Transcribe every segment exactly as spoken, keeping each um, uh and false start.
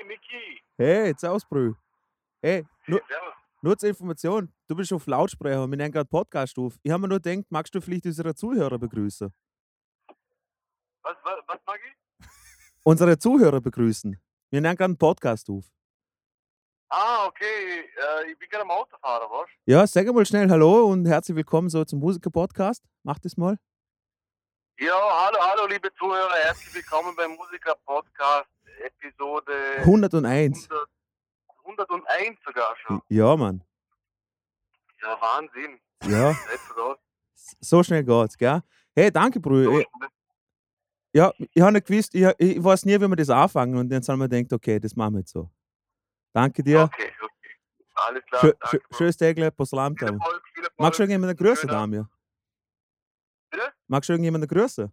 Hey, Miki. Hey, servus, Brü. Hey, nur, Hey, servus. nur zur Information, du bist auf Lautsprecher und wir nehmen gerade Podcast auf. Ich habe mir nur gedacht, magst du vielleicht unsere Zuhörer begrüßen? Was, was, was mag ich? Unsere Zuhörer begrüßen. Wir nehmen gerade einen Podcast auf. Ah, okay. Äh, ich bin gerade am Autofahrer, was? Ja, sag mal schnell Hallo und herzlich willkommen so zum Musiker-Podcast. Mach das mal. Ja, hallo, hallo, liebe Zuhörer. Herzlich willkommen beim Musiker-Podcast, Episode hunderteins. hundert, hunderteins sogar schon. Ja, Mann. Ja, Wahnsinn. Ja, Nicht so raus. so schnell geht's, gell? Hey, danke, Brü. So Ich, schnell. ja, ich habe nicht gewusst, ich, ich weiß nie, wie wir das anfangen und dann haben wir gedacht, okay, das machen wir jetzt so. Danke dir. Okay, okay. Alles klar. Schö, danke, schö, Bro. schönes Tägle, po Viel Salam. Erfolg, viel Erfolg. Magst du irgendjemanden grüßen, Schöner- Damir? Bitte? Magst du irgendjemanden grüßen?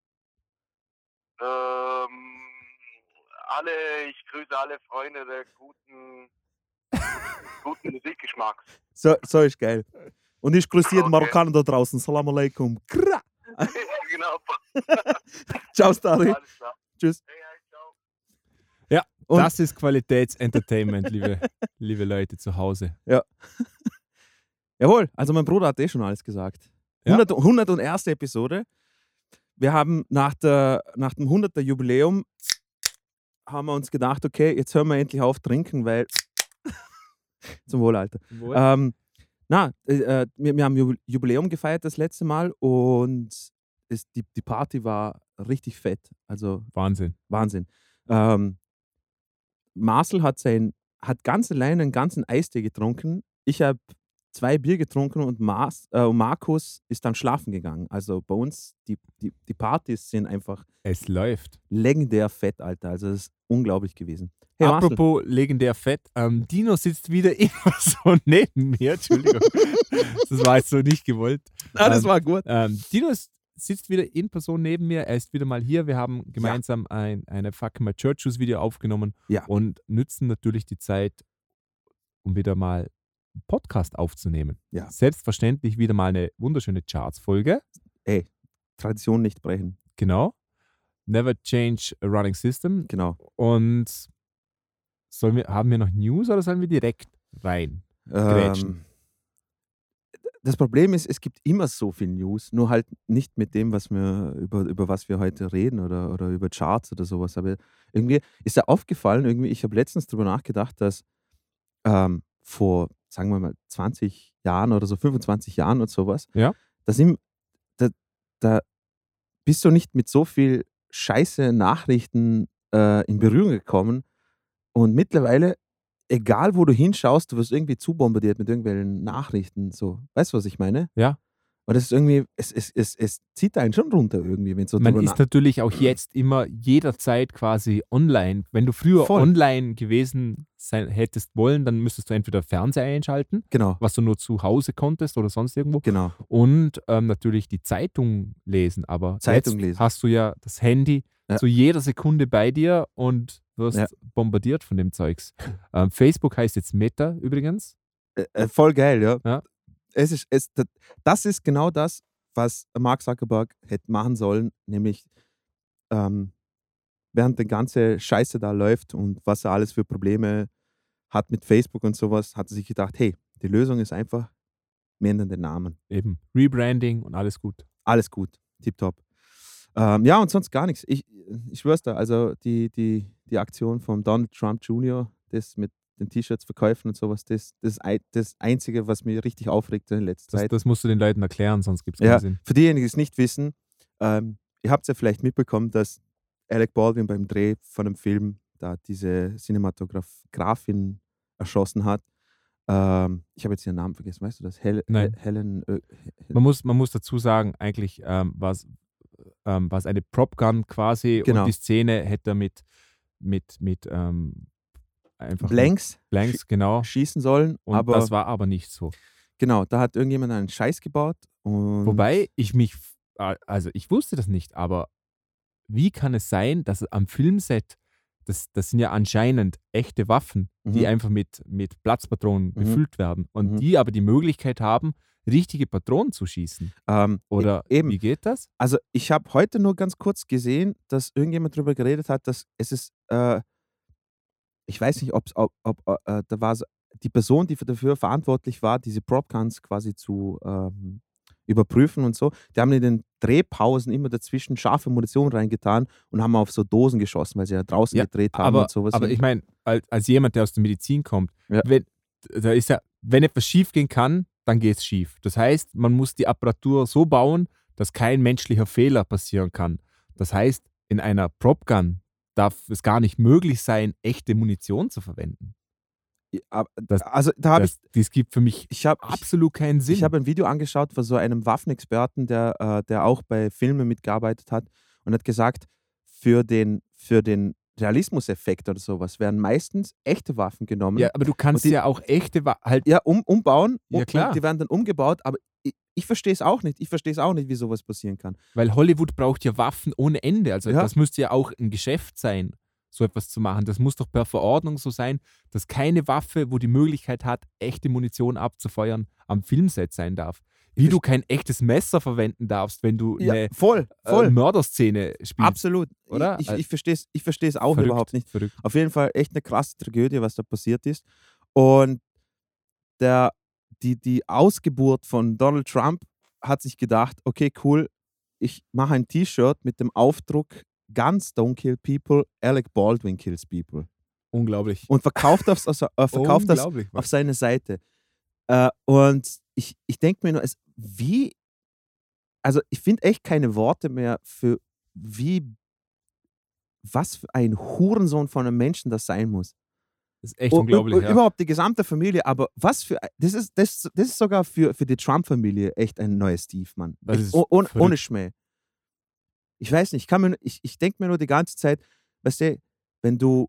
Ähm, alle, ich grüße alle Freunde der guten, guten Musikgeschmacks. So, so ist geil. Und ich grüße jeden Okay. Marokkaner da draußen. Salam alaikum. Kra. Genau. Ciao, Stari. Alles klar. Tschüss. Hey, hey, ciao. Und Das ist Qualitätsentertainment, liebe, liebe Leute zu Hause. jawohl, also mein Bruder hat eh schon alles gesagt. Ja. hundert, hunderteins. Episode. Wir haben nach, der, nach dem hunderten Jubiläum haben wir uns gedacht, okay, jetzt hören wir endlich auf trinken, weil zum Wohl, Alter. Ähm, na, äh, äh, wir, wir haben Ju- Jubiläum gefeiert das letzte Mal und es, die, die Party war richtig fett. Also Wahnsinn. Wahnsinn. Ähm, Marcel hat sein, hat ganz alleine einen ganzen Eistee getrunken. Ich habe zwei Bier getrunken und Mas, äh, und Markus ist dann schlafen gegangen. Also bei uns, die, die, die Partys sind einfach Es läuft. legendär fett, Alter. Also das ist unglaublich gewesen. Hey, Marcel. Apropos legendär fett, ähm, Dino sitzt wieder immer so neben mir. Entschuldigung. Das war jetzt so nicht gewollt. Ah, das ähm, war gut. Ähm, Dino ist, sitzt wieder in Person neben mir. Er ist wieder mal hier. Wir haben gemeinsam ein eine Fuck My Church Shoes Video aufgenommen Ja. und nützen natürlich die Zeit, um wieder mal einen Podcast aufzunehmen. Ja. Selbstverständlich wieder mal eine wunderschöne Charts-Folge. Tradition nicht brechen. Genau. Never change a running system. Genau. Und sollen wir, haben wir noch News oder sollen wir direkt rein? Grätschen. Ähm, das Problem ist, es gibt immer so viel News, nur halt nicht mit dem, was wir, über, über was wir heute reden oder, oder über Charts oder sowas. Aber irgendwie ist da aufgefallen, irgendwie, ich habe letztens darüber nachgedacht, dass ähm, vor, sagen wir mal, zwanzig Jahren oder so, fünfundzwanzig Jahren und sowas, Ja. da, sind, da, da bist du nicht mit so viel scheiße Nachrichten äh, in Berührung gekommen. Und mittlerweile, egal wo du hinschaust, du wirst irgendwie zubombardiert mit irgendwelchen Nachrichten. So. Weißt du, was ich meine? Ja. Und das ist irgendwie, es, es, es, es zieht einen schon runter irgendwie, wenn so Man drüber ist nach- natürlich auch jetzt immer jederzeit quasi online. Wenn du früher Voll. online gewesen sein hättest wollen, dann müsstest du entweder Fernseher einschalten, Genau, was du nur zu Hause konntest oder sonst irgendwo, genau. und ähm, natürlich die Zeitung lesen. Aber Zeitung jetzt lesen. hast du ja das Handy Ja. zu jeder Sekunde bei dir und wirst Ja. bombardiert von dem Zeugs. Ähm, Facebook heißt jetzt Meta übrigens. Äh, äh, voll geil, ja. Ja. Es ist, es, das- das ist genau das, was Mark Zuckerberg hätte machen sollen, nämlich ähm, während die ganze Scheiße da läuft und was er alles für Probleme hat mit Facebook und sowas, hat er sich gedacht, hey, die Lösung ist einfach, wir ändern den Namen. Eben Rebranding und alles gut. Alles gut, tipptopp. Ähm, ja, und sonst gar nichts. Ich, ich schwör's da, also die, die, die Aktion von Donald Trump Junior, das mit den T-Shirts verkaufen und sowas, das, das ist ei- das Einzige, was mich richtig aufregt in letzter Das, Zeit. das musst du den Leuten erklären, sonst gibt es keinen Ja, Sinn. für diejenigen, die es nicht wissen, ähm, ihr habt es ja vielleicht mitbekommen, dass Alec Baldwin beim Dreh von einem Film da diese Cinematografin erschossen hat. Ähm, ich habe jetzt ihren Namen vergessen, weißt du das? Hel Nein. Helen. Ö- Man muss, man muss dazu sagen, eigentlich ähm, war es ähm, war's eine Prop-Gun quasi Genau. und die Szene hätte er mit, mit, mit ähm, einfach mit Blanks Blanks, genau. schießen sollen, Und aber das war aber nicht so. genau, da hat irgendjemand einen Scheiß gebaut. Und Wobei ich mich, äh, also ich wusste das nicht, aber wie kann es sein, dass am Filmset, das, das sind ja anscheinend echte Waffen, die Mhm. einfach mit, mit Platzpatronen Mhm. befüllt werden und Mhm. die aber die Möglichkeit haben, richtige Patronen zu schießen. ähm, Oder e- eben. wie geht das? Also ich habe heute nur ganz kurz gesehen, dass irgendjemand darüber geredet hat, dass es ist, äh, ich weiß nicht, ob's, ob, ob äh, da war so, die Person, die für- dafür verantwortlich war, diese Prop-Guns quasi zu ähm, überprüfen und so, die haben in den Drehpausen immer dazwischen scharfe Munition reingetan und haben auf so Dosen geschossen, weil sie ja draußen Ja, gedreht haben aber, und sowas. aber ich meine, als, als jemand, der aus der Medizin kommt, Ja. wenn, da ist ja, wenn etwas schief gehen kann, dann geht es schief. Das heißt, man muss die Apparatur so bauen, dass kein menschlicher Fehler passieren kann. Das heißt, in einer Prop-Gun darf es gar nicht möglich sein, echte Munition zu verwenden. Ja, aber- Das- also da habe ich, Das, das gibt für mich ich habe ich, absolut keinen Sinn. ich habe ein Video angeschaut von so einem Waffenexperten, der, äh, der auch bei Filmen mitgearbeitet hat und hat gesagt, für den, für den Realismuseffekt oder sowas werden meistens echte Waffen genommen. ja, aber du kannst Und die- ja auch echte, Wa- halt, Ja, um, umbauen. Ja, und, klar. Und die werden dann umgebaut, aber ich, ich verstehe es auch nicht. Ich verstehe es auch nicht, wie sowas passieren kann. weil Hollywood braucht ja Waffen ohne Ende. Also Ja. das müsste ja auch ein Geschäft sein, so etwas zu machen. Das muss doch per Verordnung so sein, dass keine Waffe, wo die Möglichkeit hat, echte Munition abzufeuern, am Filmset sein darf. Wie Ich du kein echtes Messer verwenden darfst, wenn du Ja, eine voll, äh, voll. Mörderszene spielst. Absolut. oder? Ich, ich, Also- ich verstehe es ich versteh's auch Verrückt, überhaupt nicht. Verrückt. Auf jeden Fall echt eine krasse Tragödie, was da passiert ist. Und der, die, die Ausgeburt von Donald Trump hat sich gedacht, okay, cool, ich mache ein T-Shirt mit dem Aufdruck Guns don't kill people, Alec Baldwin kills people. Unglaublich. Und verkauft das, also, äh, verkauft das Unglaublich. auf seine Seite. Äh, und ich, ich denke mir nur, es, wie, also ich finde echt keine Worte mehr für wie, was für ein Hurensohn von einem Menschen das sein muss. Das ist echt Und- unglaublich. und, ja. Überhaupt die gesamte Familie, aber was für, ein- das ist, das, das ist sogar für, für die Trump-Familie echt ein neues Steve, Mann. Das Echt, ist oh, ohne, verrückt. ohne Schmäh. Ich weiß nicht, ich, kann mir, ich, ich denke mir nur die ganze Zeit, weißt du, wenn du,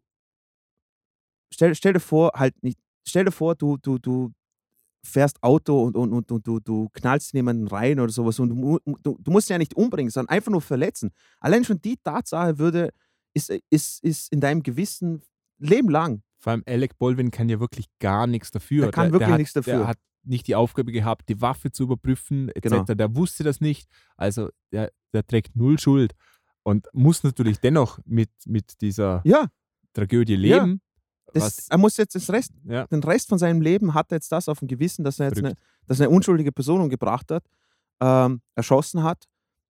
stell, stell dir vor, halt nicht, stell dir vor, du, du, du fährst Auto und, und, und, und du, du knallst in jemanden rein oder sowas und du, mu- du, du musst ihn ja nicht umbringen, sondern einfach nur verletzen. Allein schon die Tatsache würde, ist, ist, ist in deinem Gewissen Leben lang. Vor allem Alec Baldwin kann ja wirklich gar nichts dafür. Der kann wirklich hat, nichts dafür. Der hat nicht die Aufgabe gehabt, die Waffe zu überprüfen, et cetera. Genau. Der wusste das nicht. Also der, der trägt null Schuld und muss natürlich dennoch mit, mit dieser Ja, Tragödie Ja. leben. das, was, er muss jetzt das Rest, ja, den Rest von seinem Leben hat er jetzt das auf dem Gewissen, dass er jetzt eine, Verrückt. dass er eine unschuldige Person umgebracht hat, ähm, erschossen hat,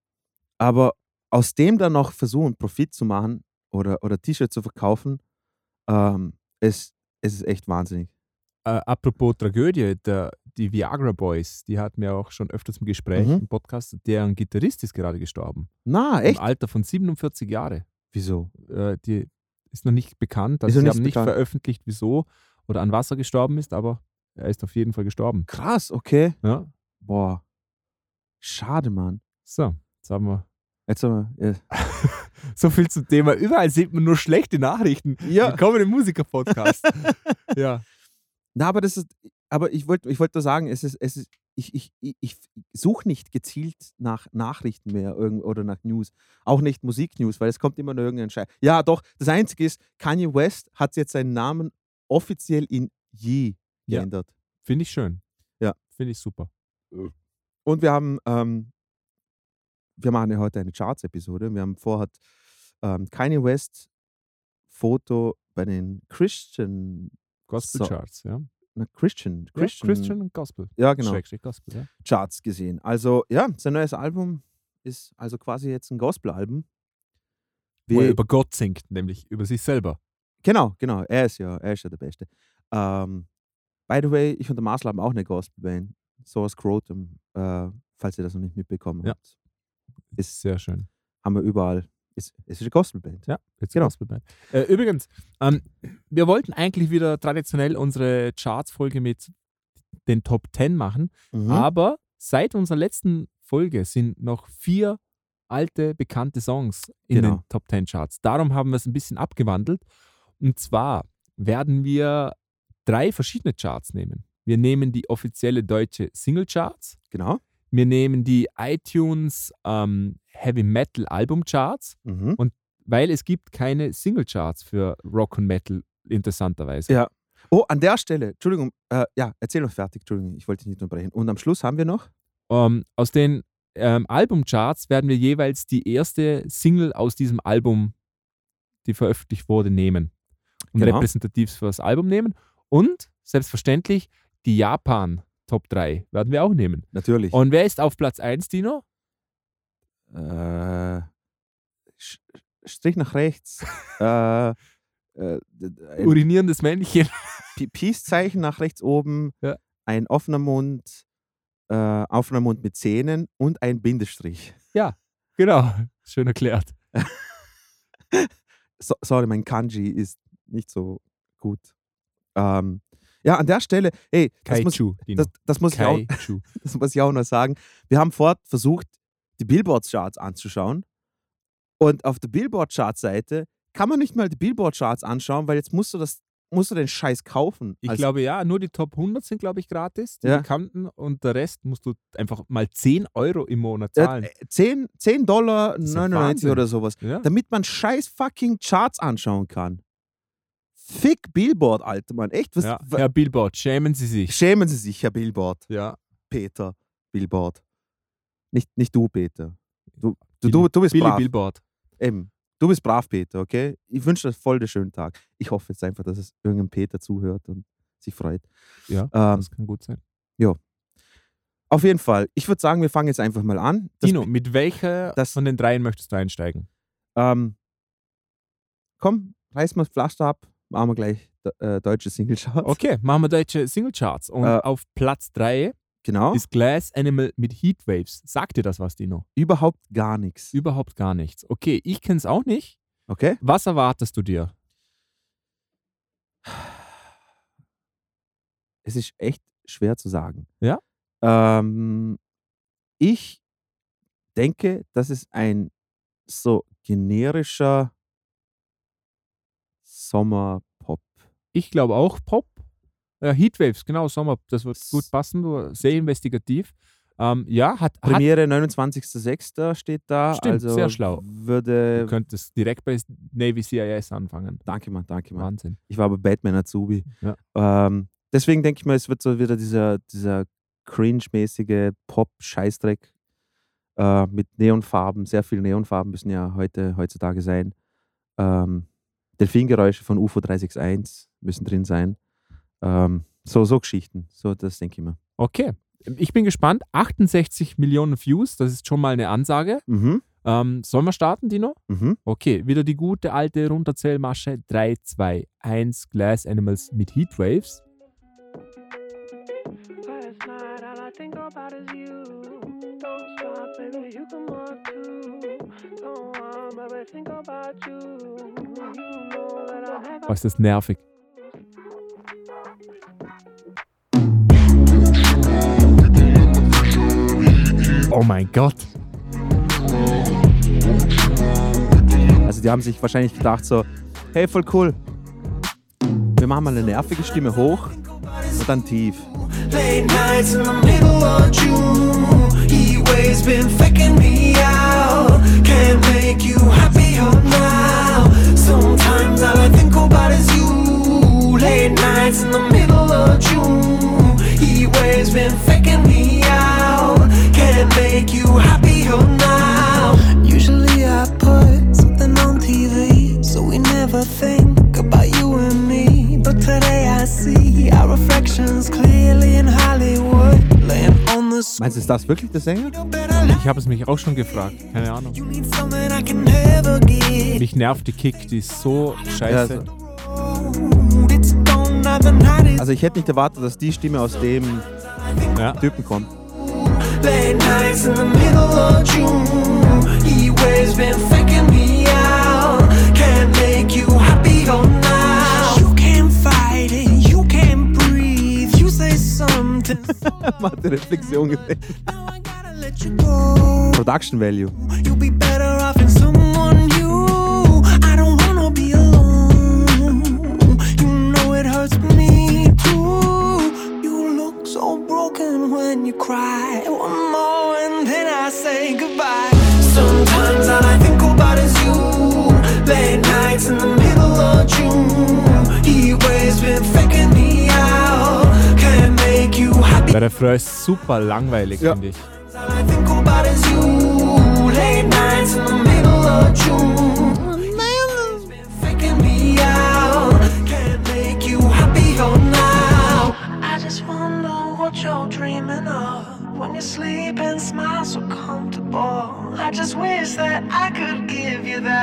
aber aus dem dann noch versuchen, Profit zu machen oder, oder T-Shirts zu verkaufen, ähm, es, es ist echt wahnsinnig. äh, apropos Tragödie, der, die Viagra Boys, die hatten wir auch schon öfters im Gespräch Mhm. im Podcast, deren Gitarrist ist gerade gestorben. Na, echt? Im Alter von siebenundvierzig Jahre. Wieso? Äh, die ist noch nicht bekannt. Ist Also noch sie nicht haben nicht bekannt. veröffentlicht, wieso oder an was er gestorben ist, aber er ist auf jeden Fall gestorben. Krass, okay. Ja. Boah. Schade, Mann. So, jetzt haben wir Jetzt haben wir, so viel zum Thema. Überall sieht man nur schlechte Nachrichten. Ja. Willkommen im Musiker-Podcast. ja. Na, aber das ist, aber ich wollte ich wollt nur sagen, es ist, es ist, ich, ich, ich, ich suche nicht gezielt nach Nachrichten mehr irgend, oder nach News. Auch nicht Musiknews, weil es kommt immer nur irgendein Scheiß. Ja, doch, das Einzige ist, Kanye West hat jetzt seinen Namen offiziell in Ye Ja. geändert. Finde ich schön. Ja. Finde ich super. Und wir haben, ähm, wir machen ja heute eine Charts-Episode. Wir haben vorhat ähm, Kanye West Foto bei den Christian, Gospel So. Charts, ja. na, Christian, Ja, Christian, Christian und Gospel. ja genau, Schrägstrich Gospel, ja. Charts gesehen. Also ja, sein neues Album ist also quasi jetzt ein Gospel-Album. Wo er Wie- über Gott singt, nämlich über sich selber. Genau, genau, er ist ja, er ist ja der Beste. Ähm, by the way, ich und der Marcel haben auch eine Gospel-Band, Source Scrotum, äh, falls ihr das noch nicht mitbekommen Ja. habt. Ist, Sehr schön. haben wir überall, ist, ist eine Gospel-Band. Ja, jetzt Genau. Gospelband. Äh, übrigens, ähm, wir wollten eigentlich wieder traditionell unsere Charts-Folge mit den Top zehn machen, Mhm. aber seit unserer letzten Folge sind noch vier alte, bekannte Songs in Genau. den Top zehn Charts. Darum haben wir es ein bisschen abgewandelt. Und zwar werden wir drei verschiedene Charts nehmen. Wir nehmen die offizielle deutsche Single-Charts, Genau. wir nehmen die iTunes ähm, Heavy Metal Album Charts, Mhm. weil es gibt keine Single-Charts für Rock und Metal, interessanterweise. Ja. Oh, an der Stelle, Entschuldigung, äh, ja, erzähl noch fertig, Entschuldigung, ich wollte dich nicht unterbrechen. Und am Schluss haben wir noch, Ähm, aus den ähm, Albumcharts werden wir jeweils die erste Single aus diesem Album, die veröffentlicht wurde, nehmen. und Genau. repräsentativ für das Album nehmen. Und selbstverständlich die Japan Top drei werden wir auch nehmen. Natürlich. Und wer ist auf Platz eins, Dino? Äh, Sch- Strich nach rechts. äh, äh, ein Urinierendes Männchen. P- Peace-Zeichen nach rechts oben. Ja. Ein offener Mund. Äh, offener Mund mit Zähnen und ein Bindestrich. Genau, schön erklärt. So, sorry, mein Kanji ist nicht so gut. Ähm, ja, an der Stelle, hey, das muss, Kaiju, Dino. das, das, muss ich auch, Kaiju. das muss ich auch noch sagen. Wir haben fort versucht, die Billboard-Charts anzuschauen. Und auf der Billboard-Charts-Seite kann man nicht mal die Billboard-Charts anschauen, weil jetzt musst du, das, musst du den Scheiß kaufen. Ich Als- glaube ja, nur die Top hundert sind, glaube ich, gratis, die Ja. bekannten. Und der Rest musst du einfach mal zehn Euro im Monat äh, zahlen. zehn, zehn Dollar ist ja neunundneunzig Wahnsinn. oder sowas, Ja. damit man scheiß fucking Charts anschauen kann. Fick Billboard, Alter, Mann. Echt? Was, Ja. wa- Herr Billboard, schämen Sie sich. Schämen Sie sich, Herr Billboard. Ja. Peter Billboard. Nicht, nicht du, Peter. Du, du, Billy- du, du bist Billy brav. Billboard. Eben. Du bist brav, Peter, okay? Ich wünsche dir voll den schönen Tag. Ich hoffe jetzt einfach, dass es irgendein Peter zuhört und sich freut. Ja, Ähm, das kann gut sein. auf jeden Fall. Ich würde sagen, wir fangen jetzt einfach mal an. Das, Dino, mit welcher das- von den dreien möchtest du einsteigen? ähm, komm, reiß mal das Pflaster ab. Machen wir gleich äh, deutsche Single-Charts. Okay, machen wir deutsche Singlecharts. Und Äh, auf Platz drei Genau. ist Glass Animal mit Heatwaves. Sagt dir das was, Dino? Überhaupt gar nichts. Überhaupt gar nichts. Okay, ich kenne es auch nicht. Okay? Was erwartest du dir? Es ist echt schwer zu sagen. Ja? Ähm, ich denke, das ist ein so generischer Sommerpop. Ich glaube auch Pop. Ja, Heatwaves, genau, Sommer, das wird gut passen. Du, sehr investigativ. Ähm, ja, hat, hat Premiere neunundzwanzigster sechster steht da. Stimmt, also sehr schlau. Würde. du könntest direkt bei Navy C I S anfangen. Danke, Mann, danke, Mann. Wahnsinn. Ich war bei Batman Azubi. Ja. Ähm, deswegen denke ich mal, es wird so wieder dieser, dieser cringe-mäßige Pop-Scheißdreck äh, mit Neonfarben. Sehr viele Neonfarben müssen ja heute, heutzutage sein. Ähm, Delfingeräusche von U F O drei sechs eins müssen drin sein. Ähm, so, so Geschichten. So, das denke ich mir. Okay, ich bin gespannt. achtundsechzig Millionen Views, das ist schon mal eine Ansage. Mhm. Ähm, sollen wir starten, Dino? Mhm. Okay, wieder die gute alte Runterzählmasche. drei, zwei, eins, Glass Animals mit Heatwaves. Last night, all I think about is you. Don't stop, baby, you come on too. Don't want, baby, think about you. You know that I never. Was ist das nervig? Oh mein Gott. Also die haben sich wahrscheinlich gedacht so, hey, voll cool. Wir machen mal eine nervige Stimme hoch und dann tief. Late nights in the middle of June. He waves been faking me out. Can't make you happier now. Sometimes all I think about is you. Late nights in the middle of June. He waves been faking me out. Can't make you happier now. Usually I put something on T V, so we never think about you and me. But today I see our reflections clearly in Hollywood, laying on the Meinst du, ist das wirklich der Sänger? Ich habe es mich auch schon gefragt. Keine Ahnung. You need something I can never get. Mich nervt die Kick, die ist so scheiße. Ja, It's gone, now the night is Also ich hätte nicht erwartet, dass die Stimme aus dem Ja. Typen kommt. late nights in the middle of June. He waves been faking me out. Can't make you happier now. You can't fight it, you can't breathe. You say something, Macht die Reflexion gesehen. now I gotta let you go. Production Value. You'll be better off in someone new. I don't wanna be alone. You know it hurts me too. You look so broken when you cry. One more and then I say goodbye. Sometimes all I think about is you. Late nights in the middle of June. He waves been faking me out. Can't make you happy. Der Refrain ist super langweilig, Ja. finde ich. All I think about is you. Late nights in the middle of June. He's been faking me out.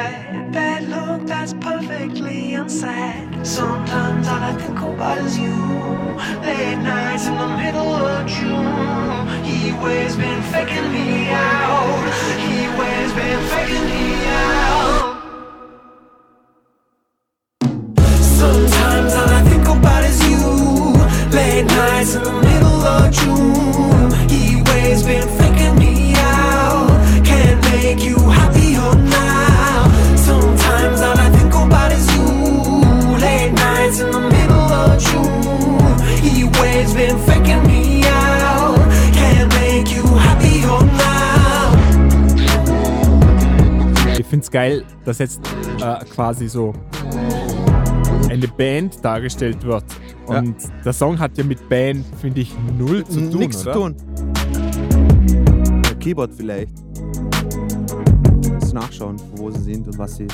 bad, bad look that's perfectly unsad. Sometimes all I think about is you. Late nights in the middle of June. He waves been faking me out. He waves been faking me out. Sometimes all I think about is you. Late nights in the middle of June. He waves been faking me out. Can't make you happier now. Sometimes all I think about is you. Late nights in the middle of June. He waves been faking me out. Can't make you happier now. Ich find's geil, dass jetzt äh, quasi so eine Band dargestellt wird. Und ja. der Song hat ja mit Band, finde ich, null zu tun, Nichts oder? zu tun. Der Keyboard vielleicht. Jetzt nachschauen, wo sie sind und was sie...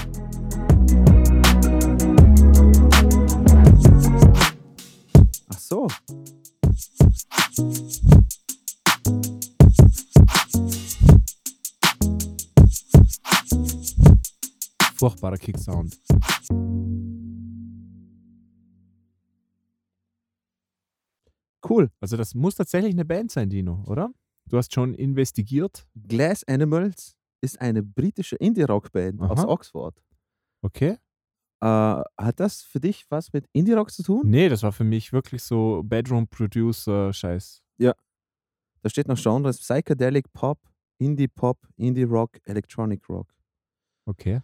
Ach so. Furchtbarer Kicksound. Cool. Also das muss tatsächlich eine Band sein, Dino, oder? Du hast schon investigiert. Glass Animals ist eine britische Indie-Rock-Band Aha. aus Oxford. Okay. Äh, hat das für dich was mit Indie-Rock zu tun? Nee, das war für mich wirklich so Bedroom-Producer-Scheiß. Da steht noch Genres: Psychedelic Pop, Indie-Pop, Indie-Rock, Electronic Rock. Okay.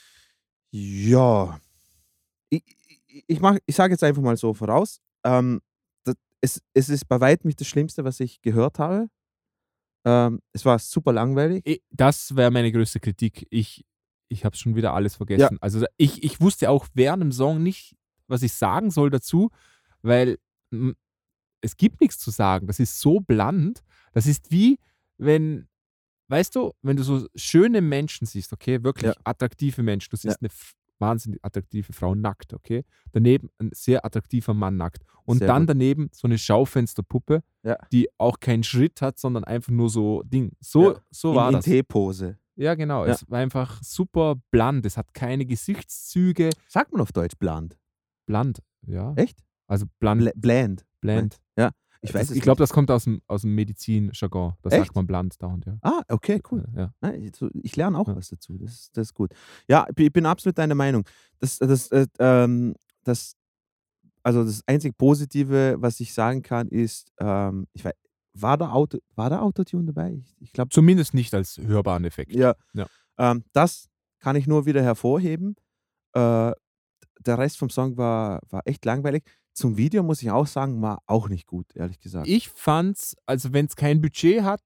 Ja. Ich, ich, ich, mach- ich sage jetzt einfach mal so voraus. Ähm, das, es, es ist bei weitem nicht das Schlimmste, was ich gehört habe. Ähm, es war super langweilig. Ich- Das wäre meine größte Kritik. Ich, ich habe schon wieder alles vergessen. Also ich, ich wusste auch während dem Song nicht, was ich sagen soll dazu, weil mm, es gibt nichts zu sagen. Das ist so bland. Das ist wie, wenn, weißt du, wenn du so schöne Menschen siehst, okay, wirklich Ja. attraktive Menschen. Du siehst Ja. eine f- wahnsinnig attraktive Frau nackt, okay? Daneben ein sehr attraktiver Mann nackt. Und Sehr dann gut. daneben so eine Schaufensterpuppe, Ja. die auch keinen Schritt hat, sondern einfach nur so Ding. So, Ja. so in, war in das. T-Pose. Ja, genau. Ja. Es war einfach super bland. Es hat keine Gesichtszüge. Sagt man auf Deutsch bland? Bland, ja. Echt? Also bland, Bl bland. bland. Ich weiß Das, es ich glaube, nicht. das kommt aus dem, aus dem Medizin-Jargon. Da Echt? sagt man bland dauernd, ja. Ah, okay, cool. Ja. Nein, ich- so- ich lerne auch Ja. was dazu. Das, ist- das ist gut. Ja, ich bin- ich bin absolut deiner Meinung. Das, das, äh, ähm, das, also das einzig Positive, was ich sagen kann, ist, ähm, ich weiß, war da Auto, war da Autotune dabei? Ich, ich glaube, Zumindest nicht als hörbaren Effekt. ja. Ja. Ähm, das kann ich nur wieder hervorheben. Äh, der Rest vom Song war, war echt langweilig. Zum Video muss ich auch sagen, war auch nicht gut, ehrlich gesagt. Ich fand's, also wenn es kein Budget hat,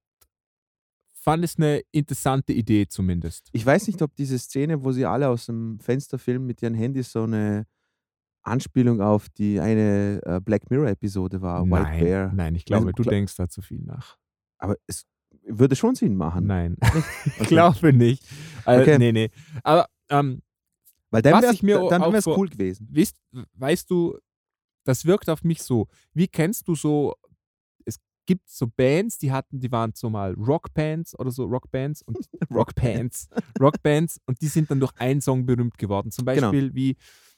fand es eine interessante Idee zumindest. Ich weiß nicht, ob diese Szene, wo sie alle aus dem Fenster filmen mit ihren Handys, so eine Anspielung auf die eine äh, Black Mirror-Episode war, White nein, Bear. nein, ich glaube, Also, du klar- denkst da zu viel nach. Aber es würde schon Sinn machen. Nein, Okay. ich glaube nicht. Also, Okay. Nee, nee. Aber ähm, Weil dann Was wäre ich mir dann auch wär's vor- cool gewesen. wisst, weißt du, das wirkt auf mich so. Wie kennst du so, es gibt so Bands, die hatten, die waren so mal Rockbands oder so, Rockbands und Rockbands, Rockbands und die sind dann durch einen Song berühmt geworden. Zum Genau. Beispiel wie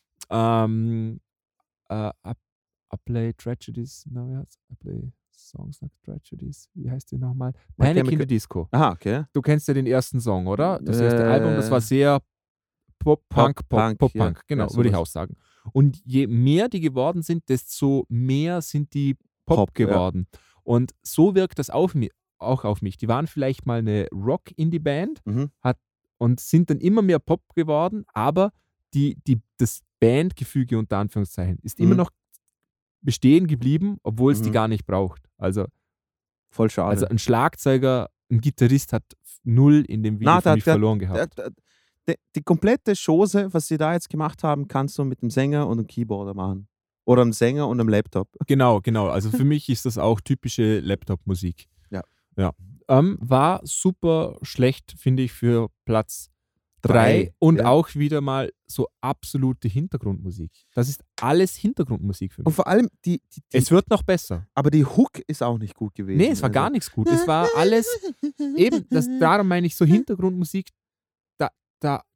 ähm, äh, I, I Play Tragedies, no, wie heißt I Play Songs like Tragedies, wie heißt die nochmal? My Panic in Chemical- the Disco. Aha, okay. Du kennst ja den ersten Song, oder? Das erste Äh, Album, das war sehr Pop, Punk, Pop, Punk, Pop, ja. Punk, genau, Ja, würde ich sowas. auch sagen. Und je mehr die geworden sind, desto mehr sind die Pop, Pop, ja. geworden. Und so wirkt das auf mi- auch auf mich. Die waren vielleicht mal eine Rock-Indie-Band Mhm. und sind dann immer mehr Pop geworden, aber die, die, das Bandgefüge unter Anführungszeichen ist immer Mhm. noch bestehen geblieben, obwohl es die Mhm. gar nicht braucht. Also, Voll schade. also ein Schlagzeuger, ein Gitarrist hat null in dem Video Na, für da- mich da- verloren Der- gehabt. der- die, die komplette Chose, was sie da jetzt gemacht haben, kannst du mit einem Sänger und einem Keyboarder machen. Oder einem Sänger und einem Laptop. Genau, genau. Also für mich ist das auch typische Laptop-Musik. Ja. Ja. Ähm, war super schlecht, finde ich, für Platz drei. Drei, Und ja. auch wieder mal so absolute Hintergrundmusik. Das ist alles Hintergrundmusik für Und mich. vor allem, die, die, die Es wird noch besser. aber die Hook ist auch nicht gut gewesen. Nee, es war Also- gar nichts gut. Es war alles, eben, das, darum meine ich so Hintergrundmusik, da, da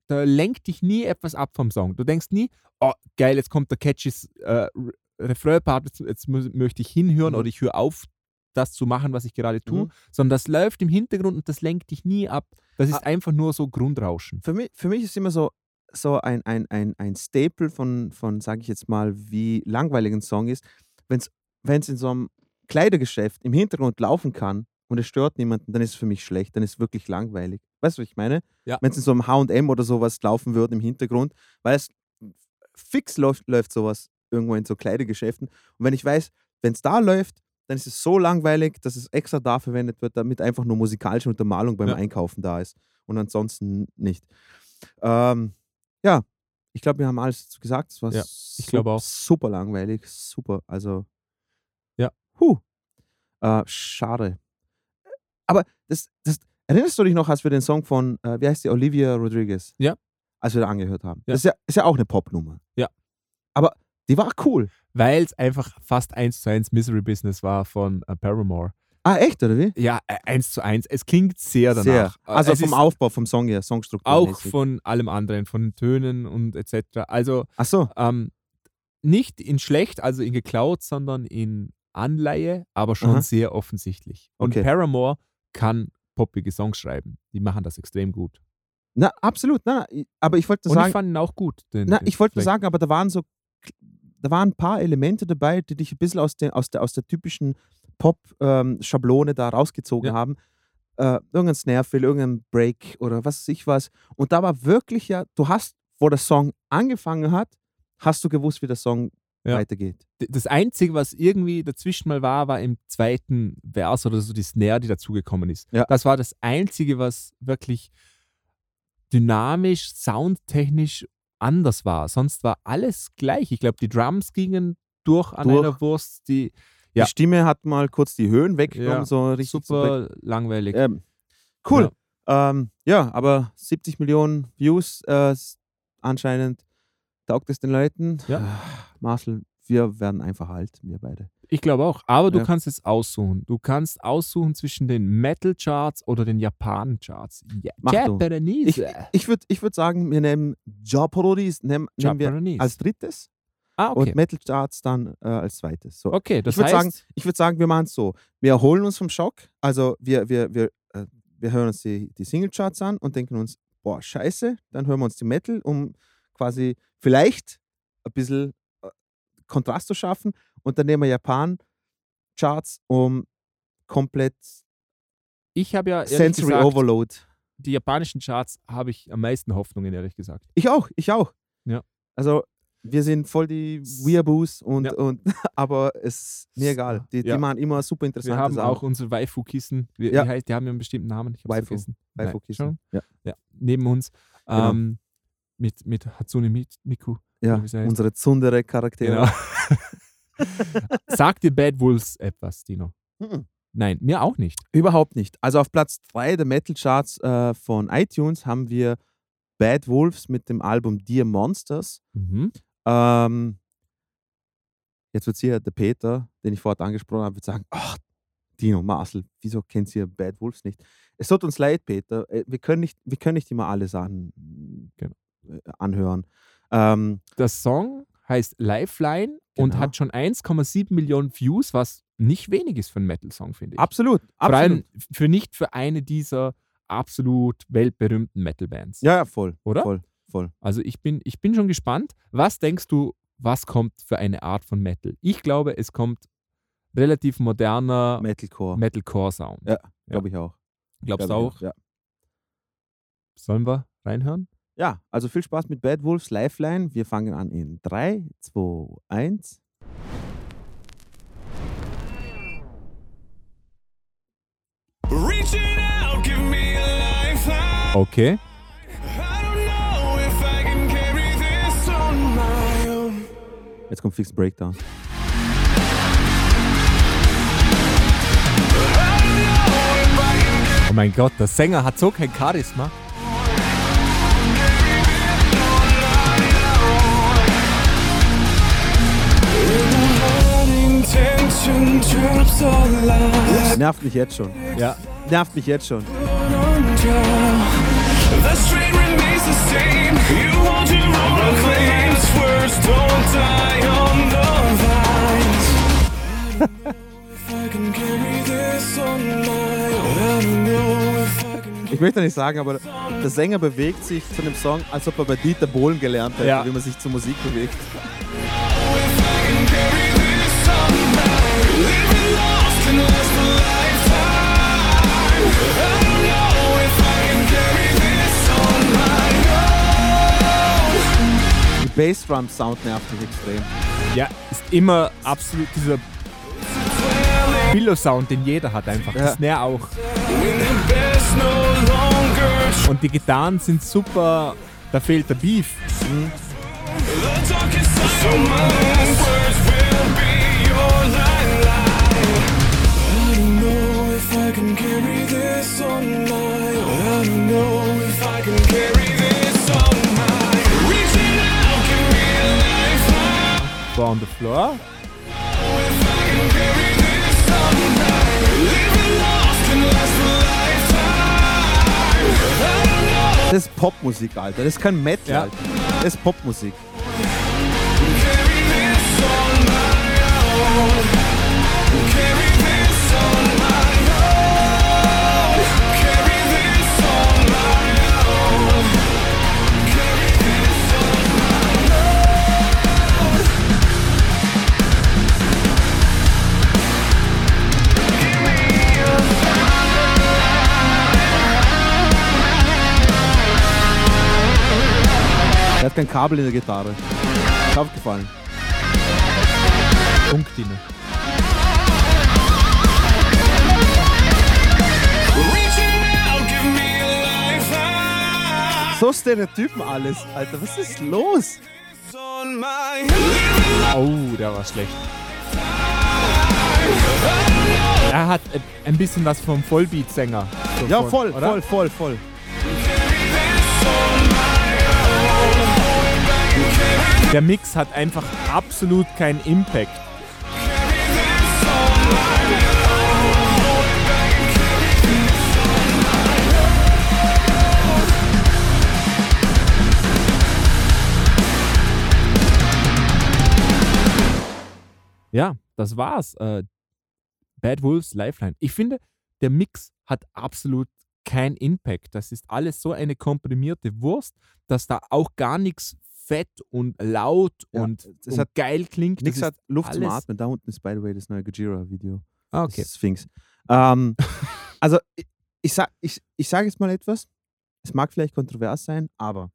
da lenkt dich nie etwas ab vom Song. Du denkst nie, oh geil, jetzt kommt der catchy äh, Refrain-Part, jetzt, jetzt mö- möchte ich hinhören Mhm. oder ich höre auf, das zu machen, was ich gerade tue, Mhm. sondern das läuft im Hintergrund und das lenkt dich nie ab. Das ist Ah. einfach nur so Grundrauschen. Für mich, für mich ist immer so, so ein, ein, ein, ein Staple von, von sage ich jetzt mal, wie langweilig ein Song ist, wenn es in so einem Kleidergeschäft im Hintergrund laufen kann und es stört niemanden, dann ist es für mich schlecht, dann ist es wirklich langweilig. Weißt du, was ich meine? Ja. Wenn es in so einem H und M oder sowas laufen würde im Hintergrund, weil es fix läuft, läuft sowas irgendwo in so Kleidergeschäften. Und wenn ich weiß, wenn es da läuft, dann ist es so langweilig, dass es extra da verwendet wird, damit einfach nur musikalische Untermalung beim Ja. Einkaufen da ist und ansonsten nicht. Ähm, ja, ich glaube, wir haben alles dazu gesagt. Es war Ja, su- ich glaube auch. super langweilig, super, also Ja. Huh. Äh, schade. Aber das, das, erinnerst du dich noch, als wir den Song von, äh, wie heißt die, Olivia Rodriguez? Ja. Als wir da angehört haben. Ja. Das ist ja, ist ja auch eine Popnummer. Ja. Aber die war cool. Weil es einfach fast eins zu eins Misery Business war von äh, Paramore. Ah, echt, oder wie? Ja, äh, eins zu eins. Es klingt sehr danach. Sehr. Also es vom ist Aufbau, vom Song her, Songstruktur. auch von allem anderen, von den Tönen und et cetera. Also Ach so. ähm, nicht in schlecht, also in geklaut, sondern in Anleihe, aber schon Aha. sehr offensichtlich. Und Okay. Paramore kann poppige Songs schreiben. Die machen das extrem gut. Na, absolut. Na, na, aber ich wollte Und ich sagen, fand ihn auch gut. Den, na, den ich wollte vielleicht- sagen, aber da waren so, da waren ein paar Elemente dabei, die dich ein bisschen aus der, aus der, aus der typischen Pop-Schablone da rausgezogen Ja. haben. Äh, irgendein Snare-Fill, irgendein Break oder was weiß ich was. Und da war wirklich ja, du hast, wo der Song angefangen hat, hast du gewusst, wie der Song Ja. weitergeht. D- Das Einzige, was irgendwie dazwischen mal war, war im zweiten Vers oder so die Snare, die dazugekommen ist. Ja. Das war das Einzige, was wirklich dynamisch, soundtechnisch anders war. Sonst war alles gleich. Ich glaube, die Drums gingen durch an Durch. einer Wurst, die Ja. Die Stimme hat mal kurz die Höhen weggenommen, Ja, so richtig. super langweilig. So, ähm, cool. Ja. Ähm, ja, aber siebzig Millionen Views äh, s- anscheinend taugt es den Leuten. Ja. Ah, Marcel, wir werden einfach alt, wir beide. Ich glaube auch. Aber du Ja. kannst es aussuchen. Du kannst aussuchen zwischen den Metal-Charts oder den Japan-Charts. Ja, Mach du. Japanese. Ich, ich würde ich würd sagen, wir nehmen Japanese nehmen, nehmen wir Japanese. als drittes ah, okay. und Metal Charts dann äh, als zweites. So. okay, das ich würde heißt, sagen, ich würd sagen, wir machen es so. Wir erholen uns vom Schock. Also wir, wir, wir, äh, wir hören uns die, die Single-Charts an und denken uns, boah, scheiße, dann hören wir uns die Metal, um quasi vielleicht ein bisschen äh, Kontrast zu schaffen. Und dann nehmen wir Japan-Charts, um komplett ich habe ja ehrlich Sensory gesagt, Overload. die japanischen Charts habe ich am meisten Hoffnungen, ehrlich gesagt. Ich auch, ich auch. Ja. Also wir sind voll die Weeaboos und, Ja. und aber es ist mir egal. Die, Ja. die machen immer super interessante Wir haben Sachen. auch unsere Waifu-Kissen. Wie, Ja. wie heißt, die haben ja einen bestimmten Namen. Ich hab's Waifu. vergessen. Nein, Waifu-Kissen. schon? Ja. Ja, neben uns. Genau. Ähm, mit, mit Hatsune Mi- Miku. Ja, wie sie heißt. unsere Tsundere-Charaktere. Genau. Sagt dir Bad Wolves etwas, Dino? Mhm. Nein, mir auch nicht. Überhaupt nicht. Also auf Platz drei der Metal Charts äh, von iTunes haben wir Bad Wolves mit dem Album Dear Monsters. Mhm. Ähm, jetzt wird hier der Peter, den ich vorhin angesprochen habe, wird sagen, ach, Dino, Marcel, wieso kennt ihr Bad Wolves nicht? Es tut uns leid, Peter. Äh, Wir können nicht, wir können nicht immer alle Sachen Genau. äh, anhören. Ähm, Der Song heißt Lifeline und Genau. hat schon eins Komma sieben Millionen Views, was nicht wenig ist für einen Metal-Song, finde ich. absolut, Vor absolut. allem für nicht für eine dieser absolut weltberühmten Metal-Bands. Ja, ja, voll. Oder? Voll, voll. Also ich bin, ich bin schon gespannt. Was denkst du, was kommt für eine Art von Metal? Ich glaube, es kommt relativ moderner Metalcore, Metalcore-Sound. Ja. glaube ich auch. Glaubst du Glaub ich auch? Ja. Sollen wir reinhören? Ja, also viel Spaß mit Bad Wolves Lifeline. Wir fangen an in drei, zwei, eins. Reaching out, give me a lifeline. Okay. I don't know if I can carry this on my own. Jetzt kommt Fixed Breakdown. Oh mein Gott, der Sänger hat so kein Charisma. Intention drops all lies Nervt mich jetzt schon. Ja. Nervt mich jetzt schon. on trial. The strain remains the same. You hold your own claims. Words don't die on the vines. I don't know if I can carry this on my own. I don't know if I can. Ich möchte nicht sagen, aber der Sänger bewegt sich zu dem Song, als ob er bei Dieter Bohlen gelernt hätte, Ja. wie man sich zur Musik bewegt. Die Bassdrum-Sound nervt mich extrem. Ja, ist immer absolut dieser Billo-Sound, den jeder hat einfach. Ja. Das Snare auch. Und die Gitarren sind super, da fehlt der Beef. Mhm. Four on the floor. Das ist Popmusik, Alter. Das ist kein Metal, Ja. Alter. Das ist Popmusik. Er hat kein Kabel in der Gitarre. Ist aufgefallen. Punktine. So Stereotypen alles, Alter. Was ist los? Oh, der war schlecht. Er hat äh, ein bisschen was vom Vollbeat-Sänger. So Ja, von- voll, oder? voll, voll, voll. Der Mix hat einfach absolut keinen Impact. Ja, das war's. Äh, Bad Wolves Lifeline. Ich finde, der Mix hat absolut keinen Impact. Das ist alles so eine komprimierte Wurst, dass da auch gar nichts fett und laut Ja, und, es und hat geil klingt. Nix Das hat ist Luft zum alles- Atmen. Da unten ist, by the way, das neue Gojira-Video. Ah, okay. Sphinx. Ähm, also, ich, ich, sag, ich, ich sage jetzt mal etwas. Es mag vielleicht kontrovers sein, aber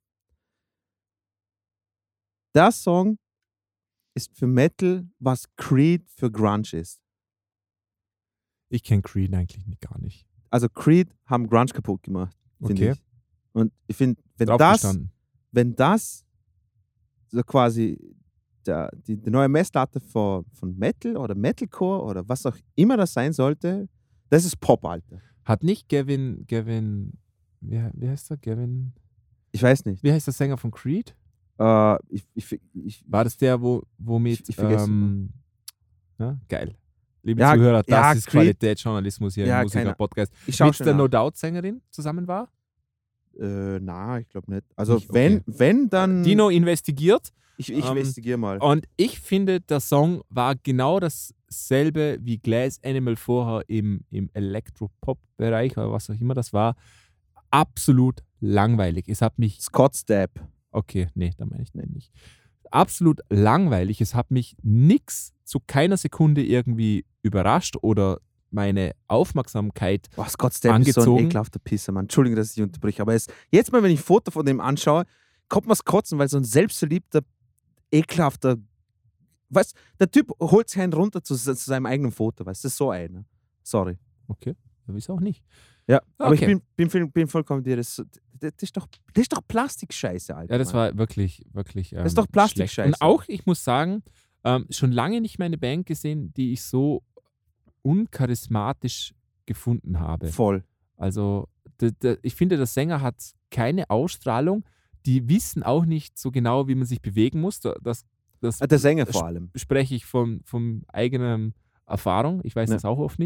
der Song ist für Metal, was Creed für Grunge ist. Ich kenne Creed eigentlich nicht- gar nicht. Also Creed haben Grunge kaputt gemacht, finde Okay. ich. Und ich finde, wenn Drauf das, gestanden. wenn das so quasi der, die, die neue Messlatte von, von Metal oder Metalcore oder was auch immer das sein sollte, das ist Pop, Alter. Hat nicht Gavin, Gavin, wie, wie heißt er? Gavin, Ich weiß nicht. wie heißt der Sänger von Creed? Äh, ich, ich, ich, War das der, wo, wo mit, Ich- ich vergesse ähm, ja, geil. Liebe Ja, Zuhörer, das ja, ist Creed- Qualitätsjournalismus hier Ja, im keine- Musiker-Podcast. ich schaue Mit schon der nach. No Doubt-Sängerin zusammen war? Äh, na, ich glaube nicht. Also Nicht? Okay. wenn, wenn, dann... Dino investigiert ich ich ähm, investigiere mal. und ich finde, der Song war genau dasselbe wie Glass Animal vorher im, im Elektropop-Bereich oder was auch immer das war. Absolut langweilig. Es hat mich Scott Stapp. Okay, nee, da meine ich nee, nicht. Absolut langweilig. Es hat mich nix zu keiner Sekunde irgendwie überrascht oder meine Aufmerksamkeit. Boah, Scott Stapp ist so ein Angezogen. ekelhafter Pisser, Mann. Entschuldigung, dass ich unterbreche, aber es, jetzt mal, wenn ich ein Foto von dem anschaue, kommt mir's kotzen, weil so ein selbstverliebter, ekelhafter, weißt, der Typ holt sich einen runter zu, zu seinem eigenen Foto, weißt du, das ist so einer. Sorry. Okay, ja, wieso auch nicht. Ja, aber Okay. ich bin, bin, bin, bin vollkommen dir, das, das, ist doch, das ist doch Plastikscheiße, Alter. Ja, das Mann. war wirklich, wirklich. Ähm, ist doch Plastikscheiße. schlecht. Und auch, ich muss sagen, ähm, schon lange nicht meine Band gesehen, die ich so uncharismatisch gefunden habe. voll. Also, d- d- ich finde, der Sänger hat keine Ausstrahlung. Die wissen auch nicht so genau, wie man sich bewegen muss. Da- Das, das Ah, Der Sänger Sp- vor allem. spreche ich von, von eigener Erfahrung. Ich weiß Ja. das auch oft nicht.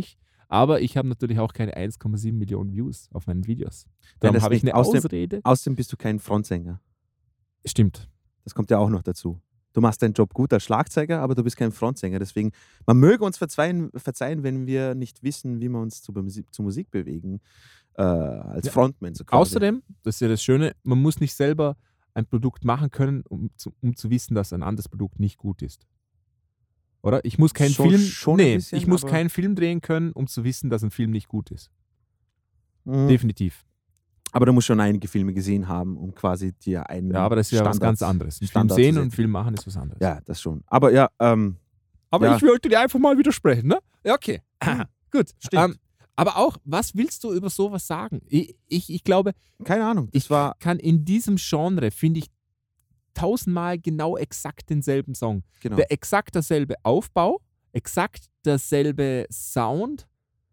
Aber ich habe natürlich auch keine eins Komma sieben Millionen Views auf meinen Videos. Nein, Darum das habe ich nicht. eine Außerdem- Ausrede. Außerdem bist du kein Frontsänger. Stimmt. Das kommt ja auch noch dazu. Du machst deinen Job gut als Schlagzeuger, aber du bist kein Frontsänger. Deswegen, man möge uns verzeihen, verzeihen wenn wir nicht wissen, wie wir uns zu, zu Musik bewegen, äh, als Ja. Frontman. So quasi. Außerdem, das ist ja das Schöne, man muss nicht selber ein Produkt machen können, um zu, um zu wissen, dass ein anderes Produkt nicht gut ist. Oder? Ich muss keinen Schon- Film, schon ein nee, bisschen, ich muss aber- keinen Film drehen können, um zu wissen, dass ein Film nicht gut ist. Mhm. Definitiv. Aber du musst schon einige Filme gesehen haben, um quasi dir einen Ja, aber das ist ja was Standard- ganz anderes. Ein Film Standard zu sehen und setzen. einen Film machen ist was anderes. Ja, das schon. Aber ja, ähm, Aber Ja. ich wollte dir einfach mal widersprechen, ne? Ja, okay. Gut. Stimmt. Ähm, aber auch, was willst du über sowas sagen? Ich, ich, ich glaube, keine Ahnung. Das ich war, kann in diesem Genre, finde ich, tausendmal genau exakt denselben Song. genau. Der exakt derselbe Aufbau, exakt derselbe Sound.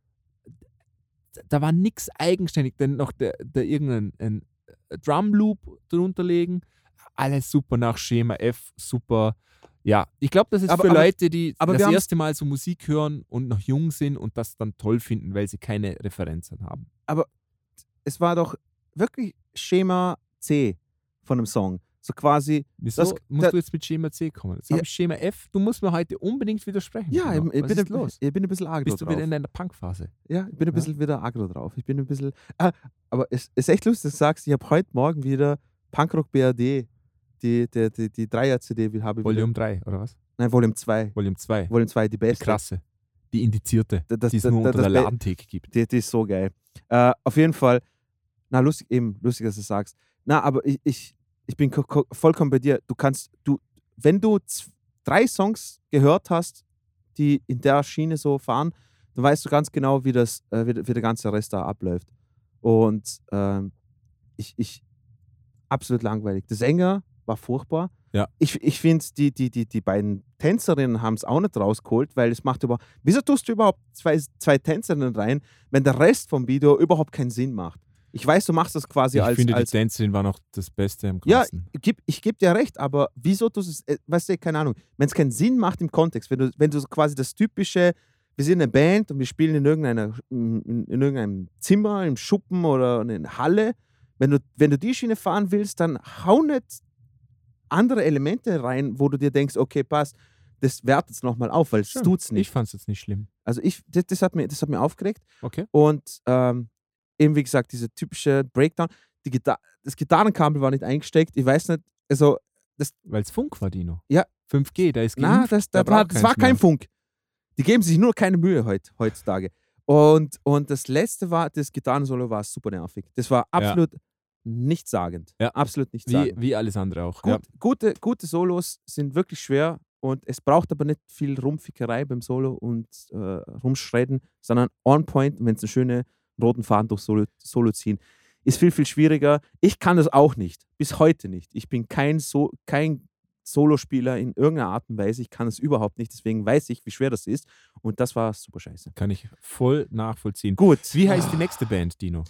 Da war nichts eigenständig, denn noch der, der irgendein ein Drumloop drunter legen. Alles super nach Schema F, super. Ja, ich glaube, das ist Aber- für aber- Leute, die aber wir das haben's- erste Mal so Musik hören und noch jung sind und das dann toll finden, weil sie keine Referenzen haben. Es war doch wirklich Schema C von einem Song. So quasi, Wieso Das- musst da- du jetzt mit Schema C kommen? Jetzt Ja. habe ich Schema F. Du musst mir heute unbedingt widersprechen. ja, Bruno. ich, ich, Was bin, ist ein- los? ich bin ein bisschen agro Bist du drauf. wieder in deiner Punkphase? Ja, ich bin ein Ja? bisschen wieder agro drauf. Ich bin ein bisschen. Ah, aber es ist echt lustig, dass du sagst, ich habe heute Morgen wieder Punkrock B R D, die, die, die, die Dreier-C D, wie habe ich Volume wieder. drei, oder was? Nein, Volume zwei. Volume zwei. Volume zwei, die Die beste. krasse. Die indizierte, Da- das- die es da- nur da- unter das der Be- Ladentheke gibt. Die, die ist so geil. Äh, auf jeden Fall, na, lustig, eben, lustig, dass du sagst. Na, aber ich, ich, ich bin ko- ko- vollkommen bei dir. Du kannst, du, wenn du z- drei Songs gehört hast, die in der Schiene so fahren, dann weißt du ganz genau, wie, das, äh, wie, wie der ganze Rest da abläuft. Und ähm, ich, ich, absolut langweilig. Der Sänger war furchtbar. Ja. Ich, ich finde, die, die, die, die beiden Tänzerinnen haben es auch nicht rausgeholt, weil es macht über. Wieso tust du überhaupt zwei, zwei Tänzerinnen rein, wenn der Rest vom Video überhaupt keinen Sinn macht? Ich weiß, du machst das quasi Ich als. finde, als die Tänzerin war noch das Beste im ja, Ganzen. ich gebe ich geb dir recht, aber wieso tust du es, äh, weißt du, keine Ahnung, wenn es keinen Sinn macht im Kontext, wenn du, wenn du so quasi das typische, wir sind eine Band und wir spielen in, irgendeiner, in, in irgendeinem Zimmer, im Schuppen oder in einer Halle, wenn du, wenn du die Schiene fahren willst, dann hau nicht andere Elemente rein, wo du dir denkst, okay, passt, das wertet es nochmal auf, weil es Schön. tut's Ich nicht. fand es jetzt nicht schlimm. Also ich, das, das, hat mir, das hat mir aufgeregt Okay. und ähm, eben wie gesagt, diese typische Breakdown, die Gita das Gitarrenkabel war nicht eingesteckt, ich weiß nicht, also Weil es Funk war, Dino. Ja. fünf G, da ist na, geimpft, das, da das, war, braucht das war keins kein mehr. Funk. Die geben sich nur keine Mühe heut, heutzutage. Und, und das letzte war, das Gitarrensolo war super nervig. Das war absolut nichtssagend. Ja. Absolut Wie, nichtssagend. wie alles andere auch. Gut, gute, gute Solos sind wirklich schwer und es braucht aber nicht viel Rumfickerei beim Solo und äh, Rumschredden, sondern on point, wenn es einen schönen roten Faden durch Solo, Solo ziehen, ist viel, viel schwieriger. Ich kann das auch nicht, bis heute nicht. Ich bin kein, so kein Solospieler in irgendeiner Art und Weise. Ich kann es überhaupt nicht, deswegen weiß ich, wie schwer das ist und das war super scheiße. Ja. Kann ich voll nachvollziehen. Gut. Wie heißt die nächste Band, Dino?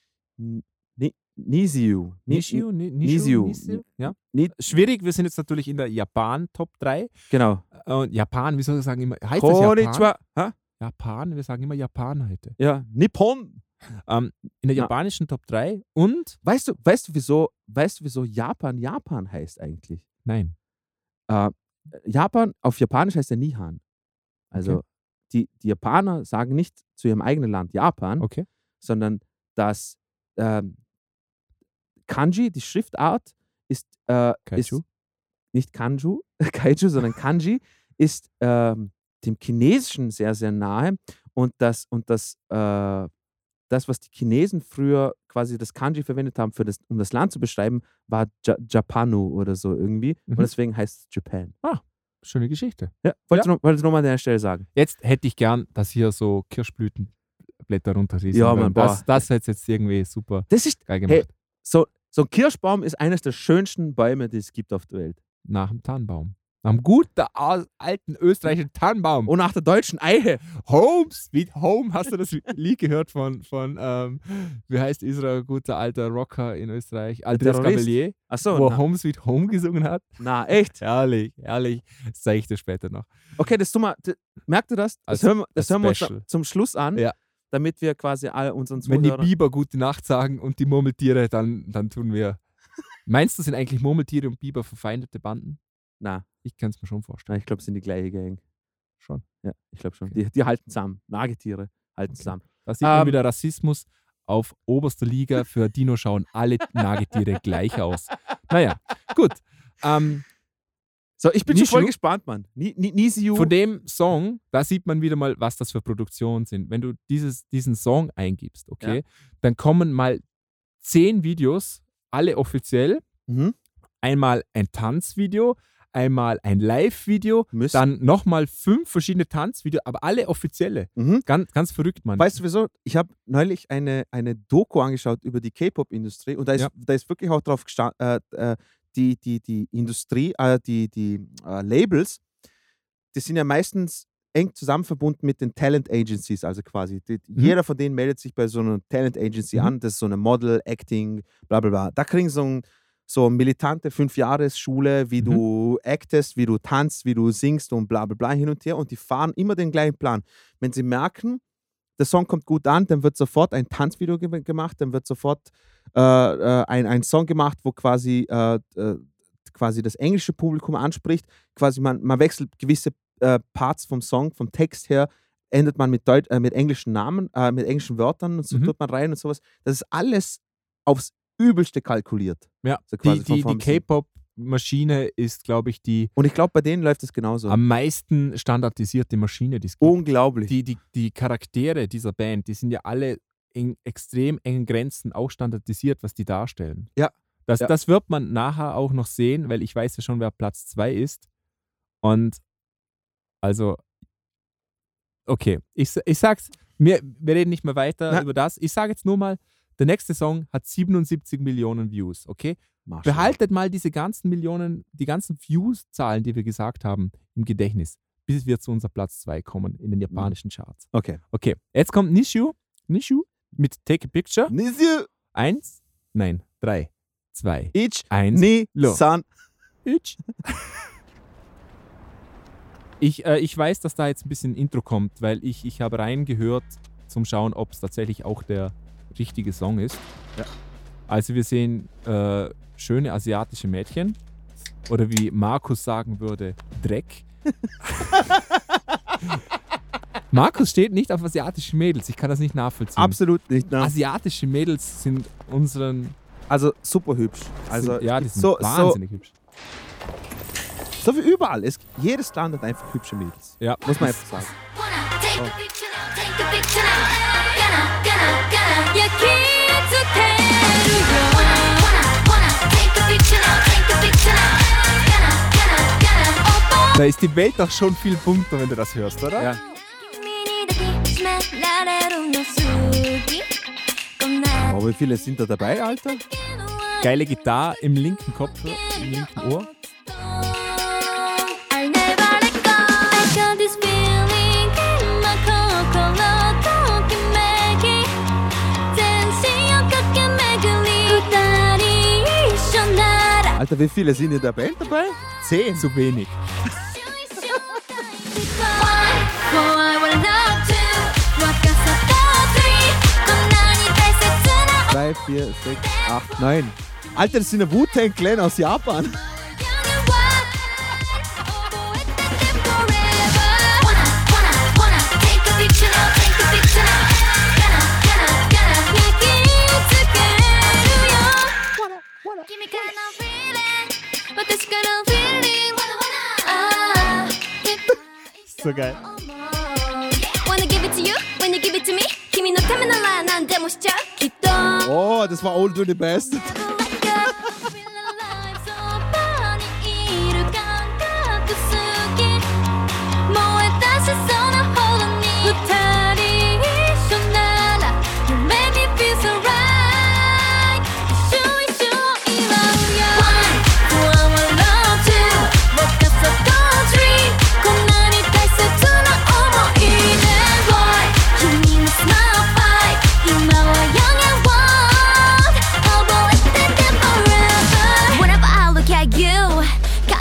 Ni- Nisiu. Ni- Nishio? Ni- Nisiu. Nishio? Ja. Ni- Schwierig, wir sind jetzt natürlich in der Japan-Top drei. Genau. Und Japan, wie soll ich sagen immer? Heißt das Japan? Konnichiwa. Ha? Japan, wir sagen immer Japan heute. Ja, Nippon. Ähm, in der Ja. japanischen Top drei und Weißt du, weißt du, wieso, weißt du, wieso Japan Japan heißt eigentlich? nein. Äh, Japan, auf Japanisch heißt er Nihan. Also Okay. die, die Japaner sagen nicht zu ihrem eigenen Land Japan, Okay. sondern das ähm, Kanji, die Schriftart, ist, äh, ist Kaiju? nicht Kanju, Kaiju, sondern Kanji, ist ähm, dem Chinesischen sehr, sehr nahe. Und das, und das, äh, das, was die Chinesen früher quasi das Kanji verwendet haben, für das, um das Land zu beschreiben, war ja Japanu oder so irgendwie. Mhm. Und deswegen heißt es Japan. Schöne Geschichte. Ja, wollte ja. ich nochmal an der Stelle sagen. Jetzt hätte ich gern, dass hier so Kirschblütenblätter runterrieseln. Ja, weil Mann, das, boah. das hätte jetzt irgendwie super Das ist, geil gemacht. hey, so, so ein Kirschbaum ist eines der schönsten Bäume, die es gibt auf der Welt. Nach dem Tannenbaum. Am guten au- alten österreichischen Tannenbaum. Und nach der deutschen Eiche. Home Sweet Home, hast du das Lied gehört von, von ähm, wie heißt unser guter alter Rocker in Österreich? Andreas Terrorist. Gabelier, Achso, wo er na, Home Sweet Home gesungen hat. na, echt? Herrlich, herrlich. Das zeige ich dir später noch. Okay, das tun wir, d- merkt ihr das? Das Als- hören, wir- als das hören wir uns Special. zum Schluss an, Ja. damit wir quasi all unseren Wenn die Zuhörern... Biber gute Nacht sagen und die Murmeltiere, dann, dann tun wir. Meinst du, sind eigentlich Murmeltiere und Biber verfeindete Banden? Na, Ich kann es mir schon vorstellen. na, ich glaube, es sind die gleiche Gang. Schon. Ja, ich glaube schon. Okay. Die, die halten zusammen. Nagetiere halten Okay. zusammen. Da sieht man Ähm, wieder Rassismus auf oberster Liga. Für Dino schauen alle Nagetiere gleich aus. Naja, gut. Ähm, So, ich bin schon Nishu? voll gespannt, Mann. Ni- Ni- Nisiu. von dem Song, da sieht man wieder mal, was das für Produktionen sind. Wenn du dieses, diesen Song eingibst, okay, Ja. dann kommen mal zehn Videos, alle offiziell. Mhm. Einmal ein Tanzvideo, einmal ein Live-Video, Müssen. dann nochmal fünf verschiedene Tanzvideos, aber alle offizielle. Mhm. Ganz, ganz verrückt, Mann. Weißt du wieso? Ich habe neulich eine, eine Doku angeschaut über die K-Pop-Industrie und da ist, Ja. da ist wirklich auch drauf gestanden, äh, äh, die, die, die Industrie, äh, die, die äh, Labels, die sind ja meistens eng zusammen verbunden mit den Talent Agencies, also quasi. Die, Mhm. Jeder von denen meldet sich bei so einer Talent Agency Mhm. an, das ist so eine Model, Acting, bla bla bla. Da kriegen sie so, ein, so eine militante Fünfjahresschule, wie Mhm. du actest, wie du tanzt, wie du singst und bla bla bla hin und her und die fahren immer den gleichen Plan. Wenn sie merken, der Song kommt gut an, dann wird sofort ein Tanzvideo ge gemacht, dann wird sofort äh, äh, ein, ein Song gemacht, wo quasi, äh, äh, quasi das englische Publikum anspricht. Quasi man, man wechselt gewisse äh, Parts vom Song, vom Text her, ändert man mit, Deut äh, mit englischen Namen, äh, mit englischen Wörtern und so Mhm. tut man rein und sowas. Das ist alles aufs Übelste kalkuliert. Ja, So die, quasi von- die, die vom- K-Pop-Maschine ist, glaube ich, die Und ich glaube, bei denen läuft es genauso. am meisten standardisierte Maschine, die es gibt. Unglaublich. Die, die, die Charaktere dieser Band, die sind ja alle in extrem engen Grenzen auch standardisiert, was die darstellen. Ja. Das, Ja. das wird man nachher auch noch sehen, weil ich weiß ja schon, wer Platz zwei ist. Und also, okay, ich, ich sag's, wir, wir reden nicht mehr weiter Na. über das. Ich sage jetzt nur mal, der nächste Song hat siebenundsiebzig Millionen Views, okay? Maschallah. Behaltet mal diese ganzen Millionen, die ganzen Views-Zahlen, die wir gesagt haben, im Gedächtnis, bis wir zu unserem Platz zwei kommen in den japanischen Charts. Okay. Okay, jetzt kommt Nishu, Nishu mit Take a Picture. Nisiu, Eins, nein, drei, zwei, ich, eins. ni, lo. san. Itch. Ich, äh, ich weiß, dass da jetzt ein bisschen Intro kommt, weil ich, ich habe reingehört zum Schauen, ob es tatsächlich auch der richtige Song ist. Ja. Also wir sehen äh, schöne asiatische Mädchen oder wie Markus sagen würde, Dreck. Markus steht nicht auf asiatische Mädels, ich kann das nicht nachvollziehen. Absolut nicht. Ne? Asiatische Mädels sind unseren, Also super hübsch. Also sind, ja, die sind so, so, wahnsinnig hübsch. so wie überall. Es, jedes Land hat einfach hübsche Mädels. Ja. Muss man einfach sagen. Take a picture now, take a picture now. Gonna, gonna, gonna. Yeah, kitsukeru yo. Wanna, wanna. Take a picture now, take a picture now. Gonna, gonna, gonna. Da ist die Welt doch schon viel bunter, wenn du das hörst, oder? Ja. 君にだけ締められるの好き。こんな Oh, wie viele sind da dabei, Alter? Geile Gitarre im linken Kopf, im linken Ohr. I'll never let go. I got this feeling in my 心ときめき全身を駆け巡り二人一緒なら Alter, wie viele sind in der Band dabei? Zehn. Zu wenig. 一緒大好き One, one, I wanna know two 若さと three こんなに大切な Drei, vier, sechs, acht, neun. Alter, das sind ein Wu-Tang Clan aus Japan. So geil. Wanna give it to you, when you give it to me 君のためなら何でもしちゃうきっと Oh, das war Old Dirty Bastard.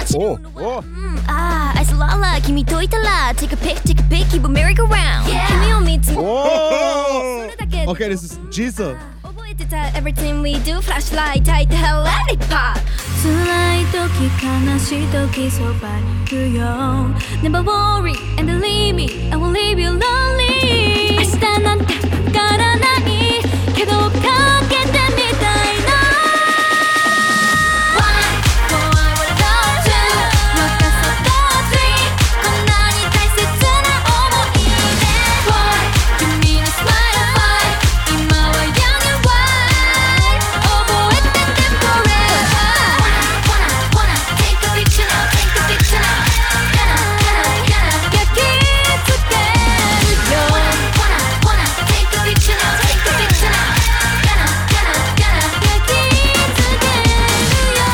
Oh, oh. Ah, ice lala, kimi to itara. Take a pic, take a pic, keep a merry-go-round. Kimi o mitsu. Oh! Okay, das ist Jizzle. 覚えてた everything we do, flashlight, tight, hell, let it pop. 辛い時、悲しい時、そばにいるよ。Never worry and leave me, I will leave you lonely. 明日なんてわからないけどかけてみたいな。One, four, I wanna go two, 若さと three, こんなに大切な思い出。Four, 君の smile, five, 今は young and wild, 覚えてて forever. Wanna, wanna, take a picture now, take a picture now. Gonna, gonna, gonna, 焼き付けるよ。Wanna, wanna, take a picture now, take a picture now. Gonna, gonna, gonna, 焼き付けるよ。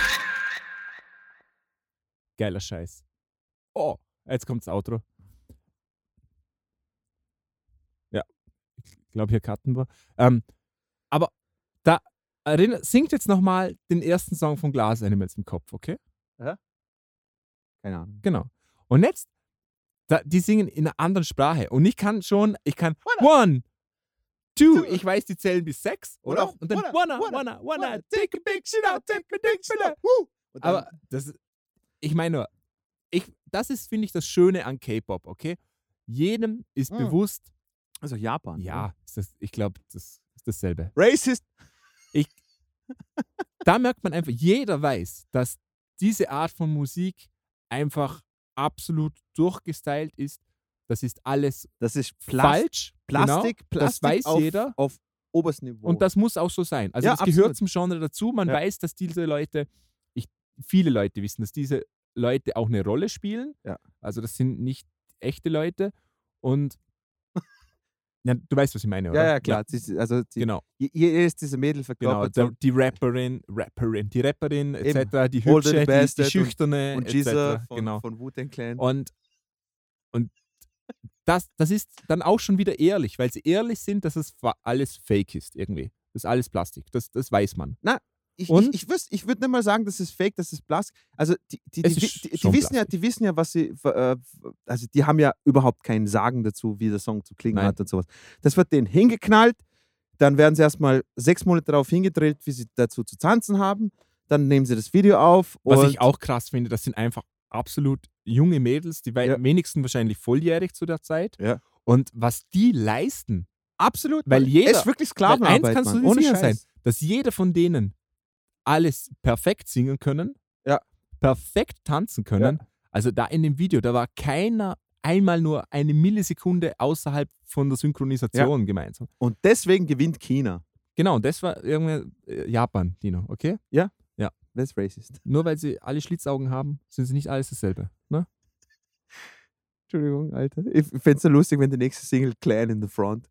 Geiler Scheiß. Oh, jetzt kommt's Outro. Ja, ich glaube, hier cutten wir. Ähm, aber da erinner, singt jetzt nochmal den ersten Song von Glass Animals im Kopf, okay? Keine Ahnung. Genau. Und jetzt, da, die singen in einer anderen Sprache. Und ich kann schon, ich kann one, two, ich weiß, die zählen bis sechs, oder? Wanna, Und dann wanna, wanna, wanna, wanna, wanna, wanna, take a picture now, take a picture now. Und dann- Aber das, ich meine nur, ich, das ist, finde ich, das Schöne an K-Pop, okay? Jedem ist Mm. bewusst, also Japan. ja, ist das, ich glaube, das ist dasselbe. Racist. Da merkt man einfach, jeder weiß, dass diese Art von Musik einfach absolut durchgestylt ist. Das ist alles Das ist Plast falsch. Plastik, genau, Plastik das weiß auf, jeder. auf oberstem Niveau. Und das muss auch so sein. Also Ja, das gehört absolut. zum Genre dazu. Man Ja. weiß, dass diese Leute, ich, viele Leute wissen, dass diese Leute auch eine Rolle spielen. Ja. Also das sind nicht echte Leute. Und ja, du weißt, was ich meine, oder? ja, ja, klar. Sie ist- Also die, Genau, je- jedes dieser Mädel genau. verkörpert Der, so- die Rapperin, Rapperin, die Rapperin et cetera, die Older the Hübsche, die, die Bastard und- Schüchterne und et Jizza cetera. von, Genau. von Wu-Tang Clan. Und, und das, das ist dann auch schon wieder ehrlich, weil sie ehrlich sind, dass es fa- alles fake ist irgendwie. Das ist alles Plastik. Das, das weiß man. Ich, Und? ich, ich, wüs- ich würde nicht mal sagen, das ist fake, das ist Plastik. Also die, die, Es die, ist die, die, schon wissen ja, Plastik. die wissen ja, was sie, äh, also die haben ja überhaupt keinen Sagen dazu, wie der Song zu klingen Nein. hat und sowas. Das wird denen hingeknallt, dann werden sie erstmal sechs Monate darauf hingedrillt, wie sie dazu zu tanzen haben. Dann nehmen sie das Video auf. Was und ich auch krass finde, das sind einfach absolut junge Mädels, die wei- Ja. wenigsten wahrscheinlich volljährig zu der Zeit. Ja. Und was die leisten, absolut, weil Mann. jeder- Es ist wirklich weil Sklavenarbeit, eins kannst du Mann. dir Ohne sicher Scheiß. sein, dass jeder von denen alles perfekt singen können, Ja. perfekt tanzen können. Also da in dem Video, da war keiner einmal nur eine Millisekunde außerhalb von der Synchronisation gemeinsam. Und deswegen gewinnt China. Genau, das war irgendwie äh, Japan, Dino, okay? That's racist. Nur weil sie alle Schlitzaugen haben, sind sie nicht alles dasselbe. Ne? Entschuldigung, Alter. Ich fände es so lustig, wenn die nächste Single Clan in the Front.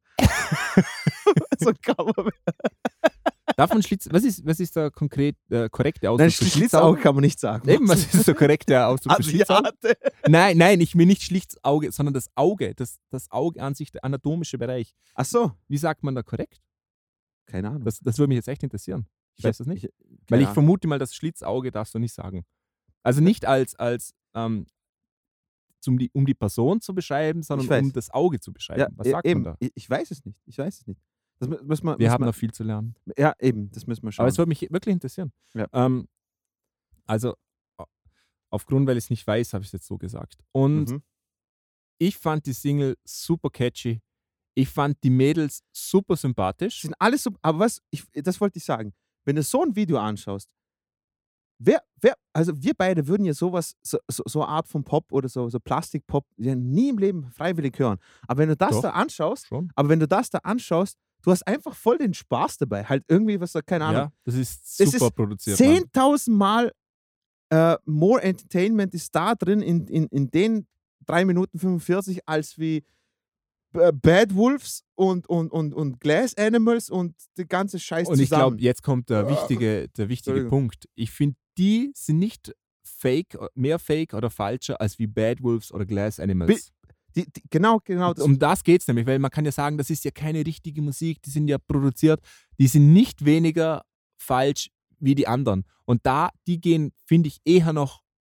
so ein Cover. Davon Schlitz, was ist, was ist der konkret, äh, korrekte Ausdruck Nein, für Schlitzauge kann man nicht sagen. Eben, was ist der korrekte Ausdruck für Schlitzauge? Asiate. Nein, nein, ich will nicht Schlitzauge, sondern das Auge, das, das Auge an sich, der anatomische Bereich. Ach so. Wie sagt man da korrekt? Keine Ahnung. Das, das würde mich jetzt echt interessieren. Ich weiß das nicht. Ich, Weil keine ich Ahnung. vermute mal, das Schlitzauge darfst du nicht sagen. Also nicht als, als ähm, zum die, um die Person zu beschreiben, sondern Ich weiß. um das Auge zu beschreiben. ja, Was e- sagt eben. man da? Ich, ich weiß es nicht. Ich weiß es nicht. Das mü- müssen wir, Wir müssen haben wir, noch viel zu lernen. Ja, eben. Das müssen wir schauen. Aber es würde mich wirklich interessieren. Ja. Ähm, also au- aufgrund, weil ich es nicht weiß, habe ich es jetzt so gesagt. Und Mhm. ich fand die Single super catchy. Ich fand die Mädels super sympathisch. sind alles so, aber was, ich, das wollte ich sagen, wenn du so ein Video anschaust, wer, wer, also wir beide würden ja sowas, so, so, so eine Art von Pop oder so, so Plastik-Pop, ja nie im Leben freiwillig hören. Aber wenn du das Doch. da anschaust, Schon. aber wenn du das da anschaust, du hast einfach voll den Spaß dabei. Halt irgendwie, was, keine Ahnung, Ja, das ist Es super ist produziert. Mann. zehntausend Mal äh, more Entertainment ist da drin in, in, in den drei Minuten fünfundvierzig als wie B- Bad Wolves und, und, und, und Glass Animals und die ganze Scheiß Und ich zusammen. glaube, jetzt kommt der wichtige, der wichtige Entschuldigung. Punkt. Ich finde, die sind nicht fake, mehr fake oder falscher als wie Bad Wolves oder Glass Animals. die, die, genau, genau. Das, Um das geht es nämlich, weil man kann ja sagen, das ist ja keine richtige Musik, die sind ja produziert, die sind nicht weniger falsch wie die anderen. Und da, die gehen, finde ich, eher noch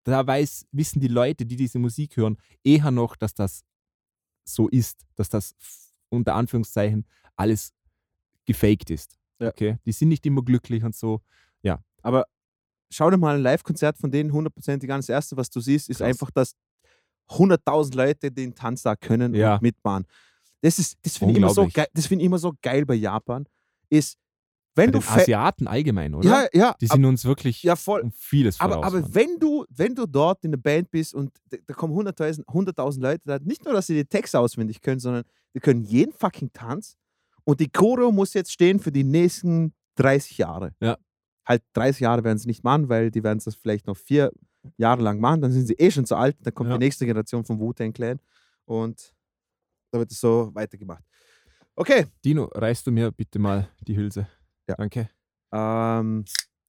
da weiß, wissen die Leute, die diese Musik hören, eher noch, dass das so ist, dass das f- unter Anführungszeichen alles gefaked ist. Ja. Okay? Die sind nicht immer glücklich und so. Aber schau dir mal ein Live-Konzert von denen hundertprozentig an. Das Erste, was du siehst, ist Krass. einfach, dass hunderttausend Leute den Tanz da können Ja. und mitmachen. Das, ist- das finde ich, immer so Unglaublich. geil- das find ich immer so geil bei Japan, ist, wenn Bei du... den fe- Asiaten allgemein, oder? ja, ja, Die ab- sind uns wirklich ja, voll. um vieles Aber, voraus. aber Mann. wenn, du, wenn du dort in der Band bist und da, da kommen hunderttausend, hunderttausend Leute, da, nicht nur, dass sie die Texte auswendig können, sondern die können jeden fucking Tanz und die Choreo muss jetzt stehen für die nächsten dreißig Jahre. Ja. Halt dreißig Jahre werden sie nicht machen, weil die werden es vielleicht noch vier Jahre lang machen, dann sind sie eh schon zu alt, dann kommt Ja. die nächste Generation vom Wu-Tang Clan und da wird es so weitergemacht. Okay, Dino, reichst du mir bitte mal die Hülse? Ja. Danke. ähm,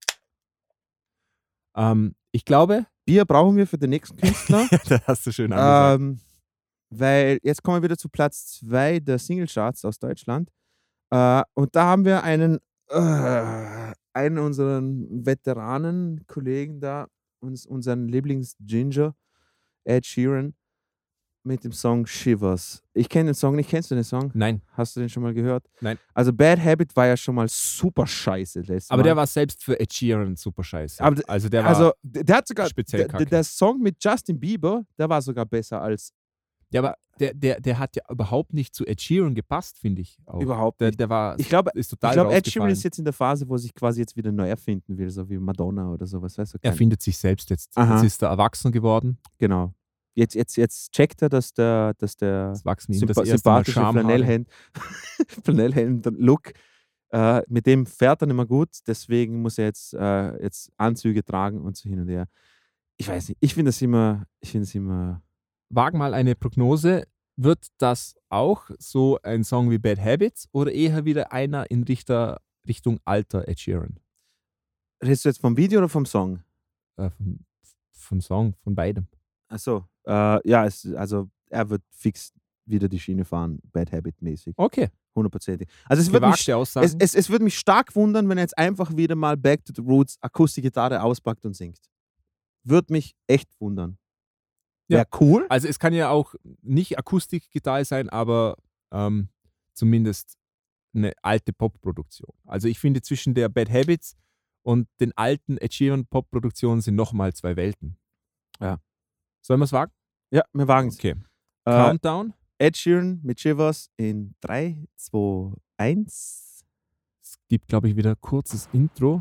Ähm, ich glaube, Bier brauchen wir für den nächsten Künstler. das hast du schön angesagt. Ähm, weil jetzt kommen wir wieder zu Platz zwei der Singlecharts aus Deutschland. Äh, und da haben wir einen, äh, einen unserer Veteranen-Kollegen da, uns, unseren Lieblings-Ginger, Ed Sheeran, mit dem Song Shivers. Ich kenne den Song nicht. Kennst du den Song? Nein, Hast du den schon mal gehört? Nein. Also Bad Habit war ja schon mal super scheiße letztes aber Mal. der war selbst für Ed Sheeran super scheiße. Aber d- also der war, also der, der hat sogar, speziell der, kacke. der Song mit Justin Bieber, der war sogar besser als ja, aber der, der, der hat ja überhaupt nicht zu Ed Sheeran gepasst, finde ich. Auch. überhaupt Der, nicht. der war, Ich glaube, ist Ich total glaube, Ed Sheeran rausgefallen. ist jetzt in der Phase, wo er sich quasi jetzt wieder neu erfinden will, so wie Madonna oder sowas. Weißt du, Er kein- findet sich selbst jetzt. Aha. Jetzt ist er erwachsen geworden. Genau. Jetzt, jetzt, jetzt checkt er, dass der, dass der Das wachsen ihm sympa das erste Mal sympathische Schamhaare. Flanellhemd, Flanellhemd-Look, äh, mit dem fährt er nicht mehr gut, deswegen muss er jetzt, äh, jetzt Anzüge tragen und so hin und her. Ich weiß nicht, ich finde das immer, ich finde es immer, Wag mal eine Prognose. Wird das auch so ein Song wie Bad Habits oder eher wieder einer in Richter, Richtung alter Ed Sheeran? redest du jetzt vom Video oder vom Song? Äh, vom, vom Song, von beidem. Achso, äh, ja, es, also er wird fix wieder die Schiene fahren, Bad Habit-mäßig, Okay, hundertprozentig. Also es würde mich gewagte Aussagen. Es, es, es würde mich stark wundern, wenn er jetzt einfach wieder mal Back to the Roots Akustikgitarre auspackt und singt. Würde mich echt wundern. Ja. Wäre cool. Also es kann ja auch nicht Akustikgitarre sein, aber ähm, zumindest eine alte Pop-Produktion. Also ich finde, zwischen der Bad Habits und den alten Ed Sheeran Pop-Produktionen sind nochmal zwei Welten. Ja. Sollen wir es wagen? Ja, wir wagen es. Okay. Äh, Countdown. Ed Sheeran mit Shivers in drei, zwei, eins. Es gibt, glaube ich, wieder ein kurzes Intro.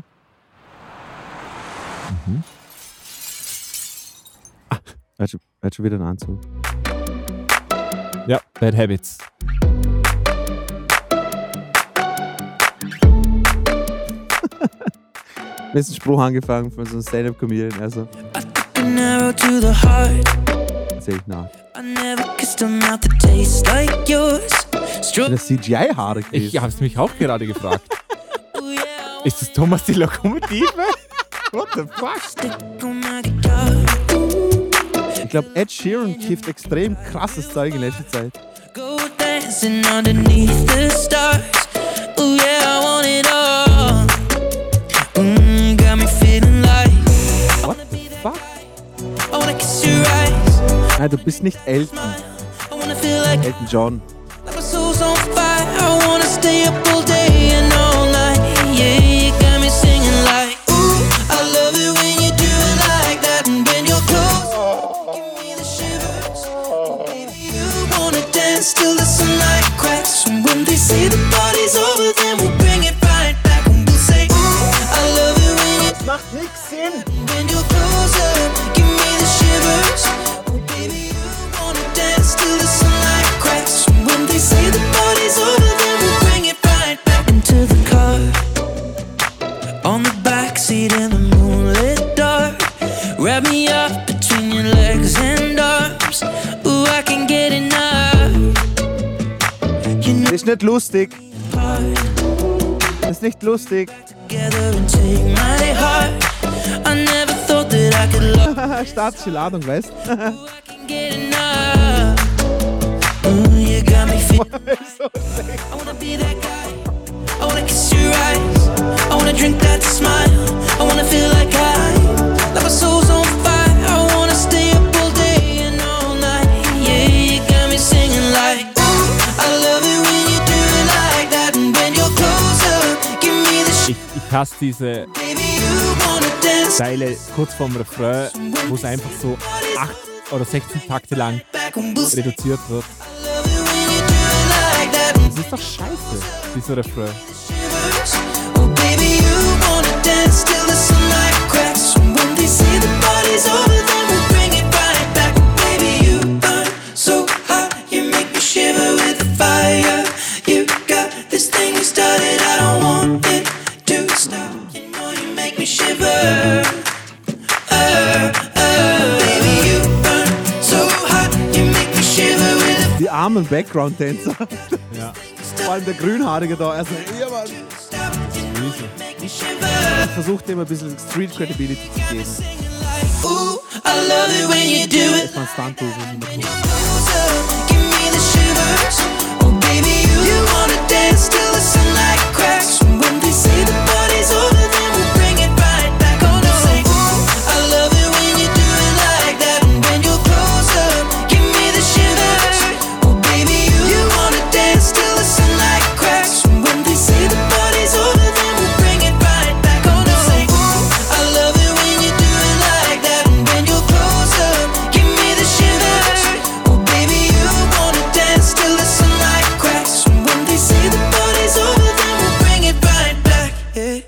Mhm. Er hat schon, er hat schon wieder einen Anzug. Ja, Bad Habits. Mir ist ein Spruch angefangen von so einem Stand-Up-Comedian. Also, An arrow to the heart. erzähl ich nach. I never kissed a mouth that tastes like yours. Sind Stroke, das C G I-Haare Ich gewesen? habe es mich auch gerade gefragt. oh yeah, I Ist das Thomas die Lokomotive? What the fuck? stick on my guitar. Ich glaube, Ed Sheeran kifft extrem krasses Zeug in letzter Zeit. Go dancing underneath the stars. Oh yeah, I want it all. Mm, got me feeling like What the fuck? I wanna kiss your eyes. Nein, du bist nicht Elton. I wanna feel like Elton John. like my soul's on fire. I wanna stay up all day and all night. Yeah, you got me singing like, ooh, I love it when you do it like that. And when you're close, give me the shivers. Oh, baby, you wanna dance till the sunlight cracks. And when they say the party's over, then we'll bring it right back. And we'll say, ooh, I love it when you Macht nix Sinn. when you're closer, give me the shivers. Oh baby, you wanna dance till the sunlight cracks. And when they say the party's over, then we'll bring it right back into the car. On the backseat in the moonlit dark. Wrap me up between your legs and arms. Ooh, I can get enough. You know, Das ist nicht lustig. part Das ist nicht lustig. together and take my heart. I never thought that I could love. Statische Ladung, weißt du? Ooh, I can get enough. Ooh, you got me feeling. I wanna be that guy. I wanna kiss your eyes. I wanna drink that smile. I wanna feel like I, like my soul's on fire. I hasse diese Zeile kurz vorm Refrain, wo es einfach so acht oder sechzehn Takte lang reduziert wird. Das ist doch scheiße, dieser Refrain. Oh baby, you wanna dance till the sunlight cracks. When they say the party's over, then we'll bring it right back. Baby, you burn so hot, you make me shiver with the fire. You got this thing you started, I don't want it to stop. You know you make me shiver. Uh, uh, baby, you burn so hot, you make me shiver with the Die armen Background-Tänzer. Ja. Vor allem der Grünhaarige da. Also, ja, Mann. Ich versuche dem ein bisschen Street Credibility zu geben. Ooh, I love it when you do it. Das war ein Stunt-Profi. Give me the shivers. Oh baby, you, you wanna dance till the sunlight cracks. When they say the party's over, then we'll bring it right back. Oh no. Say, ooh, I love it when you do it like that. And when you're closer, give me the shivers. Oh baby, you, you wanna dance till the sunlight cracks. When they say the party's over, then we'll bring it right back. Oh no. Say, ooh, I love it when you do it like that. And when you're closer, give me the shivers. Oh baby, you wanna dance till the sunlight cracks. When they say the party's over, then we'll bring it right back. Yeah.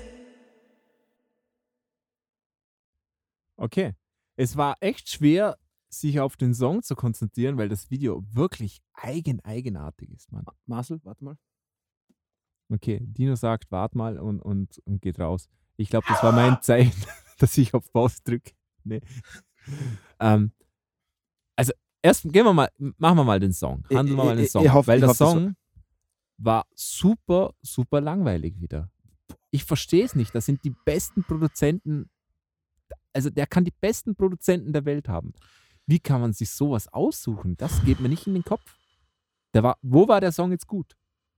Okay. Es war echt schwer, sich auf den Song zu konzentrieren, weil das Video wirklich eigen, eigenartig ist, Mann. Marcel, warte mal. Okay, Dino sagt, wart mal und, und, und geht raus. Ich glaube, das war mein Zeichen, dass ich auf Pause drücke. Nee. ähm, also, erst gehen wir mal, machen wir mal den Song. Handeln wir mal den Ich- Song. ich hoffe- weil ich der hoffe, das Song war super, super langweilig wieder. Ich verstehe es nicht. Das sind die besten Produzenten, also der kann die besten Produzenten der Welt haben. Wie kann man sich sowas aussuchen? Das geht mir nicht in den Kopf. Der war, wo war der Song jetzt gut?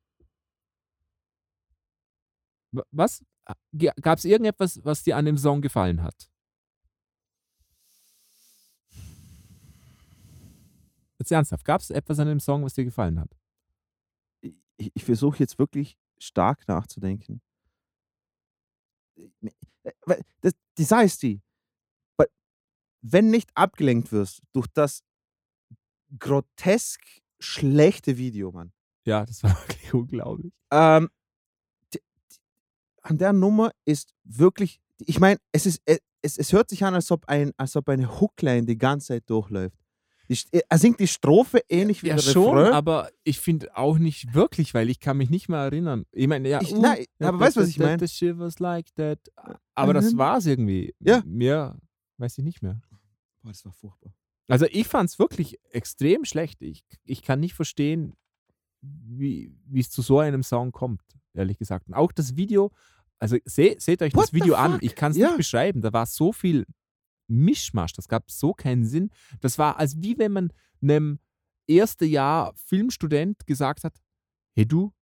Wa- Was? Gab es irgendetwas, was dir an dem Song gefallen hat? Jetzt ernsthaft, gab es etwas an dem Song, was dir gefallen hat? Ich, ich versuche jetzt wirklich stark nachzudenken. Weil Das, die Sache ist die, weil wenn nicht abgelenkt wirst durch das grotesk schlechte Video, Mann. Ja, das war wirklich unglaublich. Ähm, die, die, an der Nummer ist wirklich, ich meine, es ist, äh, es, es hört sich an, als ob, ein, als ob eine Hookline die ganze Zeit durchläuft. Die, St- er singt die Strophe ähnlich wie Ja, der schon, Refrain. aber ich finde auch nicht wirklich, weil ich kann mich nicht mehr erinnern. Ich meine, ja, Ich- uh, nein, aber weißt du, was ich that- mein? that shivers like that. Aber das Mhm. war es irgendwie. Ja. Mehr weiß ich nicht mehr. Boah, das war furchtbar. Also ich fand es wirklich extrem schlecht. Ich, ich kann nicht verstehen, wie wie es zu so einem Song kommt, ehrlich gesagt. Und auch das Video, also seh, seht euch What das the Video an. fuck? Ich kann es Ja. nicht beschreiben. Da war so viel Mischmasch. Das gab so keinen Sinn. Das war, als wie wenn man einem erste Jahr Filmstudent gesagt hat, hey du,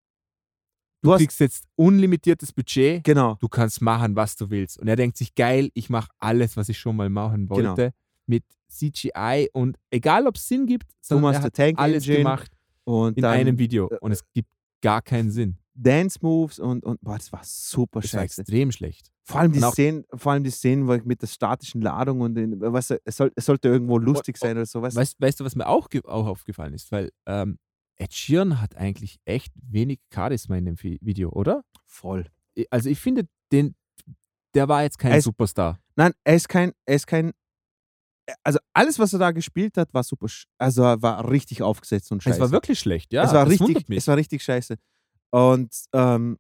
du Du hast- kriegst jetzt unlimitiertes Budget, Genau. du kannst machen, was du willst. Und er denkt sich, geil, ich mache alles, was ich schon mal machen Genau. wollte, mit C G I und egal, ob es Sinn gibt, Du sondern machst er die hat Tank alles Engine gemacht und in dann einem Video äh, und es gibt gar keinen Sinn. Dance Moves und, und boah, das war super Das war scheiße. extrem schlecht. Vor allem die Und auch- Szenen, vor allem die Szenen wo ich mit der statischen Ladung und den, weißt du, es, soll, es sollte irgendwo lustig sein oder so. Weißt du? Weißt, weißt du, was mir auch, ge- auch aufgefallen ist? Weil ähm, Ed Sheeran hat eigentlich echt wenig Charisma in dem Vi- Video, oder? Voll. I- Also ich finde, den, der war jetzt kein Er ist- Superstar. Nein, er ist kein, er ist kein, also alles, was er da gespielt hat, war super, sch- also er war richtig aufgesetzt und scheiße. Es war wirklich schlecht, ja. es war das richtig, wundert mich. es war richtig scheiße. Und, ähm,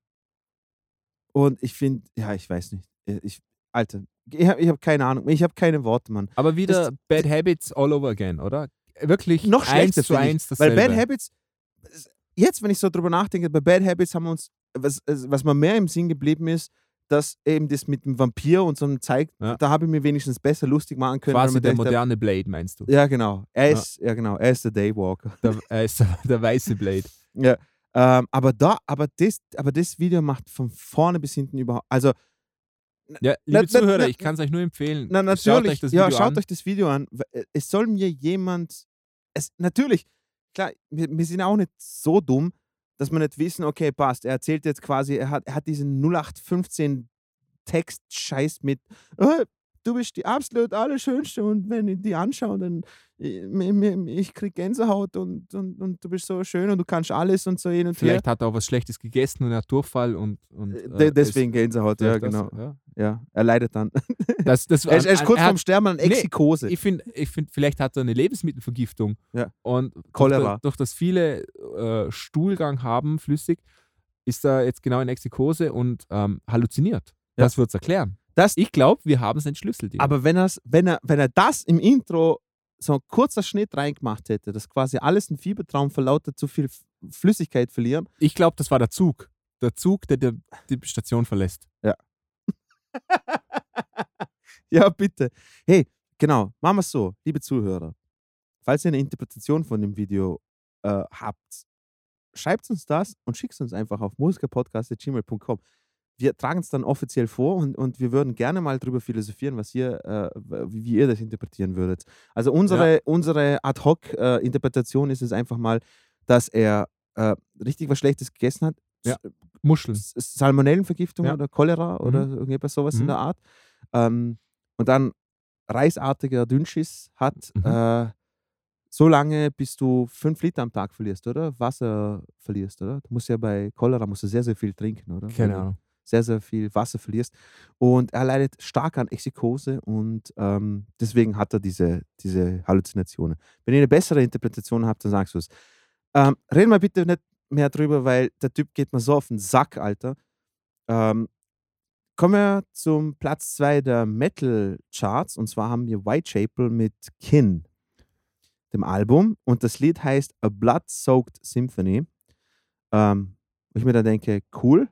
und ich finde, ja, ich weiß nicht. Ich, Alter, ich habe ich hab keine Ahnung. Ich habe keine Worte, Mann. Aber wieder das- Bad Habits all over again, oder? Wirklich Noch eins schlechter, zu finde eins ich. Weil dasselbe. Bad Habits, jetzt, wenn ich so drüber nachdenke, bei Bad Habits haben wir uns, was, was mir mehr im Sinn geblieben ist, dass eben das mit dem Vampir und so einem zeigt, Ja. da habe ich mir wenigstens besser lustig machen können. weil Quasi mir der gedacht hab, moderne Blade, meinst du? Ja, genau. Er Ja. ist, ja. genau, er ist der Daywalker. Der, er ist der, der weiße Blade. Ja. Ähm, aber da, aber das, aber das Video macht von vorne bis hinten überhaupt, also Ja, Na- liebe na- Zuhörer, na- ich kann es euch nur empfehlen. Na, Schaut natürlich. euch das ja, Video schaut an. euch das Video an. W- äh, Es soll mir jemand. Es, natürlich, klar, wir, wir sind auch nicht so dumm, dass wir nicht wissen, okay, passt, er erzählt jetzt quasi, er hat, er hat diesen null acht fünfzehn Text-Scheiß mit, oh, du bist die absolut Allerschönste und wenn ich die anschaue, dann ich, ich krieg Gänsehaut und, und, und du bist so schön und du kannst alles und so hin und Vielleicht hat er auch was Schlechtes gegessen und er hat Durchfall und. und her. äh, De- Deswegen Gänsehaut, ja, das, genau. Ja. Ja, er leidet dann. Das, das, er, ist, er ist kurz er vorm hat, Sterben an Nee, Exikose. Ich finde, ich find, vielleicht hat er eine Lebensmittelvergiftung. Ja. Und Cholera. Durch, durch das viele äh, Stuhlgang haben, flüssig, ist er jetzt genau in Exikose und ähm, halluziniert. Ja. Das wird es erklären. Das, Ich glaube, wir haben es entschlüsselt. Digga. aber wenn, er's, wenn, er, wenn er das im Intro so ein kurzer Schnitt reingemacht hätte, dass quasi alles ein Fiebertraum vor lauter zu viel F- Flüssigkeit verlieren. Ich glaube, das war der Zug. Der Zug, der, der die Station verlässt. Ja, bitte. Hey, genau, machen wir es so, liebe Zuhörer. Falls ihr eine Interpretation von dem Video äh, habt, schreibt uns das und schickt uns einfach auf musikerpodcast at gmail punkt com. Wir tragen es dann offiziell vor und, und wir würden gerne mal drüber philosophieren, was ihr, äh, wie, wie ihr das interpretieren würdet. Also unsere, unsere Ad-Hoc-Interpretation ist es einfach mal, dass er äh, richtig was Schlechtes gegessen hat. Ja. Muscheln. S- S- Salmonellenvergiftung Ja. oder Cholera oder Mhm. irgendetwas sowas Mhm. in der Art. Ähm, und dann reisartiger Dünnschiss hat, Mhm. äh, so lange, bis du fünf Liter am Tag verlierst, oder? Wasser verlierst, oder? Du musst ja bei Cholera musst du sehr, sehr viel trinken, oder? Weil Keine du Ahnung. Sehr, sehr viel Wasser verlierst. Und er leidet stark an Exikose und ähm, deswegen hat er diese, diese Halluzinationen. Wenn ihr eine bessere Interpretation habt, dann sagst du es. Ähm, reden wir bitte nicht mehr drüber, weil der Typ geht mir so auf den Sack, Alter. Ähm, kommen wir zum Platz zwei der Metal-Charts. Und zwar haben wir Whitechapel mit Kin, dem Album. Und das Lied heißt A Blood-Soaked Symphony. Ähm, wo ich mir da denke, cool.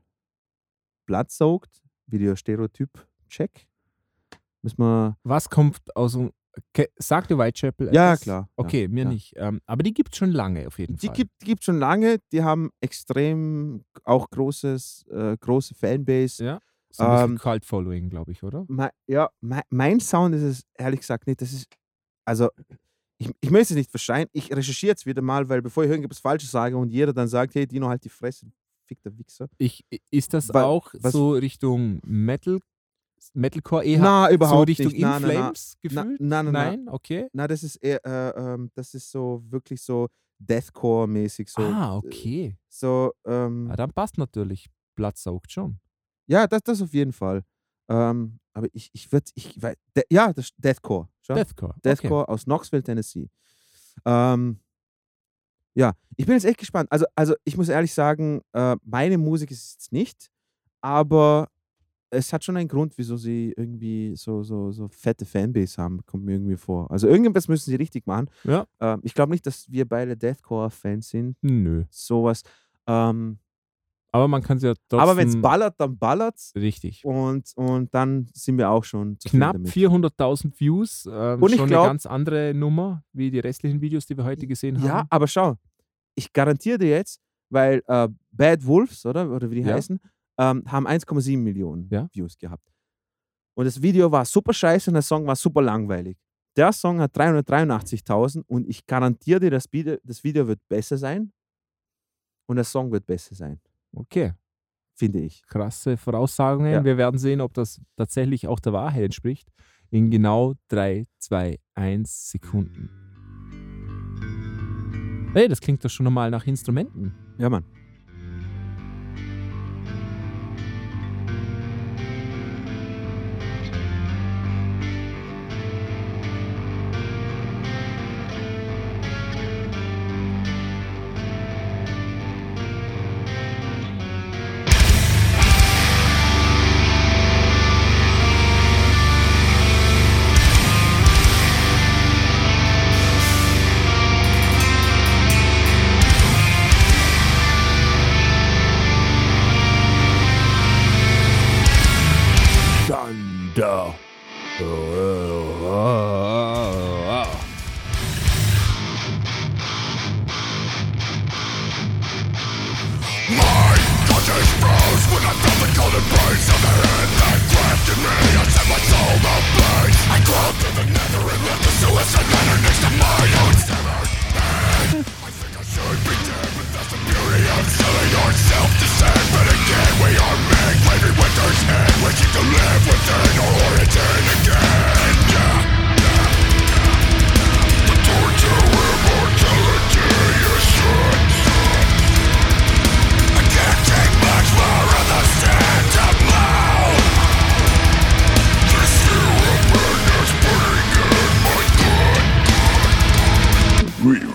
Blood-Soaked, Video-Stereotyp, check. Müssen wir. Was kommt aus dem. Ke- Sagt dir Whitechapel Ja, etwas? klar. Okay, ja, mir ja. nicht. Ähm, aber die gibt es schon lange auf jeden Die Fall. gibt es schon lange. Die haben extrem auch großes, äh, große Fanbase. Ja. So ein bisschen Ähm, Cult-Following, glaube ich, oder? Mei- ja, mei- mein Sound ist es ehrlich gesagt nicht. Das ist, also, ich, ich möchte es nicht verschreien. Ich recherchiere jetzt wieder mal, weil bevor ich irgendwas Falsches sage und jeder dann sagt, hey, Dino, halt die Fresse, fick der Wichser. Ich, ist das Wa- auch was- so Richtung Metal, Metalcore eher? Na, so überhaupt Richtung nicht. In Na, na, na. Flames Na, gefühlt? na, na, na. Nein, okay. Na, das ist eher, äh, ähm, das ist so wirklich so Deathcore-mäßig. So, ah, äh, okay. So, ähm, Ja, dann passt natürlich. Blood-Soaked schon. ja, das, das auf jeden Fall. Ähm, aber ich, ich würde, ich, weil, de, ja, das ist Deathcore. Schau. Deathcore. Okay. Deathcore aus Knoxville, Tennessee. Ähm, ja, ich bin jetzt echt gespannt. Also, also ich muss ehrlich sagen, äh, meine Musik ist es jetzt nicht, aber es hat schon einen Grund, wieso sie irgendwie so, so, so fette Fanbase haben, kommt mir irgendwie vor. Also irgendwas müssen sie richtig machen. Ja. Ähm, ich glaube nicht, dass wir beide Deathcore-Fans sind. Nö. Sowas. Ähm, Aber man kann es ja trotzdem. aber wenn es ballert, dann ballert's. Richtig. Und, und dann sind wir auch schon zufrieden Knapp damit. vierhunderttausend Views. Ähm, Und ich schon glaub- eine ganz andere Nummer, wie die restlichen Videos, die wir heute gesehen haben. Ja, aber schau, ich garantiere dir jetzt, weil äh, Bad Wolves, oder, oder wie die Ja. heißen, ähm, haben eins Komma sieben Millionen Ja. Views gehabt. Und das Video war super scheiße und der Song war super langweilig. Der Song hat dreihundertdreiundachtzigtausend und ich garantiere dir, das Video, das Video wird besser sein und der Song wird besser sein, Okay. finde ich. Krasse Voraussagungen. Ja. Wir werden sehen, ob das tatsächlich auch der Wahrheit entspricht. In genau drei, zwei, eins Sekunden. Hey, das klingt doch schon normal nach Instrumenten. Ja, Mann. Thank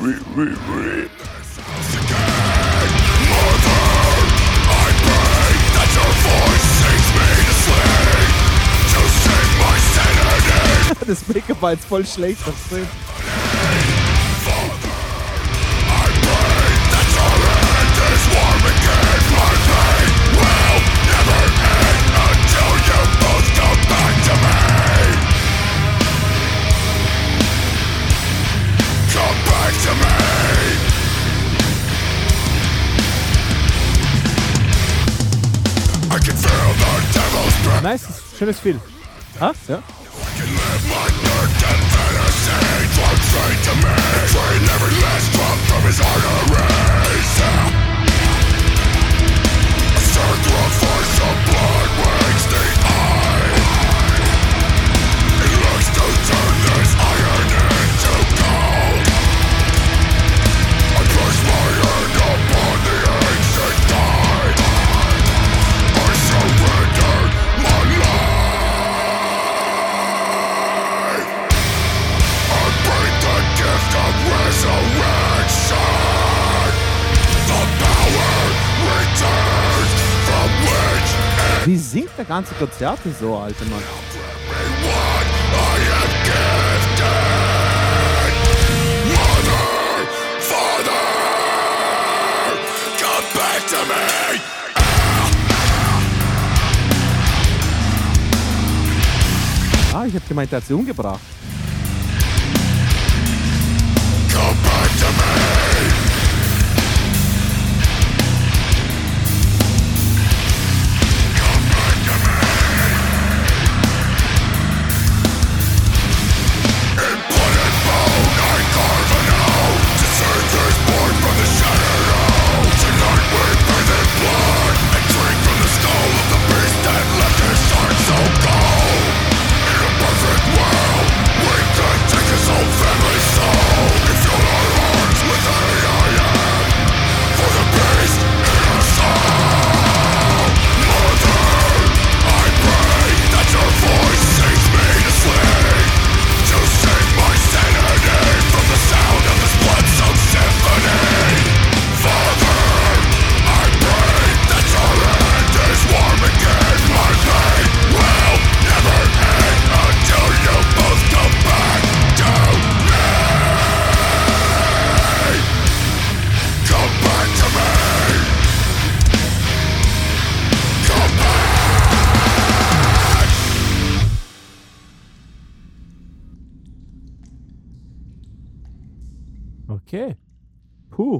Das Make-up war jetzt voll schlecht. Was ist denn? Nice, schönes Feel. Ah? Ja. Wie singt der ganze Konzerte so, Alter Mann? Ah, ich hab gemeint, der hat sie umgebracht. Okay. Puh.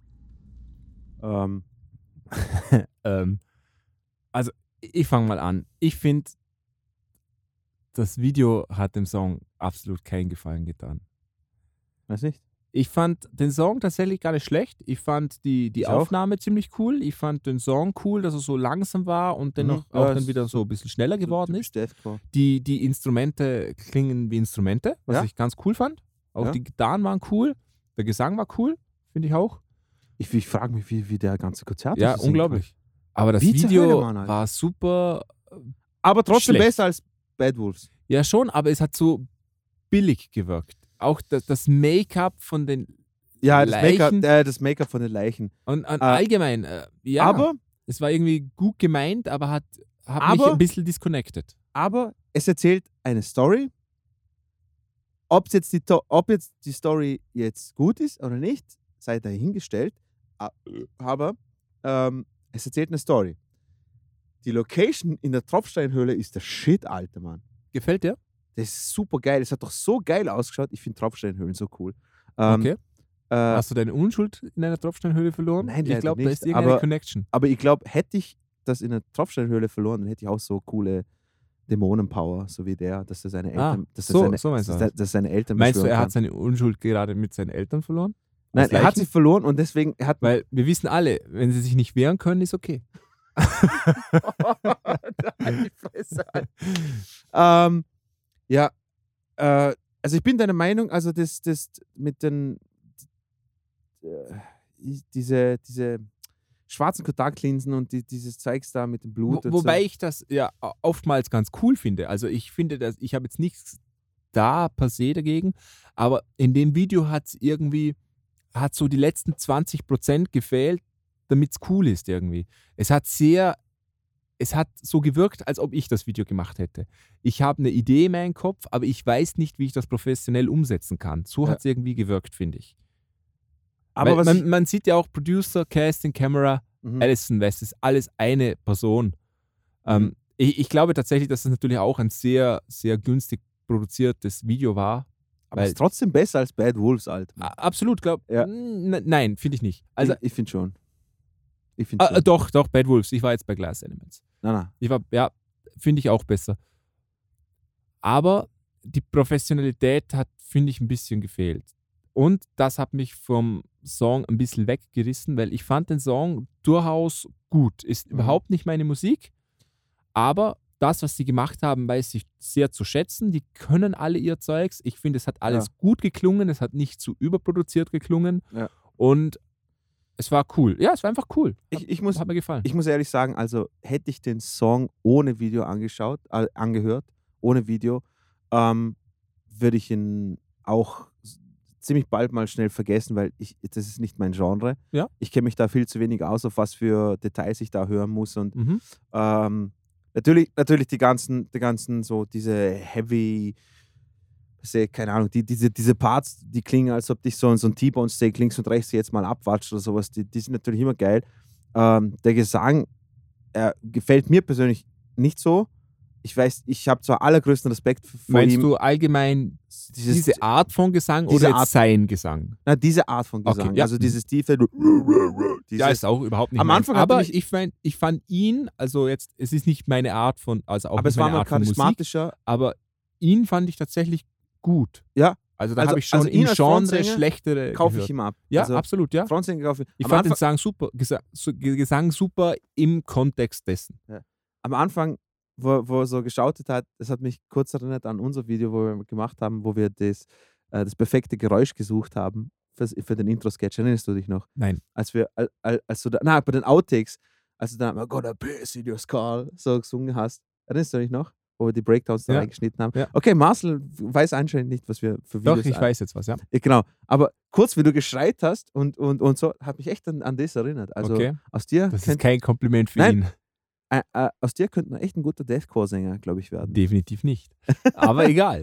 Ähm, ähm, also, ich fange mal an. Ich finde, das Video hat dem Song absolut keinen Gefallen getan. weiß nicht. Ich fand den Song tatsächlich gar nicht schlecht. Ich fand die, die Ich auch. Aufnahme ziemlich cool. Ich fand den Song cool, dass er so langsam war und dennoch Mhm. auch Ja, dann es- wieder so ein bisschen schneller geworden Typisch ist. Deathcore. Die, die Instrumente klingen wie Instrumente, was Ja. ich ganz cool fand. Auch Ja. die Gitarren waren cool. Der Gesang war cool, finde ich auch. Ich, ich frage mich, wie, wie der ganze Konzert Ja, so singen unglaublich. Aber das Wie zur Video Hölle, Mann, Alter. war super. kann. Aber trotzdem Schlecht. besser als Bad Wolves. Ja, schon, aber es hat so billig gewirkt. Auch das, das Make-up von den Ja, das Make-up Leichen äh, das Make-up von den Leichen. und, und Äh, allgemein, äh, ja, Aber, es war irgendwie gut gemeint, aber hat, hat mich Aber- ein bisschen disconnected. aber es erzählt eine Story. Ob's jetzt die, To- ob jetzt die Story jetzt gut ist oder nicht, sei dahingestellt. A- Aber ähm, es erzählt eine Story. Die Location in der Tropfsteinhöhle ist der Shit, Alter, Mann. Gefällt dir? Das ist super geil. Es hat doch so geil ausgeschaut. Ich finde Tropfsteinhöhlen so cool. Ähm, Okay. äh, Hast du deine Unschuld in einer Tropfsteinhöhle verloren? Nein, ich leider glaube, da nicht, ist irgendeine aber- Connection. aber ich glaube, hätte ich das in der Tropfsteinhöhle verloren, dann hätte ich auch so coole Dämonenpower, so wie der, dass er seine Ah, Eltern, dass er so- seine, so meinst du dass, das. er- dass seine Eltern Meinst du, beschwören er hat kann. seine Unschuld gerade mit seinen Eltern verloren? Nein, Als er hat Leichen? sie verloren und deswegen er hat Weil wir wissen alle, wenn sie sich nicht wehren können, ist okay. Halt die Fresse, Alter. ähm, ja, äh, also ich bin deiner Meinung, also das, das mit den äh, diese, diese schwarzen Kontaktlinsen und die, dieses Zeugs da mit dem Blut. Wo, und wobei so. ich das ja o- oftmals ganz cool finde. Also ich finde, dass ich habe jetzt nichts da per se dagegen, aber in dem Video hat es irgendwie hat so die letzten zwanzig Prozent gefehlt, damit es cool ist irgendwie. Es hat sehr, es hat so gewirkt, als ob ich das Video gemacht hätte. Ich habe eine Idee in meinem Kopf, aber ich weiß nicht, wie ich das professionell umsetzen kann. So Ja. hat es irgendwie gewirkt, finde ich. Aber Weil was man, ich, man sieht ja auch Producer, Casting, Camera, mhm. Alison West, ist alles eine Person. Ähm, Mhm. ich, ich glaube tatsächlich, dass es natürlich auch ein sehr, sehr günstig produziertes Video war. aber weil- es ist trotzdem besser als Bad Wolves, Alter. A- Absolut, glaube Ja. Nein, finde ich nicht. Also, ich ich finde schon. Ich finde ah, schon. äh, doch, doch, Bad Wolves. Ich war jetzt bei Glass Animals. Nein, nein. Ich war, ja, finde ich auch besser. Aber die Professionalität hat, finde ich, ein bisschen gefehlt. Und das hat mich vom Song ein bisschen weggerissen, weil ich fand den Song durchaus gut. Ist Mhm. überhaupt nicht meine Musik, aber das, was sie gemacht haben, weiß ich sehr zu schätzen. Die können alle ihr Zeugs. Ich finde, es hat alles Ja. gut geklungen. Es hat nicht zu überproduziert geklungen. Ja. Und es war cool. Ja, es war einfach cool. Ich, ich, muss, Hat mir gefallen. ich muss ehrlich sagen, also hätte ich den Song ohne Video angeschaut, äh, angehört, ohne Video, ähm, würde ich ihn auch s- ziemlich bald mal schnell vergessen, weil ich, das ist nicht mein Genre. Ja. Ich kenne mich da viel zu wenig aus, auf was für Details ich da hören muss. Und Mhm. ähm, natürlich, natürlich die ganzen, die ganzen so diese heavy, sehr, keine Ahnung, die, diese, diese Parts, die klingen, als ob dich so, so ein T-Bone-Steak links und rechts jetzt mal abwatscht oder sowas, die, die sind natürlich immer geil. Ähm, der Gesang äh, gefällt mir persönlich nicht so. Ich weiß, ich habe zwar allergrößten Respekt vor Meinst ihm. du allgemein Dieses- diese Art von Gesang diese oder jetzt Art- sein Gesang? Na, diese Art von Okay, Gesang, ja. also dieses tiefe. Dieses, Ja, ist auch überhaupt nicht Am meins. Anfang hat er aber mich- ich, mein, ich fand ihn, also jetzt, es ist nicht meine Art von, also auch aber nicht es war meine mal Art von Musik, charismatischer. aber ihn fand ich tatsächlich gut. Ja. Also da Also- habe ich schon also ihn im als Genre Frontsänger schlechtere Kaufe gehört. ich ihm ab. Ja, also, absolut, ja. Frontsänger kaufe ich. Ich Am fand den Anfang, Gesang super, Gesa su- Ge- Gesang super im Kontext dessen. am Anfang, wo, wo er so geschautet hat, das hat mich kurz erinnert an unser Video, wo wir gemacht haben, wo wir das, äh, das perfekte Geräusch gesucht haben für, für den Intro-Sketch. Erinnerst du dich noch? Nein. Als wir, al- al- als du da, na, bei den Outtakes, als du dann I got a piss in your skull so gesungen hast. Erinnerst du dich noch? Wo wir die Breakdowns da Ja. reingeschnitten haben. Ja. Okay, Marcel weiß anscheinend nicht, was wir für Doch, Videos ich weiß jetzt was, ja. Ja, genau. Aber kurz, wie du geschreit hast und, und, und so, hat mich echt an, an das erinnert. Also Okay. aus dir Das ist könnt, kein Kompliment für Nein. ihn. äh, äh, aus dir könnte man echt ein guter Deathcore-Sänger, glaube ich, werden. Definitiv nicht. Aber egal.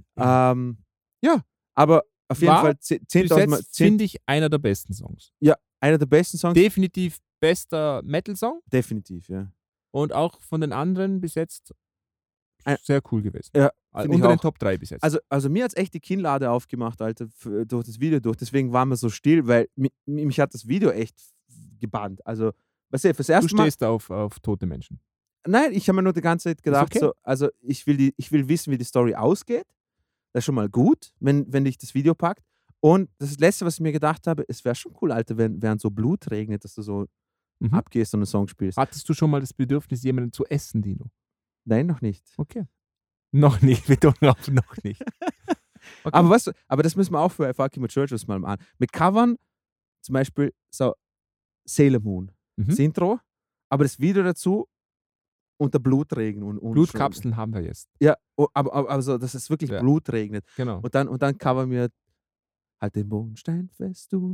Ähm, ja, aber auf jeden War Fall ze- Bis zehntausend Mal, jetzt zehn, finde ich einer der besten Songs. einer der besten Songs. Definitiv bester Metal-Song Definitiv, ja. und auch von den anderen bis jetzt Ein- sehr cool gewesen. Ja, Also finde ich unter den auch. Top drei bis jetzt. Also, also mir hat es echt die Kinnlade aufgemacht, Alter, für, durch das Video durch. Deswegen waren wir so still, weil mi, mi- mich hat das Video echt gebannt. Also, weißt du, fürs du erste Mal. stehst auf, auf tote Menschen. Nein, ich habe mir nur die ganze Zeit gedacht, okay. so, also ich will, die, ich will wissen, wie die Story ausgeht. Das ist schon mal gut, wenn, wenn dich das Video packt. Und das Letzte, was ich mir gedacht habe, es wäre schon cool, Alter, wenn während so Blut regnet, dass du so Mhm. abgehst und einen Song spielst. Hattest du schon mal das Bedürfnis, jemanden zu essen, Dino? Nein, noch nicht. Okay. Noch nicht, wir tun auf noch nicht. Okay. Aber weißt du, aber das müssen wir auch für Fuck mit Churches mal an. Mit Covern, zum Beispiel so Sailor Moon, Mhm. das Intro, aber das Video dazu unter Blutregen und, und Blutkapseln haben wir jetzt. Ja, oh, aber, aber, aber so, dass es wirklich Ja. Blut regnet. Genau. Und dann, und dann covern wir halt den Mondstein fest, du.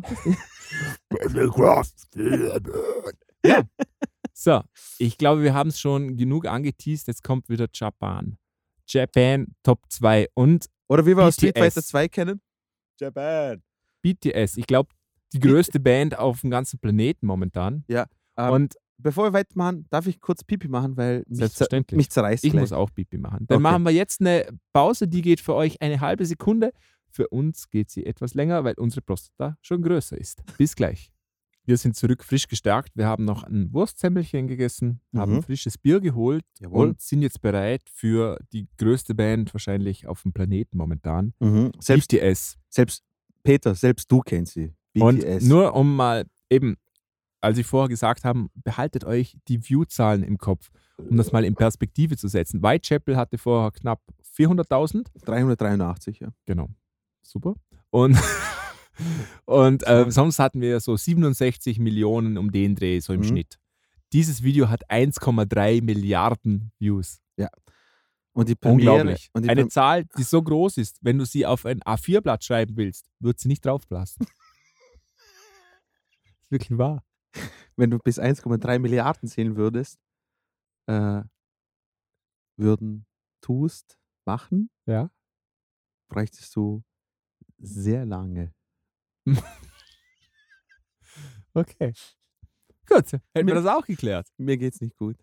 So, ich glaube, wir haben es schon genug angeteased. Jetzt kommt wieder Japan. Japan Top zwei und Oder wie wir aus Street B T S. Fighter zwei kennen. Japan. B T S. Ich glaube, die größte Band auf dem ganzen Planeten momentan. Ähm, Und Bevor wir weitermachen, darf ich kurz Pipi machen, weil mich, zer Selbstverständlich. mich zerreißt ich gleich. muss auch Pipi machen. Dann Okay. machen wir jetzt eine Pause, die geht für euch eine halbe Sekunde. Für uns geht sie etwas länger, weil unsere Prostata schon größer ist. Bis gleich. Wir sind zurück frisch gestärkt. Wir haben noch ein Wurstsemmmelchen gegessen, haben Mhm. frisches Bier geholt Jawohl. und sind jetzt bereit für die größte Band wahrscheinlich auf dem Planeten momentan. Mhm. Selbst, B T S. selbst Peter, selbst du kennst sie. B Und T S. nur um mal eben, als ich vorher gesagt habe, behaltet euch die View-Zahlen im Kopf, um das mal in Perspektive zu setzen. Whitechapel hatte vorher knapp vierhunderttausend. dreihundertdreiundachtzig, ja. Genau. Super. Und, und äh, sonst hatten wir so siebenundsechzig Millionen um den Dreh, so im Mhm. Schnitt. Dieses Video hat eins Komma drei Milliarden Views. Und die Premiere, Unglaublich. Und die Eine Prem- Zahl, die so groß ist, wenn du sie auf ein A vier Blatt schreiben willst, wird sie nicht draufblasen. ist wirklich wahr. Wenn du bis eins Komma drei Milliarden zählen würdest, äh, würden, tust, machen, Ja. bräuchtest du sehr lange. Okay. Gut, hätten wir Mir- das auch geklärt. Mir geht's nicht gut.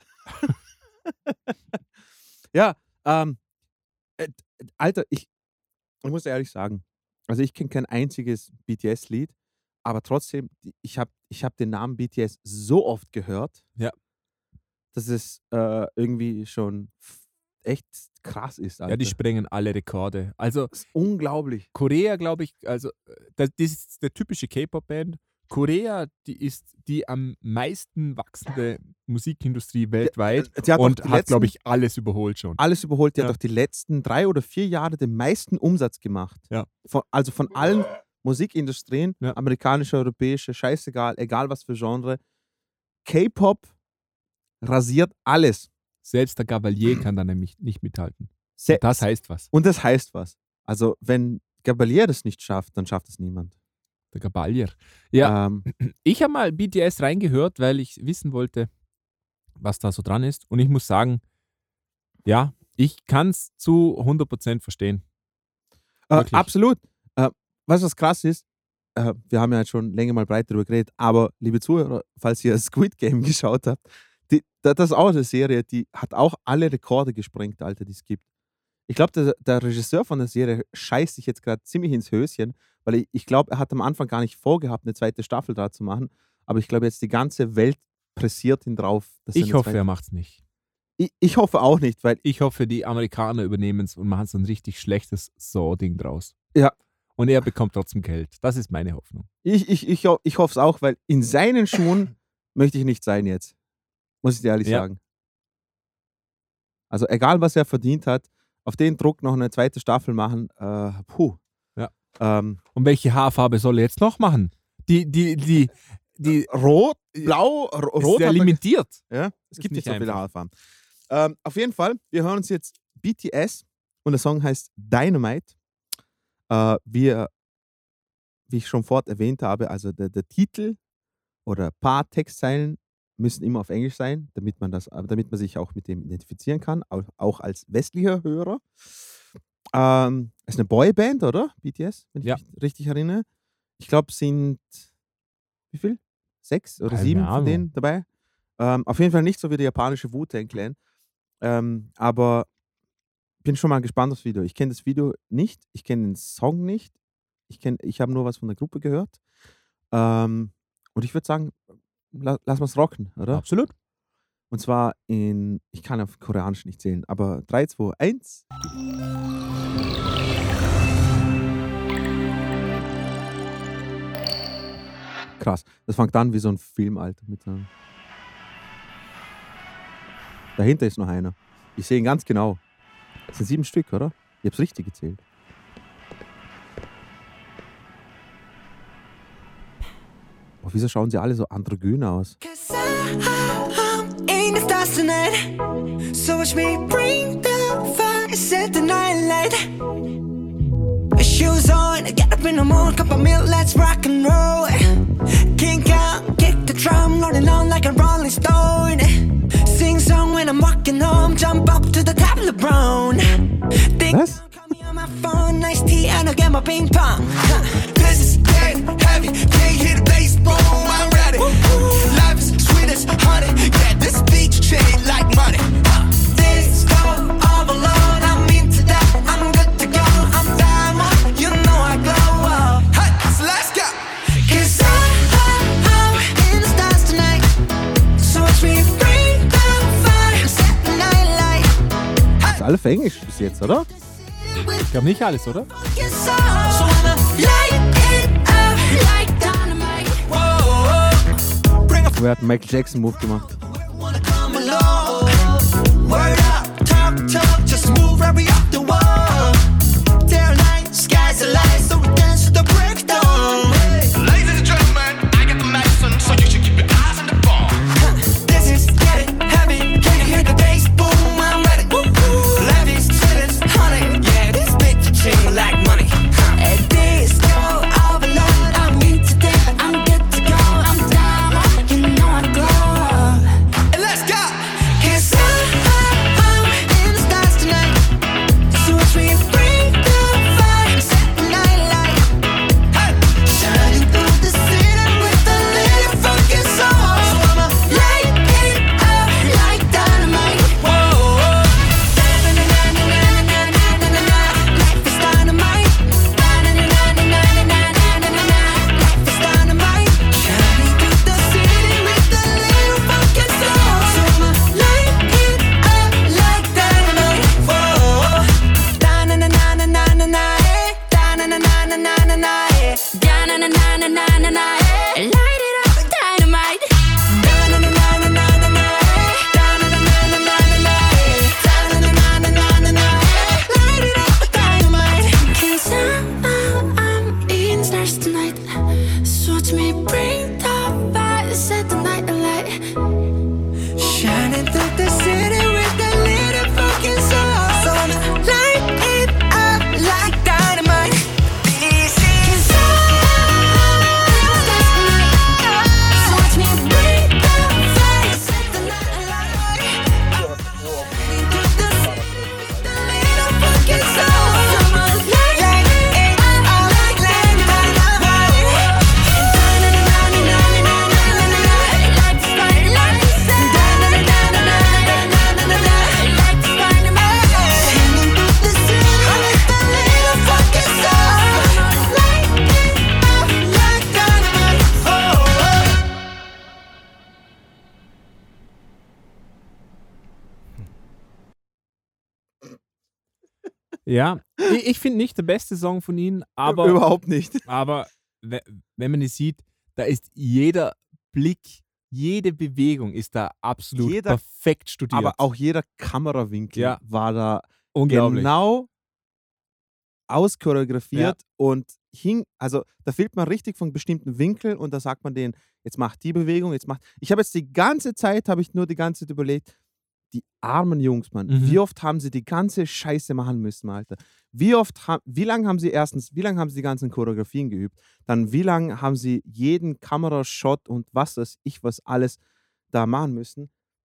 ja, ähm, äh, Alter, ich, ich muss ehrlich sagen, also ich kenne kein einziges B T S-Lied, aber trotzdem, die- ich habe ich hab den Namen B T S so oft gehört, Ja. dass es äh, irgendwie schon f- echt krass ist, Alter. Ja, die sprengen alle Rekorde. Also das ist unglaublich. Korea, glaube ich, also äh, das, das ist der typische K-Pop-Band. Korea, die ist die am meisten wachsende Musikindustrie weltweit äh, sie hat doch und die hat, glaube letzten- ich, alles überholt schon. Alles überholt. Die Ja. hat doch die letzten drei oder vier Jahre den meisten Umsatz gemacht. Ja. Von, also von allen Musikindustrien, Ja. amerikanische, europäische, scheißegal, egal was für Genre. K-Pop rasiert alles. Selbst der Gavalier kann da nämlich nicht mithalten. Se Und das heißt was. und das heißt was. Also wenn Gabalier das nicht schafft, dann schafft es niemand. Der Gabalier. Ja, Ähm, ich habe mal B T S reingehört, weil ich wissen wollte, was da so dran ist. Und ich muss sagen, ja, ich kann es zu hundert Prozent verstehen. Äh, Wirklich. absolut. Äh, weißt du, was krass ist? Äh, wir haben ja jetzt schon länger mal breit darüber geredet, aber liebe Zuhörer, falls ihr Squid Game geschaut habt, die, da- das ist auch eine Serie, die hat auch alle Rekorde gesprengt, Alter, die es gibt. Ich glaube, der, der Regisseur von der Serie scheißt sich jetzt gerade ziemlich ins Höschen, weil ich, ich glaube, er hat am Anfang gar nicht vorgehabt, eine zweite Staffel da zu machen, aber ich glaube, jetzt die ganze Welt pressiert ihn drauf. Dass er Ich eine hoffe, zweite- er macht es nicht. ich, ich hoffe auch nicht, weil Ich hoffe, die Amerikaner übernehmen es und machen so ein richtig schlechtes Saw-Ding draus. Ja. Und er bekommt trotzdem Geld. Das ist meine Hoffnung. Ich, ich, ich, ho- ich hoffe es auch, weil in seinen Schuhen möchte ich nicht sein jetzt. Muss ich dir ehrlich Ja. sagen. Also egal, was er verdient hat, auf den Druck noch eine zweite Staffel machen, äh, puh. Ja. Ähm, Und welche Haarfarbe soll er jetzt noch machen? Die, die, die, die rot, blau, ro- ist rot. sehr hat er- limitiert. Ja, es Ist gibt nicht nicht so viele einfach. Haarfarben. Ähm, auf jeden Fall, wir hören uns jetzt B T S und der Song heißt Dynamite. Äh, wir, wie ich schon fort erwähnt habe, also der, der Titel oder ein paar Textzeilen müssen immer auf Englisch sein, damit man, das, äh, damit man sich auch mit dem identifizieren kann, auch, auch als westlicher Hörer. Ähm, ist eine Boyband, oder? B T S, wenn ich Ja. mich richtig erinnere. Ich glaube, sind wie viel? Sechs oder Keine sieben von Ahnung. denen dabei. Ähm, auf jeden Fall nicht so wie der japanische Wu-Tang Clan. Ähm, aber bin schon mal gespannt aufs Video. Ich kenne das Video nicht, ich kenne den Song nicht. Ich, kenn- ich habe nur was von der Gruppe gehört. Ähm, und ich würde sagen, la, lass mal es rocken, oder? Absolut. Und zwar in, ich kann auf Koreanisch nicht zählen, aber drei, zwei, eins. Krass. Das fängt an wie so ein Film, Alter. Mit so einem Dahinter ist noch einer. Ich sehe ihn ganz genau. Das sind sieben Stück, oder? Ich hab's richtig gezählt. Oh, wieso schauen sie alle so androgyn aus? Cause I'm in the stars tonight. So watch me bring the fire, set the night light. Shoes on, get up in the morning, cup of milk, let's rock and roll. Kink out, kick the drum, rolling on like a rolling stone. Sing song when I'm walking home, jump up to the top of the brown. Think Was? call me on my phone, nice tea, and I'll get my ping pong. Huh. This is getting heavy, can't hear the bass, boom, I'm ready. Life is sweet as honey, yeah, this beach chain like money. Uh, This go overload, I'm into that, I'm good to go, I'm diamond, you know I glow up. Hey, so let's go. Cause I, I, I'm in the stars tonight, so watch me bring the fire, set the night light. Das ist alles auf Englisch bis jetzt, oder? Ich glaube nicht alles, oder? Yes, so I'ma light it up like dynamite. Whoa, bring a Wer hat einen Michael Jackson Move gemacht? wanna come along. Word up, talk, talk, just move right we up the wall. There night, sky's the light, so we dance to the breakdown. Ladies and gentlemen, I got the medicine, so you should keep your eyes on the ball. This is getting heavy, can you hear the bass? Boom, I'm ready. Levies, cities, honey, yeah, this bitch chain like money. At this go overload, I'm into that, I'm good to go, I'm down. Ja, ich, ich finde nicht der beste Song von ihnen, aber, Überhaupt nicht. aber we- wenn man es sieht, da ist jeder Blick, jede Bewegung ist da absolut Jeder- perfekt studiert. Aber auch jeder Kamerawinkel Ja. war da unglaublich. genau auschoreografiert und hing, also da fehlt man richtig von bestimmten Winkeln und da sagt man denen, jetzt macht die Bewegung, jetzt macht. Ich habe jetzt die ganze Zeit, habe ich nur die ganze Zeit überlegt, die armen Jungs, Mann, Mhm. wie oft haben sie die ganze Scheiße machen müssen, Alter? Wie oft, ha wie lange haben sie erstens, wie lange haben sie die ganzen Choreografien geübt? Dann wie lange haben sie jeden Kamerashot und was weiß ich, was alles da machen müssen?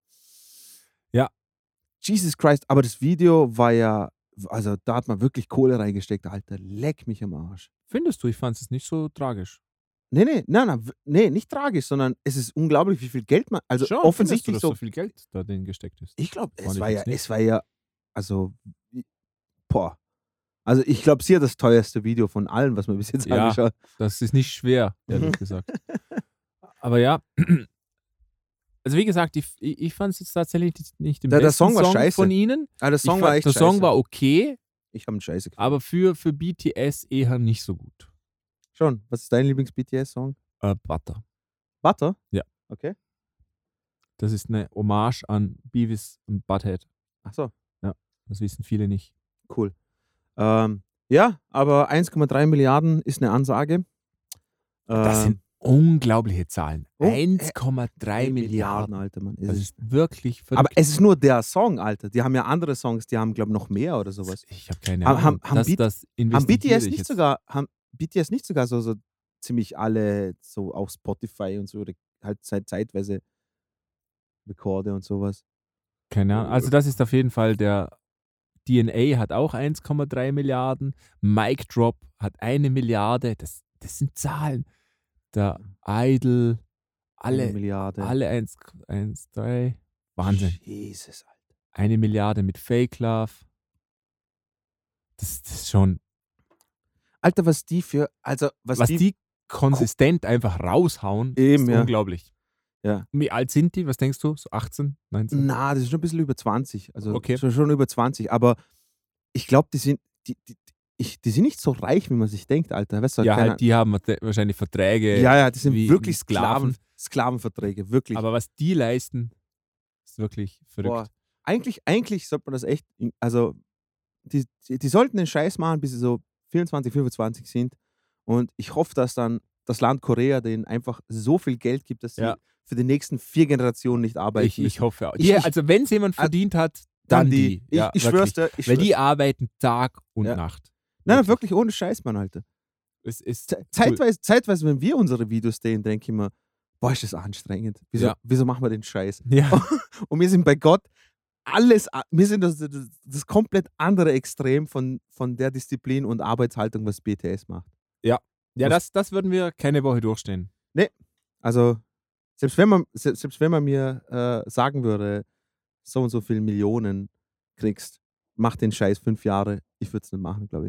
Ja. Jesus Christ, aber das Video war ja, also da hat man wirklich Kohle reingesteckt, Alter, leck mich am Arsch. Findest du, ich fand es nicht so tragisch. Nee, nee, nein, nein, w- nee, nicht tragisch, sondern es ist unglaublich, wie viel Geld man, also Schon, offensichtlich findest du, so, dass so viel Geld da drin gesteckt ist. ich glaube, Fand es ich war ja, jetzt nicht. es war ja, also, i- boah. Also ich glaube, sie hat das teuerste Video von allen, was man bis jetzt Ja. angeschaut. Das ist nicht schwer, ehrlich gesagt. Aber ja, also wie gesagt, ich, ich, ich fand es jetzt tatsächlich nicht den Der- der besten Song war scheiße. von ihnen. Ah, der Song ich war fand, echt der Song scheiße. war okay, Ich habe einen Scheiße gefunden. aber für, für B T S eher nicht so gut. Schon, was ist dein Lieblings-B T S-Song? Äh, Butter. Butter? Ja. Okay. Das ist eine Hommage an Beavis und Butthead. Ach so, Das wissen viele nicht. cool. Ähm, ja, aber eins Komma drei Milliarden ist eine Ansage. Das Ähm, sind unglaubliche Zahlen. Oh, äh, eins Komma drei Milliarden. Alter, Mann. Es Das ist, ist wirklich verrückt. aber es ist nur der Song, Alter. Die haben ja andere Songs, die haben, glaube ich, noch mehr oder sowas. Ich habe keine Haben- Ahnung. haben- das, haben das Haben B T investigiere S ich nicht jetzt. sogar, haben B T S nicht sogar so, so ziemlich alle so auf Spotify und so, re- halt seit zeitweise Rekorde und sowas. Keine Ahnung. Also das ist auf jeden Fall der D N A hat auch eins Komma drei Milliarden. Mic Drop hat eine Milliarde. Das, das sind Zahlen. Der Idol, Eine alle, Milliarde. alle eins Komma drei. Wahnsinn. Jesus, Alter. Eine Milliarde mit Fake Love. Das, das ist schon, Alter, was die für, also was, was die, die konsistent einfach raushauen, Eben, ist ja. unglaublich. Ja. Wie alt sind die? Was denkst du? So achtzehn, neunzehn? na, das ist schon ein bisschen über zwanzig. Also Okay. schon, schon über zwanzig. Aber ich glaube, die sind, die, die, ich, die sind nicht so reich, wie man sich denkt, Alter. Weißt du, Ja, keine- halt, die haben warte- wahrscheinlich Verträge. ja, ja, die sind wie- wirklich wie Sklaven. Sklaven, Sklavenverträge, wirklich. Aber was die leisten, ist wirklich verrückt. Boah, eigentlich, eigentlich sollte man das echt, in- also die, die, die sollten den Scheiß machen, bis sie so vierundzwanzig, fünfundzwanzig sind. Und ich hoffe, dass dann das Land Korea denen einfach so viel Geld gibt, dass sie Ja. für die nächsten vier Generationen nicht arbeiten Ich, ich müssen. hoffe auch. Ich- Die, ich- also wenn es jemand Ah, verdient hat, dann, die. Ich, Ja, ich wirklich. schwör's dir. Ich Weil schwör's. die arbeiten Tag und Ja. Nacht. Nein, nein, wirklich ohne Scheiß, Mann, Alter. Es ist Ze- cool. Zeitweise, zeitweise, wenn wir unsere Videos sehen, denke ich mir, boah, ist das anstrengend. Wieso, Ja. wieso machen wir den Scheiß? Ja. Und wir sind bei Gott alles, a- wir sind das, das, das komplett andere Extrem von, von der Disziplin und Arbeitshaltung, was B T S macht. ja, Was- das, das würden wir keine Woche durchstehen. Also, selbst wenn man, se- selbst wenn man mir äh, sagen würde, so und so viele Millionen kriegst, mach den Scheiß fünf Jahre, ich würde es nicht machen, glaube ich.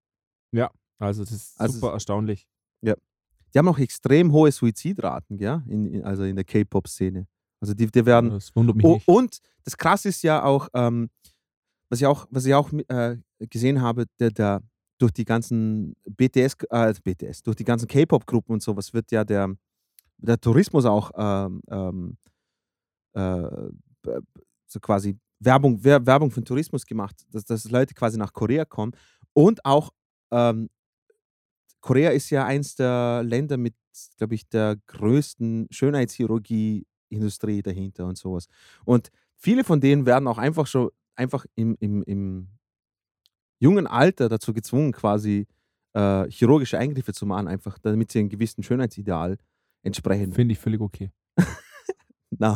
Also das ist Also super erstaunlich. Die haben auch extrem hohe Suizidraten, ja, in, in, also in der K-Pop-Szene. Also die, die werden. Das wundert mich Oh, nicht. und das Krasse ist ja auch, ähm, was ich auch, was ich auch äh, gesehen habe, der, der durch die ganzen B T S, äh, B T S, durch die ganzen K-Pop-Gruppen und sowas wird ja der, der Tourismus auch ähm, ähm, äh, b- so quasi Werbung, Wer- Werbung für den Tourismus gemacht, dass, dass Leute quasi nach Korea kommen. Und auch ähm, Korea ist ja eins der Länder mit, glaube ich, der größten Schönheitschirurgie-Industrie dahinter und sowas. Und viele von denen werden auch einfach schon einfach im, im, im jungen Alter dazu gezwungen, quasi äh, chirurgische Eingriffe zu machen, einfach damit sie einem gewissen Schönheitsideal entsprechen. Finde ich völlig okay. Na,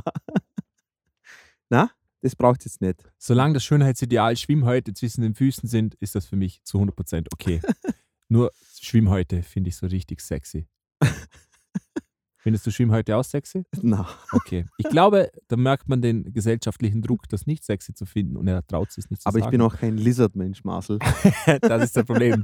Na? Das braucht es jetzt nicht. Solange das Schönheitsideal Schwimmhäute zwischen den Füßen sind, ist das für mich zu hundert Prozent okay. Nur Schwimmhäute finde ich so richtig sexy. Findest du Schwimmhäute auch sexy? Na. Okay. Ich glaube, da merkt man den gesellschaftlichen Druck, das nicht sexy zu finden und er traut sich nicht zu Aber ich sagen. bin auch kein Lizard-Mensch, Marcel. Das ist das Problem.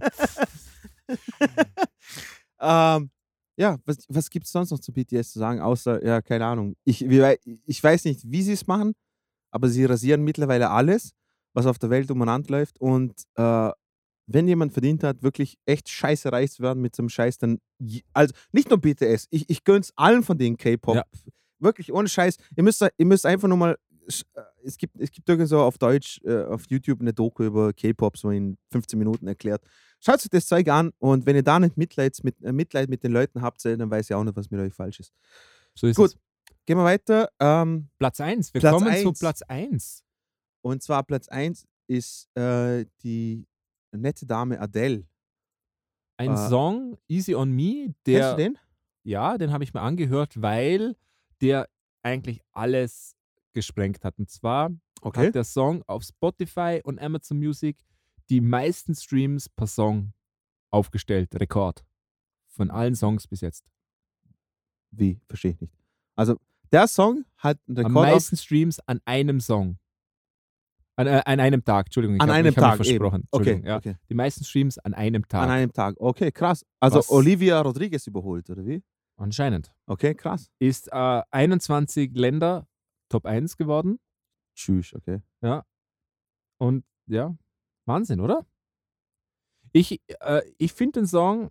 ähm, ja, was, was gibt es sonst noch zu B T S zu sagen, außer, ja, keine Ahnung. Ich, wie wei- ich weiß nicht, wie sie es machen, aber sie rasieren mittlerweile alles, was auf der Welt umeinander läuft und äh, wenn jemand verdient hat, wirklich echt scheiße reich zu werden mit so einem Scheiß, dann, j- also nicht nur B T S, ich, ich gönn's allen von denen K-Pop. Ja. Wirklich, ohne Scheiß. Ihr müsst, ihr müsst einfach nur mal, sch- äh, es gibt, es gibt irgendwie so auf Deutsch, äh, auf YouTube eine Doku über K-Pop, so in fünfzehn Minuten erklärt. Schaut euch das Zeug an und wenn ihr da nicht Mitleid mit, äh, Mitleid mit den Leuten habt, äh, dann weiß ich auch nicht, was mit euch falsch ist. So ist Gut. es. Gehen wir weiter. Ähm, Platz eins. Wir Platz kommen zu eins. Platz eins. und zwar Platz eins ist äh, die nette Dame Adele. Ein Äh, Song, Easy on Me, Kennst der, du den? ja, den habe ich mir angehört, weil der eigentlich alles gesprengt hat. Und zwar Okay. hat der Song auf Spotify und Amazon Music die meisten Streams per Song aufgestellt. Rekord. Von allen Songs bis jetzt. Wie? Verstehe ich nicht. Also, der Song hat einen Am Rekord auf, meisten Streams an einem Song. An, äh, an einem Tag, Entschuldigung. Ich an hab, einem ich hab mich Tag. Eben. versprochen. Okay, Entschuldigung, ja. okay. Die meisten Streams an einem Tag. An einem Tag. Okay, krass. Also, Was- Olivia Rodriguez überholt, oder wie? Anscheinend. Okay, krass. Ist äh, einundzwanzig Länder Top eins geworden. Tschüss, okay. Ja. Und ja, Wahnsinn, oder? Ich, äh, ich finde den Song,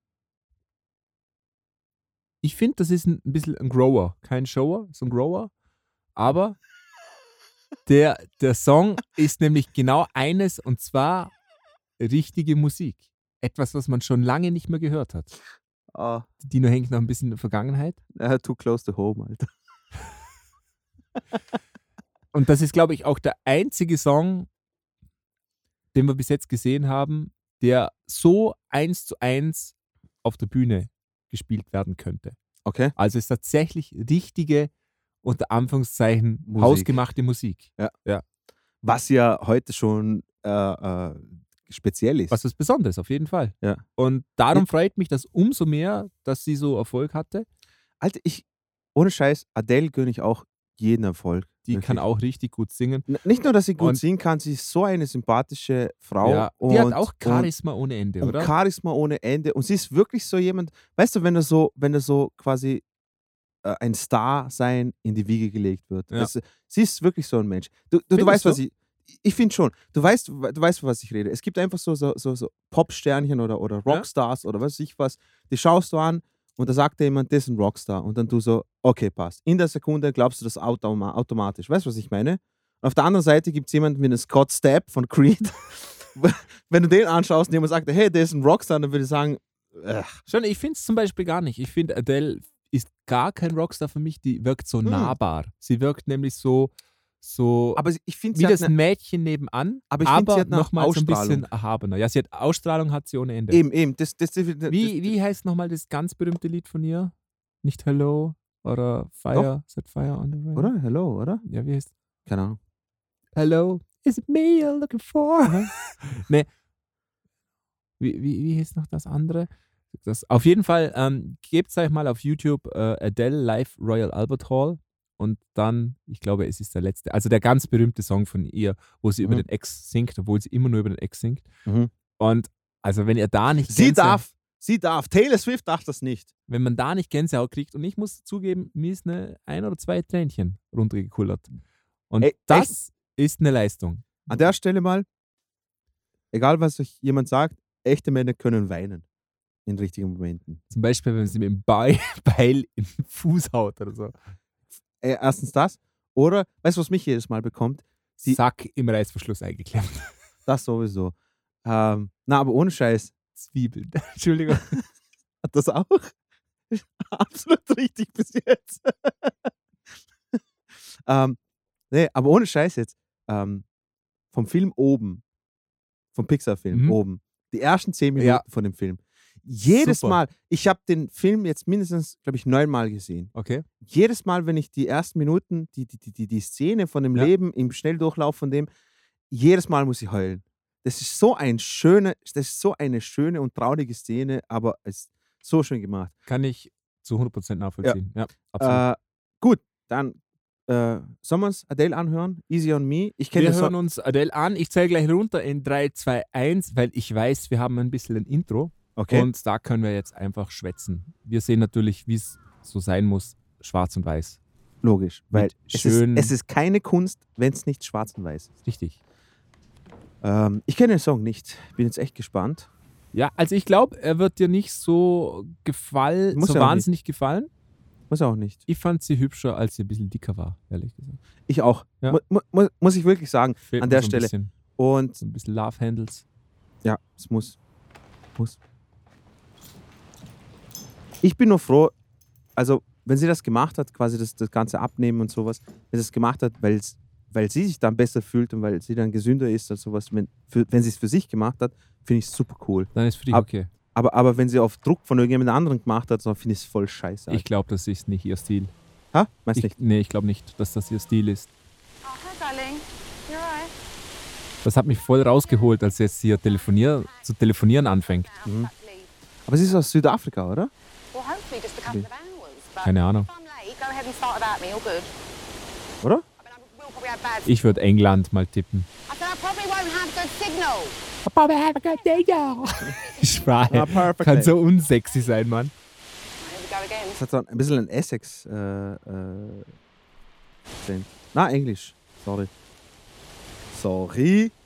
ich finde, das ist ein, ein bisschen ein Grower. Kein Shower, so ein Grower. Aber der, der Song ist nämlich genau eines, und zwar richtige Musik. Etwas, was man schon lange nicht mehr gehört hat. Ah, Dino hängt noch ein bisschen in der Vergangenheit. äh, too close to home, Alter. Und das ist, glaube ich, auch der einzige Song, den wir bis jetzt gesehen haben, der so eins zu eins auf der Bühne gespielt werden könnte. Okay. Also es ist tatsächlich richtige, unter Anführungszeichen, Musik. hausgemachte Musik. Was ja heute schon äh, äh, speziell ist. Was was Besonderes, auf jeden Fall. Ja. Und darum freut mich das umso mehr, dass sie so Erfolg hatte. Alter, ich, ohne Scheiß, Adele gönne ich auch jeden Erfolg. Die Wirklich. kann auch richtig gut singen. N- Nicht nur, dass sie gut Und- singen kann, sie ist so eine sympathische Frau. Ja, und, die hat auch und, Charisma ohne Ende, und oder? Charisma ohne Ende. Und sie ist wirklich so jemand, weißt du, wenn du so, wenn du so quasi äh, ein Star sein in die Wiege gelegt wird. Ja. Weißt du, sie ist wirklich so ein Mensch. Du, du, du Findest weißt, was du? ich. Ich finde schon. Du weißt, du weißt, von was ich rede. Es gibt einfach so, so, so, so Popsternchen oder, oder Rockstars oder was weiß ich was. Die schaust du an und da sagt dir jemand, das ist ein Rockstar. Und dann du so, okay, passt. In der Sekunde glaubst du das automa automatisch. Weißt du, was ich meine? Und auf der anderen Seite gibt es jemanden wie einen Scott Stapp von Creed. Wenn du den anschaust und jemand sagt, hey, der ist ein Rockstar, dann würde ich sagen, ach, Schon, ich finde es zum Beispiel gar nicht. Ich finde, Adele ist gar kein Rockstar für mich. Die wirkt so Hm. nahbar. Sie wirkt nämlich so, so aber ich finde, wie sie das hat eine, Mädchen nebenan, Aber ich find, sie aber hat eine nochmal so ein bisschen Ausstrahlung. erhabener. Ja, sie hat Ausstrahlung, hat sie ohne Ende. eben, eben, das, das, das, das, Wie, wie heißt nochmal das ganz berühmte Lied von ihr? Nicht Hello oder Fire, Set Fire on the Rain? oder? Hello, oder? Ja, wie heißt Keine Ahnung. Hello, is it me you're looking for? nee. Wie, wie, wie hieß noch das andere? Das, auf jeden Fall, ähm, gebt euch mal auf YouTube äh, Adele Live Royal Albert Hall und dann, ich glaube, es ist der letzte, also der ganz berühmte Song von ihr, wo sie über Mhm. den Ex singt, obwohl sie immer nur über den Ex singt. Mhm. Und also wenn ihr da nicht Sie Gänse- darf, sie darf. Taylor Swift darf das nicht. wenn man da nicht Gänsehaut kriegt, und ich muss zugeben, mir ist eine ein oder zwei Tränchen runtergekullert. Und Ey, das ist eine Leistung. An der Stelle mal, egal was euch jemand sagt, echte Männer können weinen. In richtigen Momenten. Zum Beispiel, wenn sie mit dem Beil, Beil in den Fuß haut oder so. Äh, erstens das. Oder, weißt du, was mich jedes Mal bekommt? Die- Sack im Reißverschluss eingeklemmt. Das sowieso. Ähm, na, aber ohne Scheiß. Zwiebeln. Entschuldigung. Hat das auch? Absolut richtig bis jetzt. ähm, nee, aber ohne Scheiß jetzt. Ähm, vom Film oben, vom Pixar-Film Mhm. oben, die ersten zehn Minuten Ja. von dem Film. Jedes Super. Mal, ich habe den Film jetzt mindestens, glaube ich, neunmal gesehen. Okay. Jedes Mal, wenn ich die ersten Minuten, die, die, die, die, die Szene von dem Ja. Leben im Schnelldurchlauf von dem, jedes Mal muss ich heulen. Das ist so ein schöne, das ist so eine schöne und traurige Szene, aber es ist so schön gemacht. Kann ich zu hundert Prozent nachvollziehen. Ja, absolut. Äh, gut, dann äh, sollen wir uns Adele anhören? Easy on Me. Ich kenne Wir das hören so, uns Adele an. Ich zähle gleich runter in drei, zwei, eins, weil ich weiß, wir haben ein bisschen ein Intro. okay. Und da können wir jetzt einfach schwätzen. Wir sehen natürlich, wie es so sein muss, schwarz und weiß. Logisch, weil mit es ist, schön- es ist keine Kunst, wenn es nicht schwarz und weiß ist. Richtig. Ähm, ich kenne den Song nicht. Bin jetzt echt gespannt. Ja, also ich glaube, er wird dir nicht so gefallen, Muss so ja auch wahnsinnig gefallen. Muss auch nicht. Ich fand sie hübscher, als sie ein bisschen dicker war, ehrlich gesagt. Ich auch. Ja. Mu mu mu- muss ich wirklich sagen. Fehlt An mir der so ein Stelle. Bisschen, Und so ein bisschen Love Handles. ja, es muss. Muss. Ich bin nur froh, also wenn sie das gemacht hat, quasi das, das ganze Abnehmen und sowas, wenn sie es gemacht hat, weil's, weil sie sich dann besser fühlt und weil sie dann gesünder ist und sowas, wenn, für, wenn sie es für sich gemacht hat, finde ich es super cool. Dann ist für dich Ab- okay. Aber, aber wenn sie auf Druck von irgendjemand anderem gemacht hat, dann finde ich es voll scheiße. Ich glaube, das ist nicht ihr Stil. ha? Meinst Ich, nicht? nee, ich glaube nicht, dass das ihr Stil ist. Oh, hi, darling. You alright? Das hat mich voll rausgeholt, als sie jetzt hier telefonier zu telefonieren anfängt. Aber sie ist aus Südafrika, oder? Well, hopefully just a couple of hours. But Keine Ahnung. if I'm late, go ahead and start without me. All good. Oder? I mean, I will probably have bad. Ich würde England mal tippen. I said I probably won't have good signal. Die Sprache Ah, perfect. kann so unsexy sein, Mann. Here we go again. Das hat so ein bisschen ein Essex äh, äh, Akzent. Na, Englisch. Sorry. Sorry.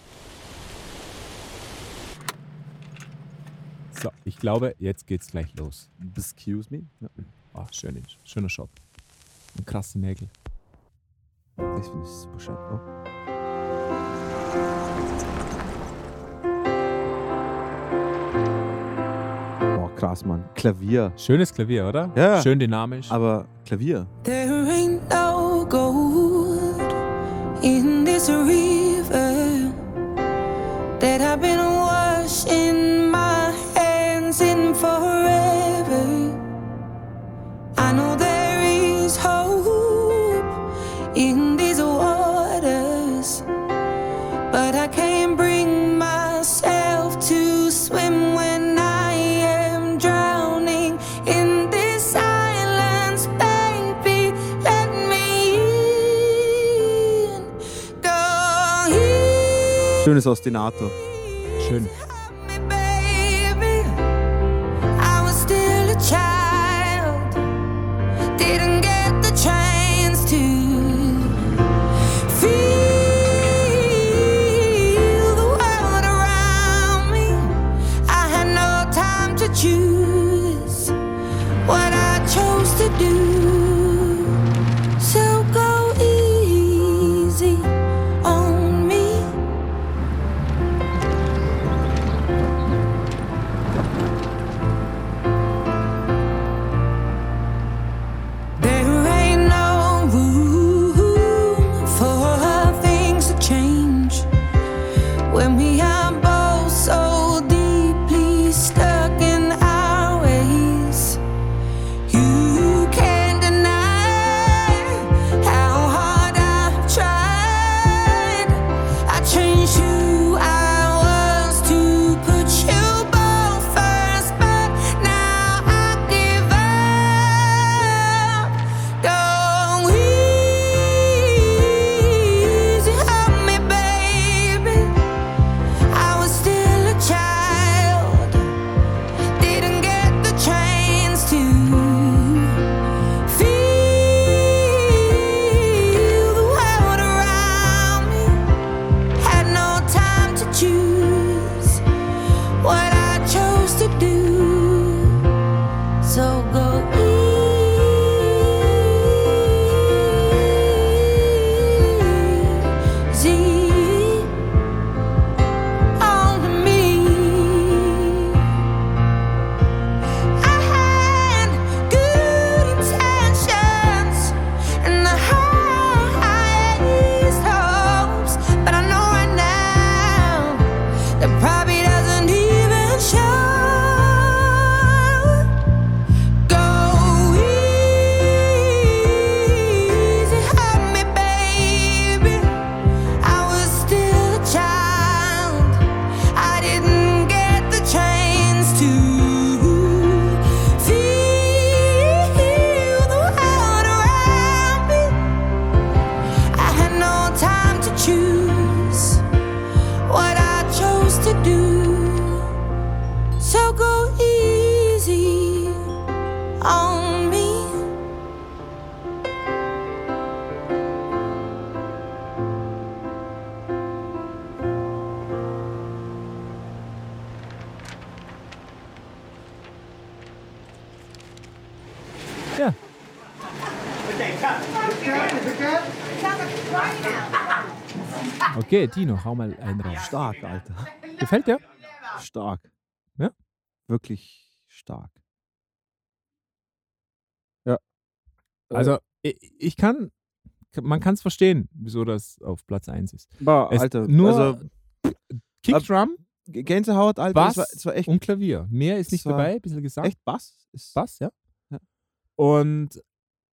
So, ich glaube, jetzt geht's gleich los. Excuse me. Ja. Oh, schön, schöner Shot. Und krasse Nägel. Das finde ich super schön. Oh. Boah, krass, Mann. Klavier. Schönes Klavier, oder? Ja. Schön dynamisch. Aber Klavier. There ain't no gold in this river that I've been washing my hands in forever. I know there is hope in these waters, but I can't bring myself to swim when I am drowning in this silence, baby. Let me in. Go in. Schönes Ostinato. Schön. Me, baby. I was still a child, didn't get the chance to feel the world around me. I had no time to choose what I chose to do. So go easy on me. There ain't no room for things to change when we are both so deeply stuck in our ways. You can't deny how hard I've tried. I changed who I was to put you both first, but now I give up. Go easy on me, baby. I was still a child, didn't get the chance to feel the world around me. Had no time to choose what I chose to do. So go easy on me. I had good intentions and the highest hopes, but I know right now that probably doesn't even show. Go easy on me, baby. I was still a child, I didn't get the chance to feel the world around me. I had no time to choose what I chose to do. So go easy on me. Ja. Okay, Dino, hau mal einen raus. Stark, Alter. Gefällt dir? Stark. Ja? Wirklich stark. Also, ich, ich kann, man kann es verstehen, wieso das auf Platz eins ist. Boah, Es Alter. nur also, Kickdrum, G- Gänsehaut, Alter. Bass Das war, das war echt, und Klavier. Mehr ist nicht Es war dabei, ein bisschen Gesang. echt Bass. Ist, Bass, ja. Ja. Und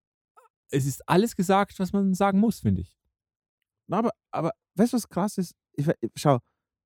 es ist alles gesagt, was man sagen muss, finde ich. Na, aber, aber weißt du, was krass ist? Ich, we- schau,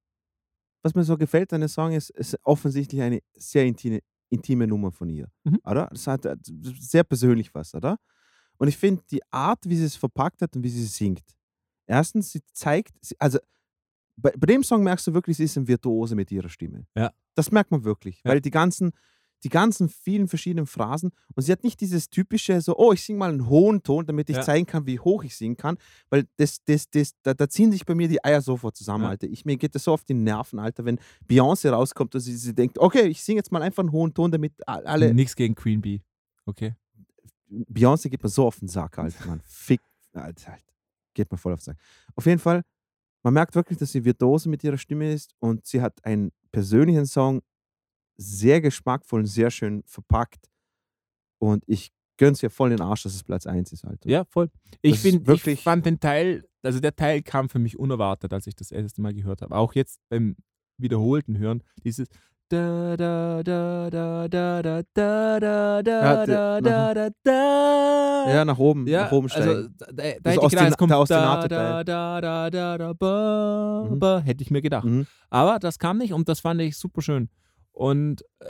was mir so gefällt an der Song ist, ist offensichtlich eine sehr intime, intime Nummer von ihr. Mhm. Oder? Das hat äh, sehr persönlich was, oder? Und ich finde die Art, wie sie es verpackt hat und wie sie singt. Erstens, sie zeigt, sie, also bei, bei dem Song merkst du wirklich, sie ist ein Virtuose mit ihrer Stimme. Ja. Das merkt man wirklich, Ja. weil die ganzen, die ganzen vielen verschiedenen Phrasen und sie hat nicht dieses typische, so, oh, ich singe mal einen hohen Ton, damit ich Ja. zeigen kann, wie hoch ich singen kann, weil das, das, das, da, da ziehen sich bei mir die Eier sofort zusammen, Ja. Alter. Ich, mir geht das so auf die Nerven, Alter, wenn Beyoncé rauskommt und sie, sie denkt, okay, ich singe jetzt mal einfach einen hohen Ton, damit a- alle. Nichts gegen Queen Bee. Okay. Beyoncé geht mir so auf den Sack, Alter, Mann. Fick, Alter, Alter. Geht mir voll auf den Sack. Auf jeden Fall, man merkt wirklich, dass sie virtuose mit ihrer Stimme ist und sie hat einen persönlichen Song sehr geschmackvoll und sehr schön verpackt. Und ich gönn's ihr voll den Arsch, dass es Platz eins ist, Alter. Ja, voll. Ich, Das ist find, ich wirklich- fand den Teil, also der Teil kam für mich unerwartet, als ich das erste Mal gehört habe. Auch jetzt beim wiederholten Hören, dieses da da da da da da da da da Ja, da die- da da da Ja, nach oben, Ja, nach oben steigen. also da, da hätte Das ich gedacht, es Ostin- kommt der da Ostinato-Teil. da da da da da ba, Mhm. ba, hätte ich mir gedacht. Mhm. Aber das kam nicht und das fand ich super schön. Und äh,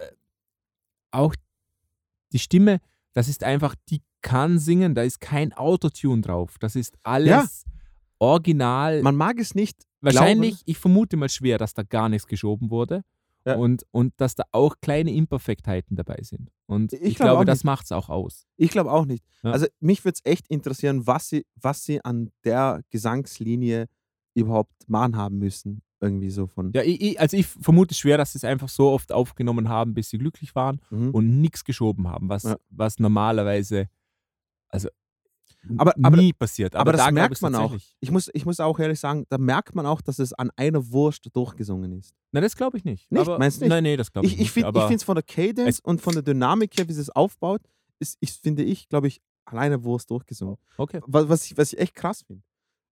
auch die Stimme, das ist einfach, die kann singen, da ist kein Autotune drauf. Das ist alles original. Man mag es nicht Wahrscheinlich, glauben. ich vermute mal schwer, dass da gar nichts geschoben wurde. Ja. Und, und dass da auch kleine Imperfektheiten dabei sind. Und Ich ich, glaub glaube, auch das nicht. macht es auch aus. Ich glaube auch nicht. Ja. Also mich würde es echt interessieren, was sie, was sie an der Gesangslinie überhaupt machen haben müssen. Irgendwie so von. Ja, ich, ich, also ich vermute schwer, dass sie es einfach so oft aufgenommen haben, bis sie glücklich waren Mhm. und nichts geschoben haben, was, Ja. was normalerweise also Aber- aber- nie passiert. Aber, Aber, da das glaub merkt ich's man auch. tatsächlich. Ich muss, ich muss auch ehrlich sagen, da merkt man auch, dass es an einer Wurst durchgesungen ist. Nein, das glaube ich nicht. Nicht? Aber, Meinst du nicht? Nein, nee, das glaube ich, Ich, ich nicht. finde aber es von der Cadence und von der Dynamik her, wie sie es aufbaut, ist, ich, finde ich, glaube ich, an einer Wurst durchgesungen. okay. Was, was, ich, was ich echt krass finde.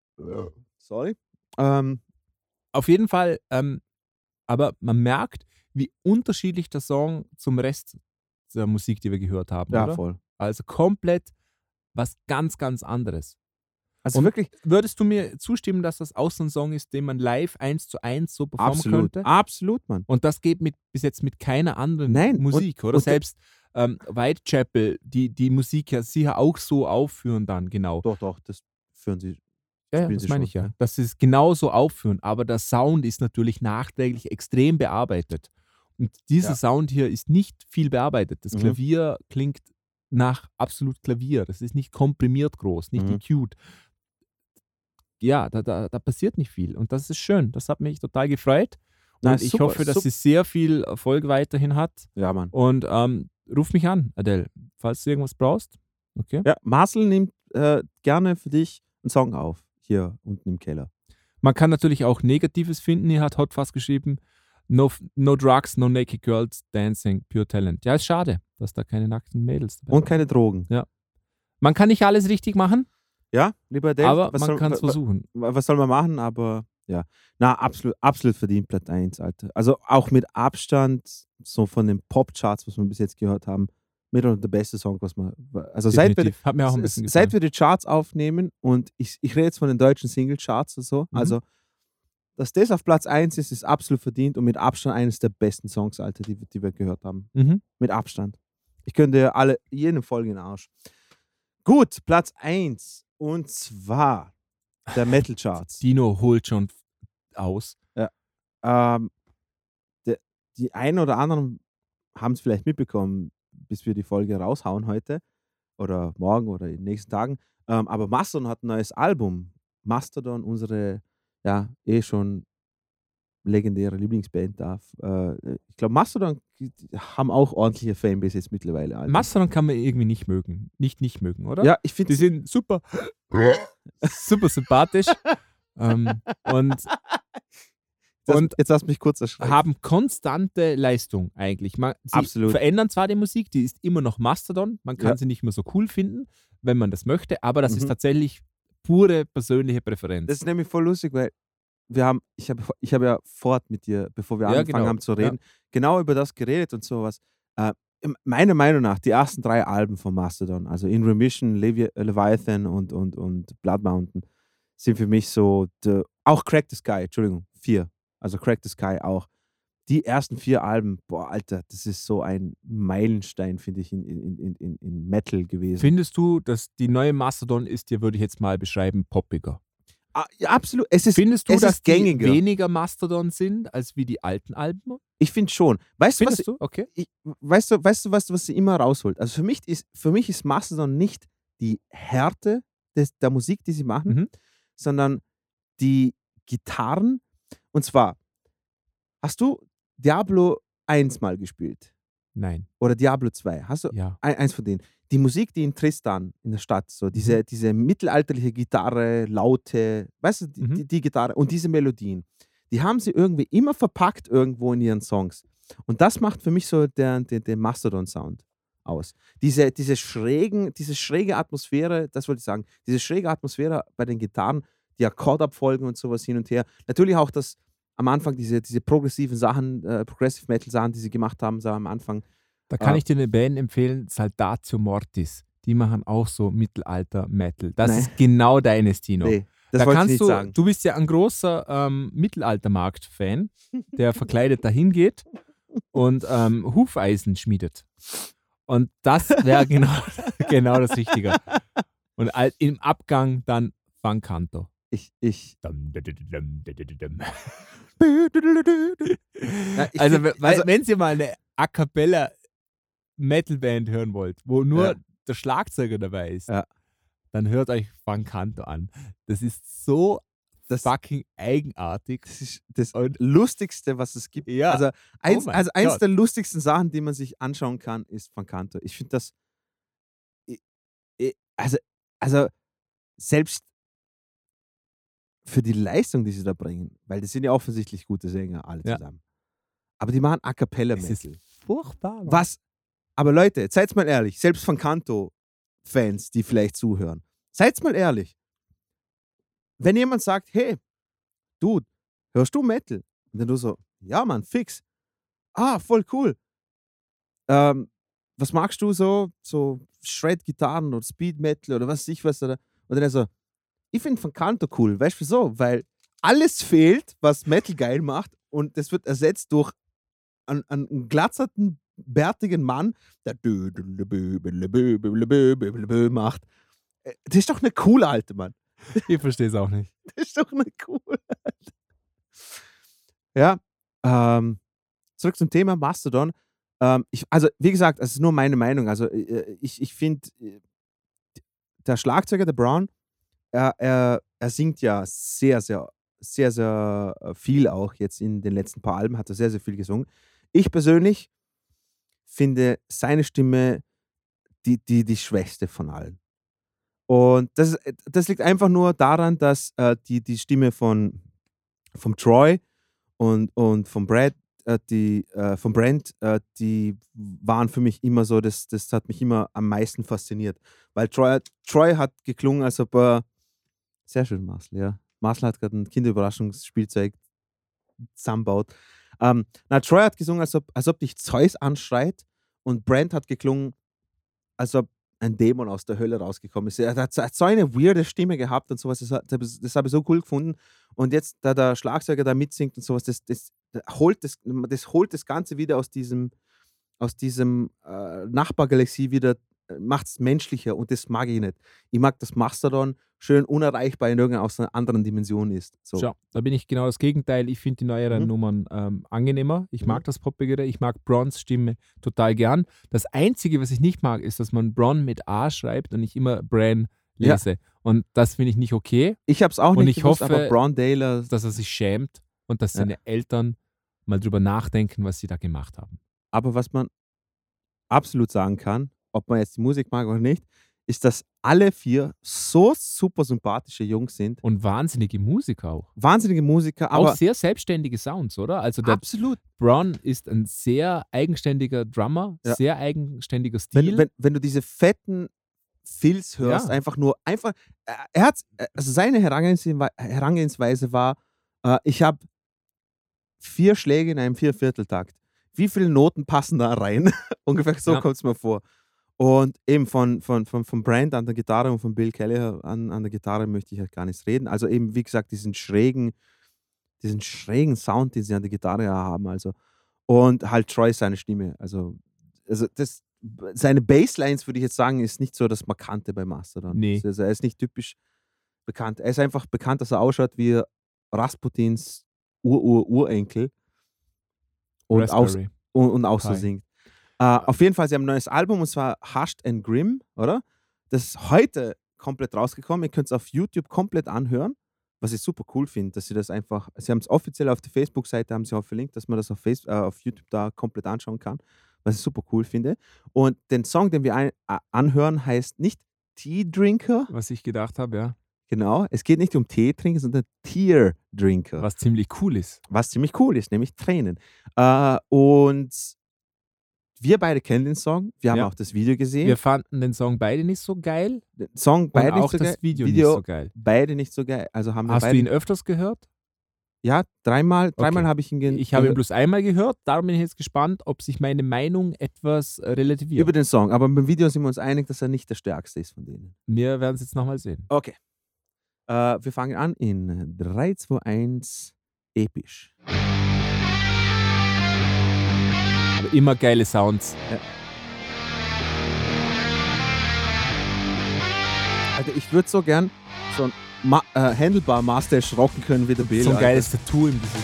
Sorry. Ähm, Auf jeden Fall, ähm, aber man merkt, wie unterschiedlich der Song zum Rest der Musik, die wir gehört haben. ja, oder? voll. Also komplett was ganz, ganz anderes. Also Und wirklich, Würdest du mir zustimmen, dass das auch so ein Song ist, den man live eins zu eins so performen absolut. könnte? Absolut, Mann. Und das geht mit, bis jetzt mit keiner anderen Nein, und- Musik, oder? und- Selbst ähm, Whitechapel, die die Musik ja sicher auch so aufführen dann, genau. Doch, doch, das führen sie. Ja, ja, spielen das sie meine schon, ich ja. ja. Dass sie es genauso aufführen, aber der Sound ist natürlich nachträglich extrem bearbeitet. Und dieser Ja. Sound hier ist nicht viel bearbeitet. Das Mhm. Klavier klingt nach absolut Klavier. Das ist nicht komprimiert groß, nicht Mhm. EQ'd. Ja, da, da, da passiert nicht viel. Und das ist schön. Das hat mich total gefreut. Und Na, ich super, hoffe, dass super. sie sehr viel Erfolg weiterhin hat. Ja, Mann. Und ähm, ruf mich an, Adele, falls du irgendwas brauchst. Okay? Ja, Marcel nimmt äh, gerne für dich einen Song auf, hier unten im Keller. Man kann natürlich auch Negatives finden. Hier hat Hot Fuzz geschrieben, no, no drugs, no naked girls, dancing, pure talent. Ja, ist schade, dass da keine nackten Mädels dabei Und waren. keine Drogen. Man kann nicht alles richtig machen, Ja, lieber Dave, aber was man soll, kann es wa- wa- versuchen. was soll man machen, aber ja. Na, absolut, absolut verdient Platz eins, Alter. Also auch mit Abstand, so von den Pop-Charts, was wir bis jetzt gehört haben, mit der beste Song, was man. Also seit wir, Definitiv. Hat mir auch ein bisschen seit gefallen. wir die Charts aufnehmen und ich, ich rede jetzt von den deutschen Single-Charts und so, Mhm. also dass das auf Platz eins ist, ist absolut verdient und mit Abstand eines der besten Songs, Alter, die, wir- die wir gehört haben. Mhm. Mit Abstand. Ich könnte alle, jede Folge in den Arsch. Gut, Platz eins. Und zwar der Metal Charts. Dino holt schon aus. Ähm, der, die einen oder anderen haben es vielleicht mitbekommen, bis wir die Folge raushauen heute oder morgen oder in den nächsten Tagen. Ähm, aber Mastodon hat ein neues Album. Mastodon, unsere ja eh schon legendäre Lieblingsband da. Äh, ich glaube, Mastodon die haben auch ordentliche Fanbase jetzt mittlerweile. Alter. Mastodon kann man irgendwie nicht mögen. Nicht nicht mögen, oder? Ja, ich finde Die sind super, super sympathisch. ähm, und und jetzt lass mich kurz erschrecken. haben konstante Leistung eigentlich. Man, sie Absolut. verändern zwar die Musik, die ist immer noch Mastodon, man kann Ja. sie nicht mehr so cool finden, wenn man das möchte, aber das ist Mhm. tatsächlich pure persönliche Präferenz. Das ist nämlich voll lustig, weil wir haben, ich habe ich hab ja fort mit dir, bevor wir Ja, angefangen genau. haben zu reden, genau über das geredet und sowas. Äh, meiner Meinung nach, die ersten drei Alben von Mastodon, also In Remission, Levi Leviathan und, und, und Blood Mountain, sind für mich so, de, auch Crack the Sky, Entschuldigung, vier, also Crack the Sky auch. Die ersten vier Alben, boah, Alter, das ist so ein Meilenstein, finde ich, in, in, in, in, in Metal gewesen. Findest du, dass die neue Mastodon ist, dir würde ich jetzt mal beschreiben, poppiger? Ah, ja, absolut. Es ist, Findest du, es dass ist gängiger. die weniger Mastodon sind, als wie die alten Alben? Ich finde schon. Weißt du, was, Findest du? Okay. ich, weißt du, weißt du, was, was sie immer rausholt? Also für mich ist, für mich ist Mastodon nicht die Härte des, der Musik, die sie machen, Mhm. sondern die Gitarren. Und zwar, hast du Diablo eins mal gespielt? Nein. Oder Diablo zwei? Hast du Ja. ein, eins von denen? Die Musik, die in Tristan in der Stadt, so diese, diese mittelalterliche Gitarre, laute, weißt du, die, Mhm. die, die Gitarre und diese Melodien, die haben sie irgendwie immer verpackt irgendwo in ihren Songs. Und das macht für mich so den, den, den Mastodon-Sound aus. Diese, diese, schrägen, diese schräge Atmosphäre, das wollte ich sagen, diese schräge Atmosphäre bei den Gitarren, die Akkordabfolgen und sowas hin und her. Natürlich auch das am Anfang, diese, diese progressiven Sachen, äh, Progressive Metal Sachen, die sie gemacht haben, so am Anfang. Da kann Ah. ich dir eine Band empfehlen, Saltatio Mortis. Die machen auch so Mittelalter-Metal. Das Nein. ist genau deines, Tino. Nee, das da wollte ich kannst nicht du, sagen. du bist ja ein großer ähm, Mittelaltermarkt-Fan, der verkleidet dahin geht und ähm, Hufeisen schmiedet. Und das wäre genau, genau das Richtige. Und al- im Abgang dann Fancanto. Ich, ich, Dum, dum, dum, dum, dum, dum. Ja, ich Also, find- we- also- wenn ihr mal eine A Cappella Metalband hören wollt, wo nur Ja. der Schlagzeuger dabei ist, Ja. dann hört euch Fancanto an. Das ist so Das- fucking eigenartig. das ist das Und- Lustigste, was es gibt. Ja. Also, eins, mein also eins Gott. der lustigsten Sachen, die man sich anschauen kann, ist Fancanto. Ich finde das. i- i- Also, also, selbst für die Leistung, die sie da bringen, weil das sind ja offensichtlich gute Sänger, alle Ja. zusammen. Aber die machen A Cappella Es ist Metal. furchtbar. Mann. Was? Aber Leute, jetzt seid mal ehrlich, selbst Fancanto-Fans, die vielleicht zuhören, seid mal ehrlich. Wenn jemand sagt, hey, Dude, hörst du Metal? Und dann du so, ja, Mann, fix. Ah, voll cool. Ähm, was magst du so? So Shred-Gitarren oder Speed-Metal oder was weiß ich was? Oder? Und dann er so, ich finde Fancanto cool. Weißt du wieso? Weil alles fehlt, was Metal geil macht und das wird ersetzt durch einen, einen glatzerten, bärtigen Mann, der macht. Äh, Das ist doch eine coole alte Mann. Ich verstehe es auch nicht. Das ist doch eine coole alte. Ja, ähm, zurück zum Thema Mastodon. Ähm, ich, also, wie gesagt, es ist nur meine Meinung. Also, äh, ich, ich finde, äh, der Schlagzeuger, der Brown, er, er, er singt ja sehr, sehr, sehr, sehr äh, viel auch. Jetzt in den letzten paar Alben hat er sehr, sehr viel gesungen. Ich persönlich finde seine Stimme die, die, die schwächste von allen. Und das, ist- das liegt einfach nur daran, dass äh, die, die Stimme von vom Troy und, und von Brad, äh, die, äh, von Brent, äh, die waren für mich immer so, das, das hat mich immer am meisten fasziniert. Weil Troy, Troy hat geklungen, als ob er. Sehr schön, Marcel, ja. Marcel hat gerade ein Kinderüberraschungsspielzeug zusammenbaut. Ähm, na, Troy hat gesungen, als ob, als ob dich Zeus anschreit, und Brent hat geklungen, als ob ein Dämon aus der Hölle rausgekommen ist. Er hat so- hat so eine weirde Stimme gehabt und sowas. Das, hat- das, das habe ich so cool gefunden. Und jetzt, da der Schlagzeuger da mitsingt und sowas, das, das, das, holt, das, das holt das Ganze wieder aus diesem, aus diesem äh, Nachbargalaxie wieder, macht es menschlicher, und das mag ich nicht. Ich mag, dass Mastodon schön unerreichbar in irgendeiner aus einer anderen Dimension ist. So. Schau, da bin ich genau das Gegenteil. Ich finde die neueren Mhm. Nummern ähm, angenehmer. Ich Mhm. mag das Poppigere. Ich mag Brons Stimme total gern. Das Einzige, was ich nicht mag, ist, dass man Bron mit A schreibt und ich immer Bran Ja. lese. Und das finde ich nicht okay, Ich habe es auch Und nicht ich gewusst, hoffe, aber Brown Daler, dass er sich schämt und dass Ja. seine Eltern mal drüber nachdenken, was sie da gemacht haben. Aber was man absolut sagen kann, ob man jetzt die Musik mag oder nicht, ist, dass alle vier so super sympathische Jungs sind. Und wahnsinnige Musiker auch. Wahnsinnige Musiker, aber auch sehr selbstständige Sounds, oder? Also der absolut. Brown ist ein sehr eigenständiger Drummer, Ja. sehr eigenständiger Stil. Wenn, wenn, wenn du diese fetten Fills hörst, Ja. einfach nur, einfach, äh, er hat, also seine Herangehenswe- Herangehensweise war, äh, ich habe vier Schläge in einem Viervierteltakt. Wie viele Noten passen da rein? Ungefähr so Ja. kommt es mir vor. Und eben von, von, von, von Brand an der Gitarre und von Bill Kelly an, an der Gitarre möchte ich halt gar nicht reden. Also eben, wie gesagt, diesen schrägen, diesen schrägen Sound, den sie an der Gitarre haben. Also. Und halt Troy seine Stimme. Also, also das, seine Basslines, würde ich jetzt sagen, ist nicht so das Markante bei Mastodon. Nee. Also er ist nicht typisch bekannt. Er ist einfach bekannt, dass er ausschaut wie Rasputins Ur-Ur-Urenkel. Und auch, Raspberry. und, und auch so Pi. singt. Äh, auf jeden Fall, sie haben ein neues Album und zwar Hushed and Grim, oder? Das ist heute komplett rausgekommen. Ihr könnt es auf YouTube komplett anhören, was ich super cool finde, dass sie das einfach, sie haben es offiziell auf der Facebook-Seite, haben sie auch verlinkt, dass man das auf, Face, äh, auf YouTube da komplett anschauen kann, was ich super cool finde. Und den Song, den wir ein, äh, anhören, heißt nicht Tea Drinker, Was ich gedacht habe, ja. genau. Es geht nicht um Tee trinken, sondern Tear Drinker. Was ziemlich cool ist. Was ziemlich cool ist, nämlich Tränen. Äh, und wir beide kennen den Song, wir haben Ja. auch das Video gesehen. Wir fanden den Song beide nicht so geil den Song und beide auch nicht so das geil. Video, Video nicht so geil. beide nicht so geil. Also haben wir Hast beide, du ihn öfters gehört? Ja, dreimal, dreimal Okay. habe ich ihn ge Ich habe ihn gehört bloß einmal gehört, darum bin ich jetzt gespannt, ob sich meine Meinung etwas äh, relativiert. über den Song. Aber beim Video sind wir uns einig, dass er nicht der stärkste ist von denen. Wir werden es jetzt nochmal sehen. Okay. Äh, wir fangen an in drei, zwei, eins, episch. Aber immer geile Sounds. Also ich würde so gern so ein Ma äh, Handlebar Mustache rocken können wie der Bill. So ein Alter. geiles Tattoo im Gesicht.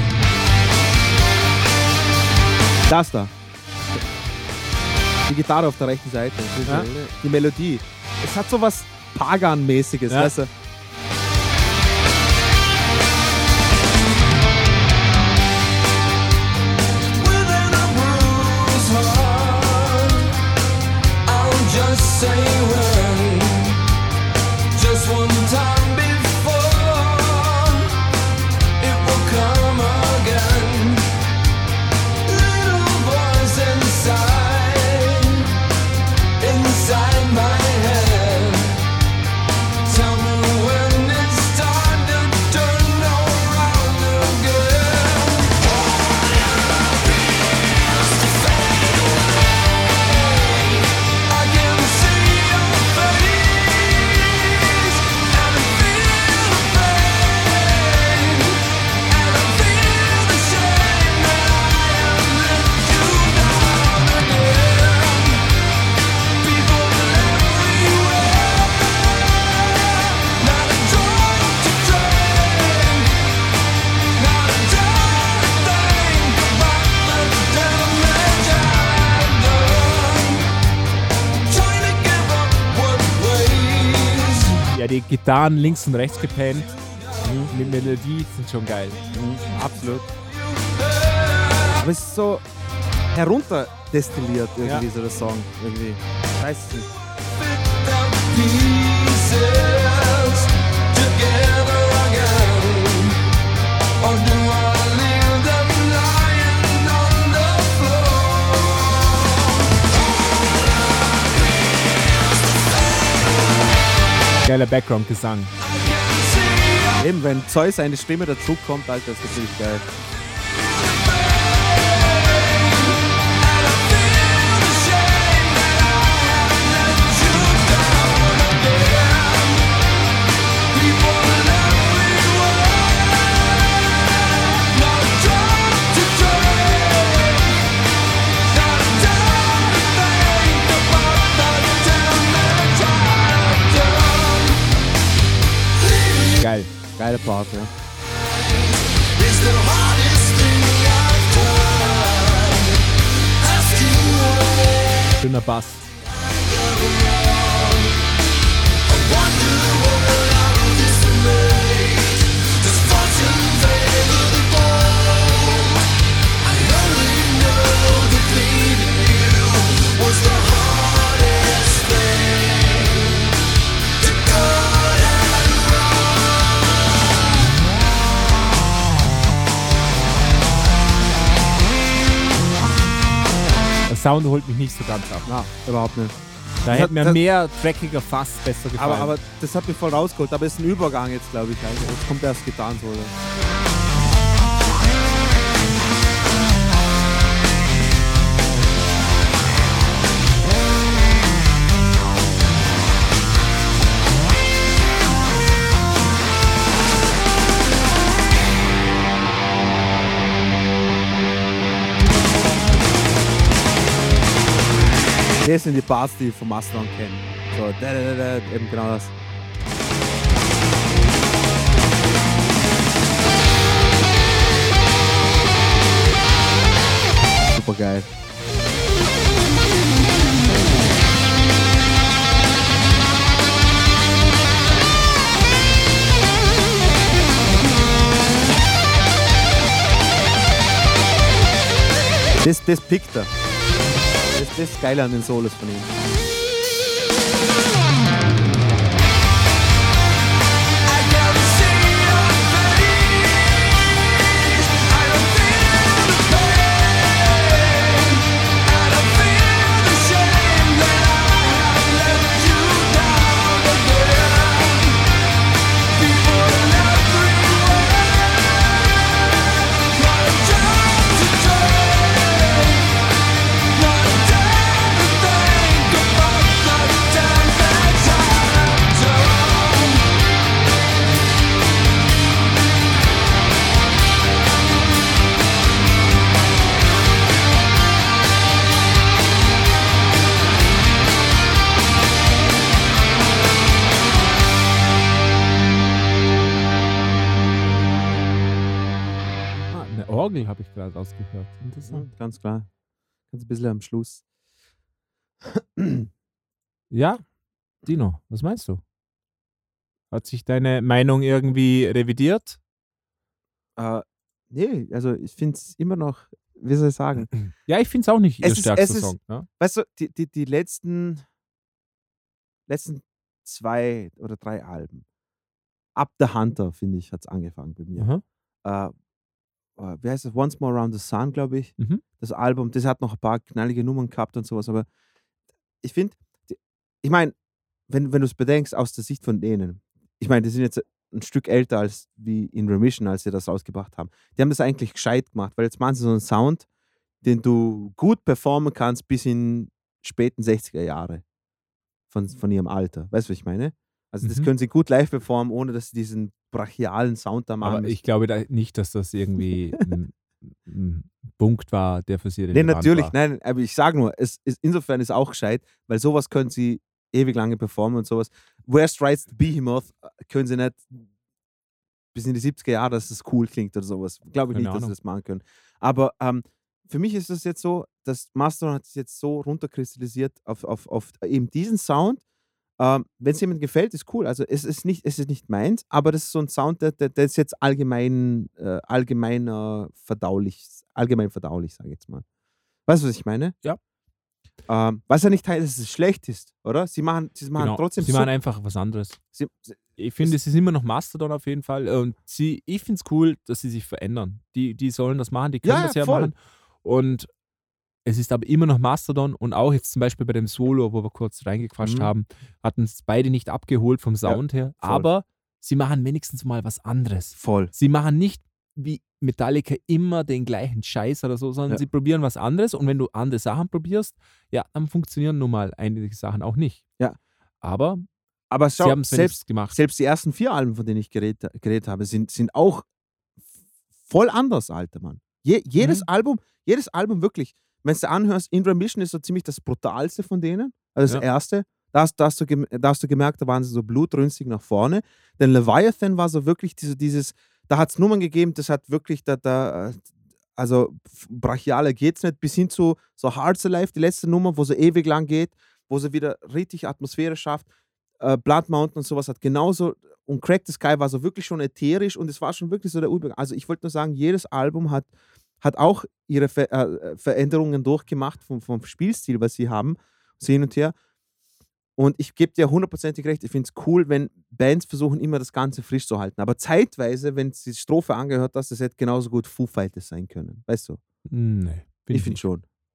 Das da. Die Gitarre auf der rechten Seite. Ja. Die Melodie. Es hat so was Pagan-mäßiges, Ja. weißt du? Within a bruised heart, I'll just say when, just one time before it will come again. Little voice inside, inside my head, tell me when it's time to turn around again. I can see your face, and I feel the pain, and I feel the shame that I have let you down again. People everywhere, not a drop to drink, not a dark thing about the damage I've done. Trying to give up what weighs. Ja, die Gitarren links und rechts gepennt. Mit Melodie sind schon geil. Absolut. Aber es ist so herunterdestilliert irgendwie, Ja. so der Song. Irgendwie. Ich weiß es nicht. The pieces together again, or do I leave them lying on the floor? Geiler Background-Gesang. I can see your Eben, wenn Zeus seine Stimme dazukommt, Alter, ist das natürlich geil. Geil. Geiler Part, ja. Schöner Bass. Wonder what I this made. Does fortune favor the bold? Sound holt mich nicht so ganz ab. Na, überhaupt nicht. Da Das hätte hat- mir das- mehr dreckiger Fass besser gefallen. Aber, aber das hat mich voll rausgeholt. Aber es ist ein Übergang jetzt, glaube ich. Also jetzt kommt erst Gitarrensolo. Das sind die Parts, die ich vom Mastodon kenne. So, da, da, da, da, eben genau das. Super geil. Das, das pickt er. Das, das ist geil an den Solos von ihm. Ah, eine Orgel habe ich gerade rausgehört. Interessant. Mhm, ganz klar. Ganz ein bisschen am Schluss. Ja, Dino, was meinst du? Hat sich deine Meinung irgendwie revidiert? Äh, nee, also ich finde es immer noch, wie soll ich sagen, Ja, ich finde es auch nicht ihr Es ist- stärkster es ist- Song. Ne? weißt du, die, die, die letzten, letzten zwei oder drei Alben, Up the Hunter, finde ich, hat es angefangen bei mir. Aha. Äh, äh, wie heißt das? Once More Around the Sun, glaube ich. Mhm. Das Album, das hat noch ein paar knallige Nummern gehabt und sowas, aber ich finde, ich meine, wenn, wenn du es bedenkst aus der Sicht von denen, ich meine, die sind jetzt ein Stück älter als wie in Remission, als sie das rausgebracht haben. Die haben das eigentlich gescheit gemacht, weil jetzt machen sie so einen Sound, den du gut performen kannst bis in späten sechziger Jahre von, von ihrem Alter. Weißt du, was ich meine? Also das Mhm. können sie gut live performen, ohne dass sie diesen brachialen Sound da machen Aber müssen. ich glaube da nicht, dass das irgendwie ein, ein Punkt war, der für sie Nee, relevant natürlich, war. nein, aber ich sage nur, es ist, insofern ist auch gescheit, weil sowas können sie ewig lange performen und sowas. Where Strides the Behemoth äh, können sie nicht bis in die siebziger Jahre, dass das cool klingt oder sowas. Glaube ich Keine nicht, dass sie Ahnung. das machen können. Aber ähm, für mich ist das jetzt so, das Mastodon hat sich jetzt so runterkristallisiert auf, auf, auf eben diesen Sound. Ähm, Wenn es jemandem gefällt, ist cool. Also es ist nicht, es ist nicht meins, aber das ist so ein Sound, der, der, der ist jetzt allgemein, äh, allgemeiner verdaulich, allgemein verdaulich, sage ich jetzt mal. Weißt du, was ich meine? Ja. Ähm, was ja nicht heißt, dass es schlecht ist, oder? Sie machen, sie machen Genau. trotzdem Sie so- machen einfach was anderes. sie, sie, Ich finde, es ist immer noch Mastodon auf jeden Fall. Und sie, ich finde es cool, dass sie sich verändern. Die, die sollen das machen, die können Ja, das ja voll. machen. Und es ist aber immer noch Mastodon. Und auch jetzt zum Beispiel bei dem Solo, wo wir kurz reingequatscht Mhm. haben, hatten es beide nicht abgeholt vom Sound her. voll. Aber sie machen wenigstens mal was anderes. voll. Sie machen nicht wie Metallica immer den gleichen Scheiß oder so, sondern Ja. sie probieren was anderes. Und wenn du andere Sachen probierst, ja, dann funktionieren nun mal einige Sachen auch nicht. Ja. Aber Aber sie schau, haben es selbst, selbst gemacht. selbst die ersten vier Alben, von denen ich geredet, geredet habe, sind, sind auch voll anders, alter Mann. Je, jedes Mhm. Album, jedes Album wirklich, wenn du anhörst, In Remission ist so ziemlich das brutalste von denen, also das Ja. erste. Da hast, da, hast du gem- da hast du gemerkt, da waren sie so blutrünstig nach vorne. Denn Leviathan war so wirklich diese, dieses, da hat es Nummern gegeben, das hat wirklich, da, da, äh, also f- brachialer geht's nicht, bis hin zu so Hearts Alive, die letzte Nummer, wo sie ewig lang geht, wo sie wieder richtig Atmosphäre schafft. Äh, Blood Mountain und sowas hat genauso, und Crack the Sky war so wirklich schon ätherisch und es war schon wirklich so der Übergang. Also ich wollte nur sagen, jedes Album hat, hat auch ihre Ver äh, Veränderungen durchgemacht vom, vom Spielstil, was sie haben, so hin und her. Und ich gebe dir hundertprozentig recht, ich finde es cool, wenn Bands versuchen, immer das Ganze frisch zu halten. Aber zeitweise, wenn du die Strophe angehört hast, das hätte genauso gut Foo Fighters sein können. Weißt du? Nee, find Ich finde nicht. schon.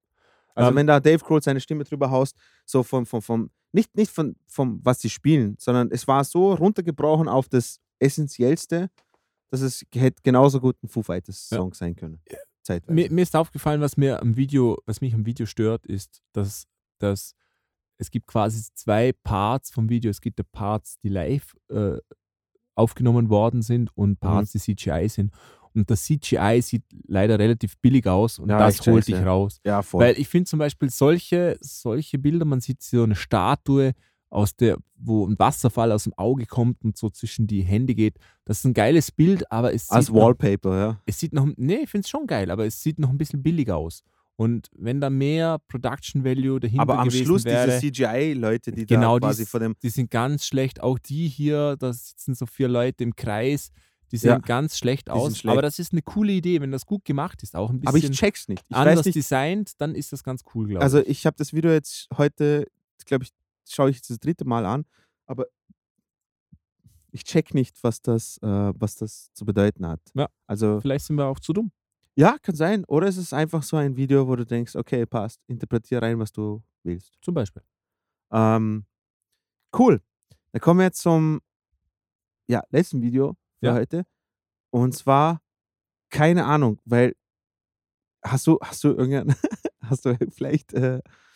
Also Ähm, wenn da Dave Grohl seine Stimme drüber haust, so vom, vom, vom nicht, nicht von, vom, was sie spielen, sondern es war so runtergebrochen auf das Essentiellste, dass es hätte genauso gut ein Foo Fighters Ja. Song sein können. Zeitweise. Mir, mir ist aufgefallen, was mir am Video, was mich am Video stört, ist, dass, dass es gibt quasi zwei Parts vom Video. Es gibt die Parts, die live äh, aufgenommen worden sind und Parts, die C G I sind. Und das C G I sieht leider relativ billig aus und Ja, das echt holt scheiße. dich raus. Ja, voll. Weil ich finde zum Beispiel solche, solche Bilder, man sieht so eine Statue, aus der, wo ein Wasserfall aus dem Auge kommt und so zwischen die Hände geht. Das ist ein geiles Bild, aber es Als sieht noch, Wallpaper, ja. es sieht noch, nee, ich finde es schon geil, aber es sieht noch ein bisschen billig aus. Und wenn da mehr Production Value dahinter Aber am gewesen Schluss wäre, diese C G I-Leute, die genau, da quasi die, vor dem. die sind ganz schlecht. Auch die hier, da sitzen so vier Leute im Kreis, die sehen Ja, ganz schlecht die sind aus. schlecht. Aber das ist eine coole Idee, wenn das gut gemacht ist. Auch ein Aber ich bisschen check's nicht. Ich anders weiß nicht. designt, dann ist das ganz cool, glaube Also ich. ich habe das Video jetzt heute, glaube ich, schaue ich jetzt das dritte Mal an, aber ich check nicht, was das, äh, was das zu bedeuten hat. Ja. Also Vielleicht sind wir auch zu dumm. ja, kann sein. Oder es ist einfach so ein Video, wo du denkst, okay, passt, interpretier rein, was du willst. Zum Beispiel. Ähm, cool. Dann kommen wir jetzt zum ja, letzten Video für Ja. heute. Und zwar, keine Ahnung, weil hast du, hast du irgendein, hast du vielleicht äh,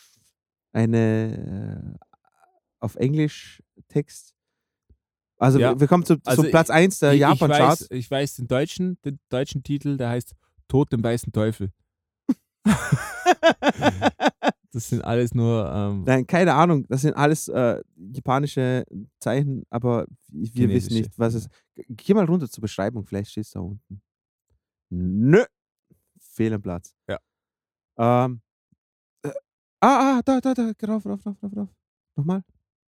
eine äh, auf Englisch Text? Also Ja. wir, wir kommen zu, Also zu Platz eins der Ich, ich, Japan-Charts. weiß, ich weiß den deutschen, den deutschen Titel, der heißt Tod dem weißen Teufel. Das sind alles nur ähm, Nein, keine Ahnung. Das sind alles äh, japanische Zeichen, aber wir wissen Chinesische, nicht, was ja. es. Geh mal runter zur Beschreibung, vielleicht steht es da unten. Nö. Fehl am Platz. Ja. Ähm, äh, ah, ah, da, da, da. Geh rauf, rauf, rauf, rauf, rauf. Nochmal.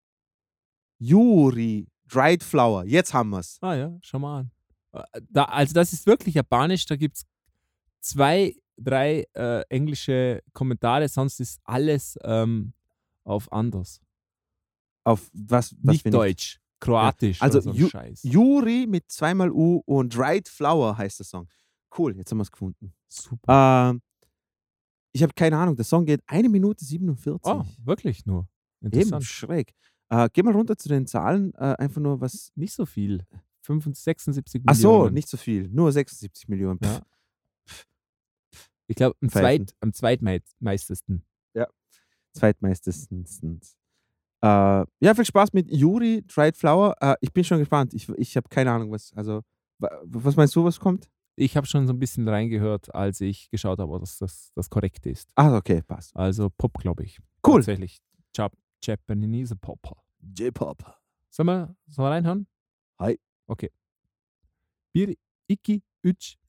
Yuri, Dried Flower. Jetzt haben wir es. Ah ja, schau mal an. Äh, Da, also das ist wirklich japanisch, da gibt es zwei, drei äh, englische Kommentare, sonst ist alles ähm, auf anders. Auf was? was Nicht für Deutsch, Kroatisch Also oder so ein Ju- Scheiß. Yuri mit zweimal U und Dried Flower heißt der Song. Cool, jetzt haben wir es gefunden. Super. Ähm, ich habe keine Ahnung, der Song geht eine Minute siebenundvierzig. Oh, wirklich nur. Eben, Interessant. schräg. Äh, geh mal runter zu den Zahlen, äh, einfach nur was. Nicht so viel. fünfundsiebzig, sechsundsiebzig Ach so, Millionen. nicht so viel, nur sechsundsiebzig Millionen. Ja. Ich glaube, am, Pfeifen. zweit, am zweitmeistesten. Zweitmeistestens. Äh, ja, viel Spaß mit Yuri, Dried Flower. Äh, ich bin schon gespannt. Ich, ich habe keine Ahnung, was. Also, wa- was meinst du, was kommt? Ich habe schon so ein bisschen reingehört, als ich geschaut habe, dass das, das korrekt ist. Ah, okay, passt. Also Pop, glaube ich. Cool. Tatsächlich. Jap Japanese Pop. J-Pop. Sollen wir, sollen wir reinhören? Hi. Okay. Bir, iki, üç.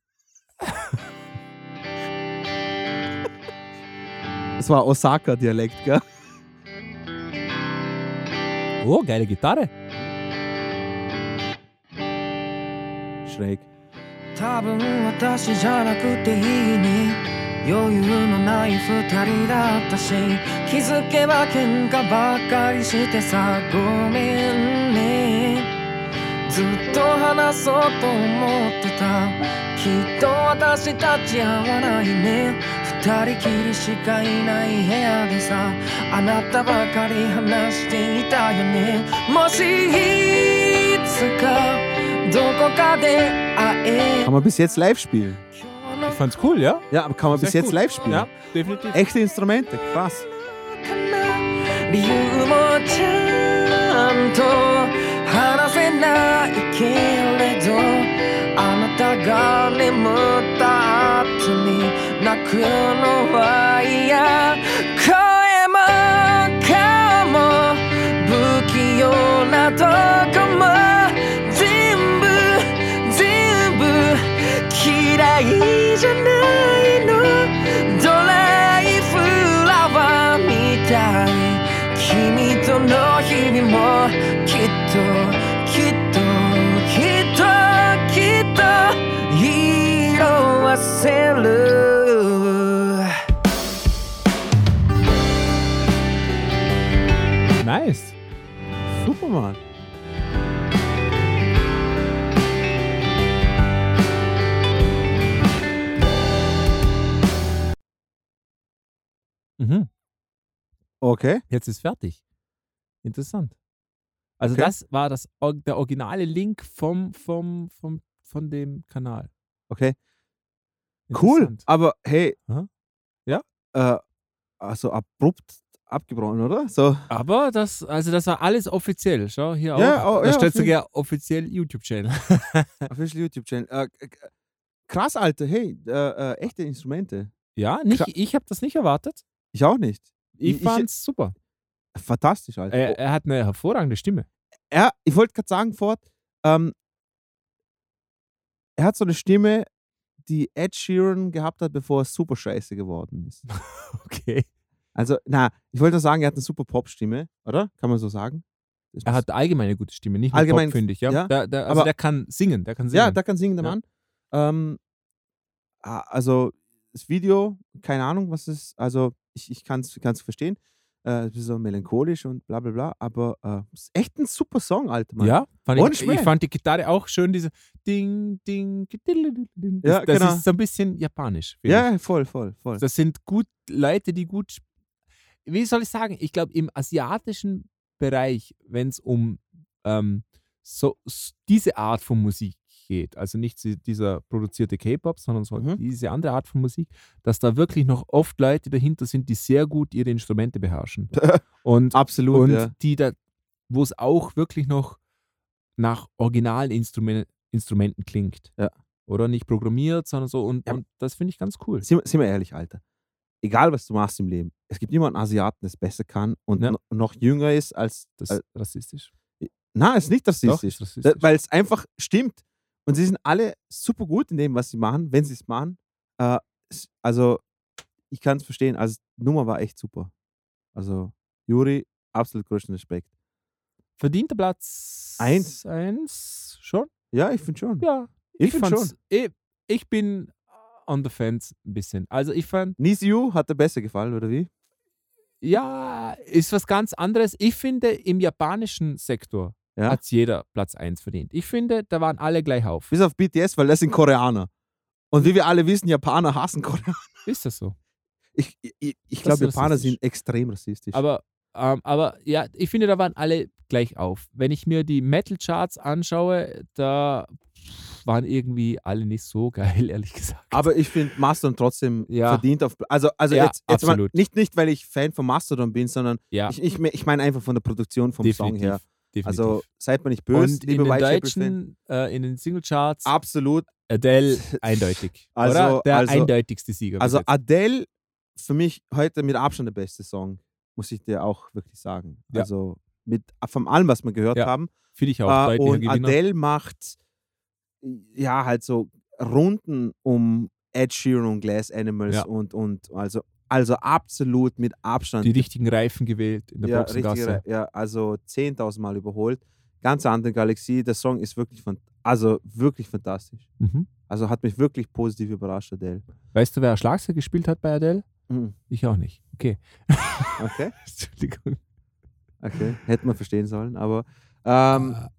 Das war Osaka-Dialekt, gell? Oh, geile Gitarre. Schräg. 多分私じゃなくていいに余裕のない二人だったし気づけば喧嘩ばっかりしてさごめんねずっと話そうと思ってたきっと私たち合わないね二人きりしかいない部屋でさあなたばかり話していたよねもしいつかどこかで会え Kann man bis jetzt live spielen? Ich fand's cool, ja? Ja, aber kann man bis Sehr jetzt gut. live spielen? Ja, definitiv. Echte Instrumente, krass. 理由もちゃんと話せないけれどあなたが眠った後に泣くのは嫌声も顔も不器用なとこも全部全部嫌いじゃないのドライフラワーみたい君との日々もきっときっときっときっと色あせる Nice. Super, Mann. Mhm. Okay. Jetzt ist fertig. Interessant. Also Okay. das war das, Or- der originale Link vom, vom, vom, von dem Kanal. Okay. Cool. Interessant. Aber hey. Aha. Ja. Äh, also abrupt abgebrochen, oder? So. Aber das, also das war alles offiziell. Schau, hier Ja, auch. oh, Da ja, steht auf jeden- sogar offiziell YouTube-Channel. Official YouTube-Channel. Äh, k- k- krass, Alter. Hey, äh, äh, echte Instrumente. Ja, nicht, Kra- ich habe das nicht erwartet. Ich auch nicht. Ich, Ich- fand's super. Fantastisch, Alter. Er, er hat eine hervorragende Stimme. er, ich wollte gerade sagen, Ford, ähm, er hat so eine Stimme, die Ed Sheeran gehabt hat, bevor er super scheiße geworden ist. Okay. Also, na, ich wollte nur sagen, er hat eine super Pop-Stimme, oder? Kann man so sagen? Das Er hat allgemein eine gute Stimme, nicht nur Allgemein, Pop, finde ich. Ja? ja, Der, der, also aber- der kann singen, der kann singen. Ja, der kann singen, der Ja. Mann. Ähm, ah, also, das Video, keine Ahnung, was es ist. Also, ich, ich kann es verstehen. Äh, es ist so melancholisch und bla bla bla. Aber äh, ist echt ein super Song, Alter, Mann. Ja, fand Ohne ich, Schmäh. ich fand die Gitarre auch schön, diese Ding, Ding, Ding. Das, Ja, das genau. ist so ein bisschen japanisch. finde ich. Ja, voll, voll, voll. Das sind gut Leute, die gut. sp- Wie soll ich sagen? Ich glaube, im asiatischen Bereich, wenn es um ähm, so, s- diese Art von Musik geht, also nicht sie- dieser produzierte K-Pop, sondern so Mhm. diese andere Art von Musik, dass da wirklich noch oft Leute dahinter sind, die sehr gut ihre Instrumente beherrschen. Und, Absolut, und ja. die da, wo es auch wirklich noch nach Originalinstrumenten Instrumenten klingt. Ja. Oder nicht programmiert, sondern so. Und, Ja. und das finde ich ganz cool. Sind, sind wir ehrlich, Alter. Egal, was du machst im Leben. Es gibt niemanden Asiaten, der es besser kann und Ja. no, noch jünger ist als. Das Äh, ist rassistisch. na, ist nicht Doch, rassistisch. ist rassistisch. Weil es einfach stimmt. Und sie sind alle super gut in dem, was sie machen, wenn sie es machen. Äh, es- also, ich kann es verstehen. Also, die Nummer war echt super. Also, Juri, absolut größten Respekt. Verdienter Platz Eins. eins schon? Ja, ich finde schon. Ja. Ich find fand's- Ich, ich bin on the fence ein bisschen. Also ich fand, Nisiu hat dir besser gefallen, oder wie? ja, ist was ganz anderes. Ich finde, im japanischen Sektor Ja. hat jeder Platz eins verdient. Ich finde, da waren alle gleich auf. Bis auf B T S, weil das sind Koreaner. Und wie wir alle wissen, Japaner hassen Koreaner. Ist das so? Ich, ich, ich, ich Das glaube, ist Japaner rassistisch. sind extrem rassistisch. Aber, ähm, aber ja, ich finde, da waren alle gleich auf. Wenn ich mir die Metal-Charts anschaue, da waren irgendwie alle nicht so geil, ehrlich gesagt. Aber ich finde Mastodon trotzdem Ja. verdient auf. Also, also Ja, jetzt, jetzt mal, absolut. nicht, nicht, weil ich Fan von Mastodon bin, sondern ja, ich, ich, me- ich meine einfach von der Produktion vom Song definitiv. her. definitiv. Also seid mir nicht böse, Und in liebe den Whitechapel-Fans. deutschen, äh, in den Single-Charts, Absolut. Adele eindeutig. Also- oder? Der also- eindeutigste Sieger. bis Also jetzt. Adele, für mich heute mit Abstand der beste Song, muss ich dir auch wirklich sagen. Ja. Also mit von allem, was wir gehört Ja, haben. Finde ich auch Äh, deutlicher und Gewinner. Adele macht ja halt so Runden um Ed Sheeran und Glass Animals Ja. und, und also, also absolut mit Abstand. Die richtigen Reifen gewählt in der ja, Boxengasse. richtige, ja, also zehntausend Mal überholt. Ganz andere Galaxie. Der Song ist wirklich, fan- also wirklich fantastisch. Mhm. Also hat mich wirklich positiv überrascht, Adele. Weißt du, wer Schlagzeug gespielt hat bei Adele? Mhm. Ich auch nicht. Okay. Okay, Entschuldigung. okay. Hätte man verstehen sollen. Aber ähm, Ah,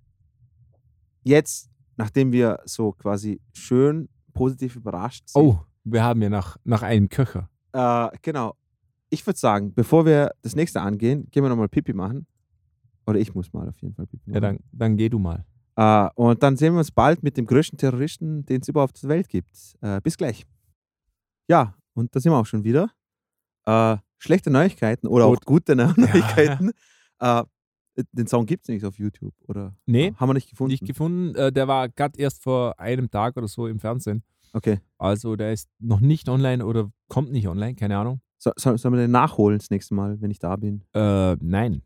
jetzt, nachdem wir so quasi schön positiv überrascht sind, oh, wir haben ja nach, nach einem Köcher. Äh, genau. Ich würde sagen, bevor wir das nächste angehen, gehen wir nochmal Pipi machen. Oder ich muss mal auf jeden Fall Pipi Ja, machen. dann, dann geh du mal. Äh, und dann sehen wir uns bald mit dem größten Terroristen, den es überhaupt auf der Welt gibt. Äh, bis gleich. Ja, und da sind wir auch schon wieder. Äh, schlechte Neuigkeiten oder auch Gut. gute Neu- Neuigkeiten. Äh, den Song gibt es nicht auf YouTube, oder? Nee, Haben wir nicht gefunden. Nicht gefunden. Äh, der war gerade erst vor einem Tag oder so im Fernsehen. Okay. Also der ist noch nicht online oder kommt nicht online, keine Ahnung. So, so, sollen wir den nachholen das nächste Mal, wenn ich da bin? Äh, nein.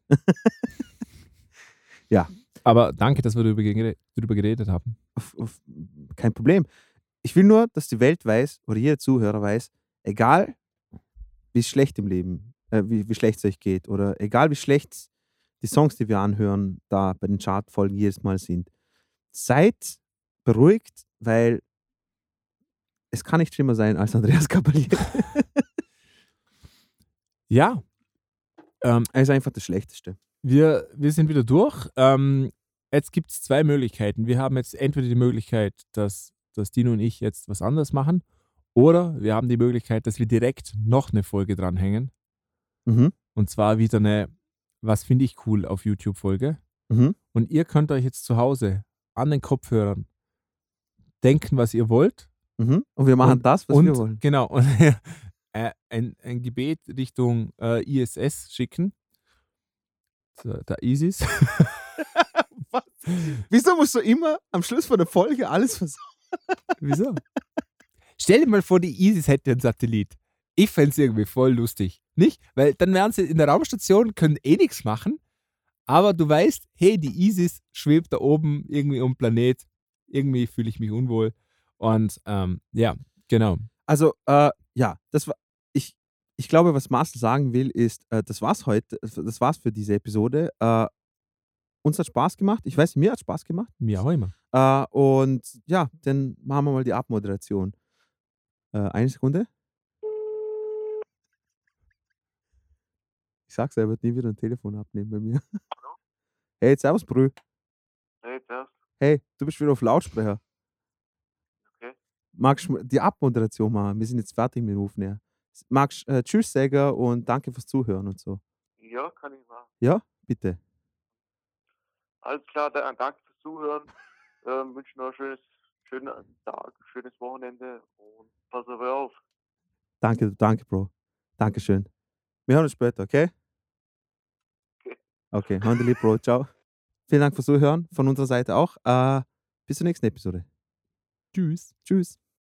Ja. Aber danke, dass wir darüber, gere- darüber geredet haben. Auf, auf, kein Problem. Ich will nur, dass die Welt weiß oder jeder Zuhörer weiß, egal wie es schlecht im Leben, äh, wie, wie schlecht es euch geht oder egal wie schlecht die Songs, die wir anhören, da bei den Chartfolgen jedes Mal sind, seid beruhigt, weil es kann nicht schlimmer sein als Andreas Gabalier. Ja, ähm, Er ist einfach das Schlechteste. wir, wir sind wieder durch. Ähm, jetzt gibt es zwei Möglichkeiten. Wir haben jetzt entweder die Möglichkeit, dass, dass Dino und ich jetzt was anderes machen Oder wir haben die Möglichkeit, dass wir direkt noch eine Folge dranhängen. Mhm. Und zwar wieder eine, was finde ich cool, auf YouTube-Folge. Mhm. Und ihr könnt euch jetzt zu Hause an den Kopfhörern denken, was ihr wollt. Mhm. Und wir machen Und- das, was und, wir wollen. Genau. Und äh, ein, ein Gebet Richtung äh, I S S schicken. Zu der ISIS. Was? Wieso musst du immer am Schluss von der Folge alles versauen? Wieso? Stell dir mal vor, die ISIS hätte einen Satellit. Ich fände es irgendwie voll lustig. Nicht? Weil dann wären sie in der Raumstation, können eh nichts machen, aber du weißt, hey, die ISIS schwebt da oben irgendwie um den Planet. Irgendwie fühle ich mich unwohl. Und ähm, ja, genau. Also, äh, ja, das war. Ich, ich glaube, was Marcel sagen will, ist, äh, das war's heute. Das war's für diese Episode. Äh, uns hat Spaß gemacht. Ich weiß, mir hat Spaß gemacht. Mir auch immer. Äh, und ja, dann machen wir mal die Abmoderation. Äh, eine Sekunde. Ich sag's, er wird nie wieder ein Telefon abnehmen bei mir. Hey, servus, Brü. Hey, das. Hey, du bist wieder auf Lautsprecher. Okay. Magst du die Abmoderation machen? Wir sind jetzt fertig mit dem Aufnehmen. Magst du äh, Tschüss sagen und danke fürs Zuhören und so? Ja, kann ich machen. Ja, bitte. Alles klar, da, danke fürs Zuhören. Ähm, wünsche noch einen schönes, schönen Tag, schönes Wochenende und pass auf euch auf. Danke, danke, Bro. Dankeschön. Wir hören uns später, okay? Okay. Okay, Hand lieb, Bro. Ciao. Vielen Dank fürs Zuhören. Von unserer Seite auch. Äh, bis zur nächsten Episode. Tschüss. Tschüss.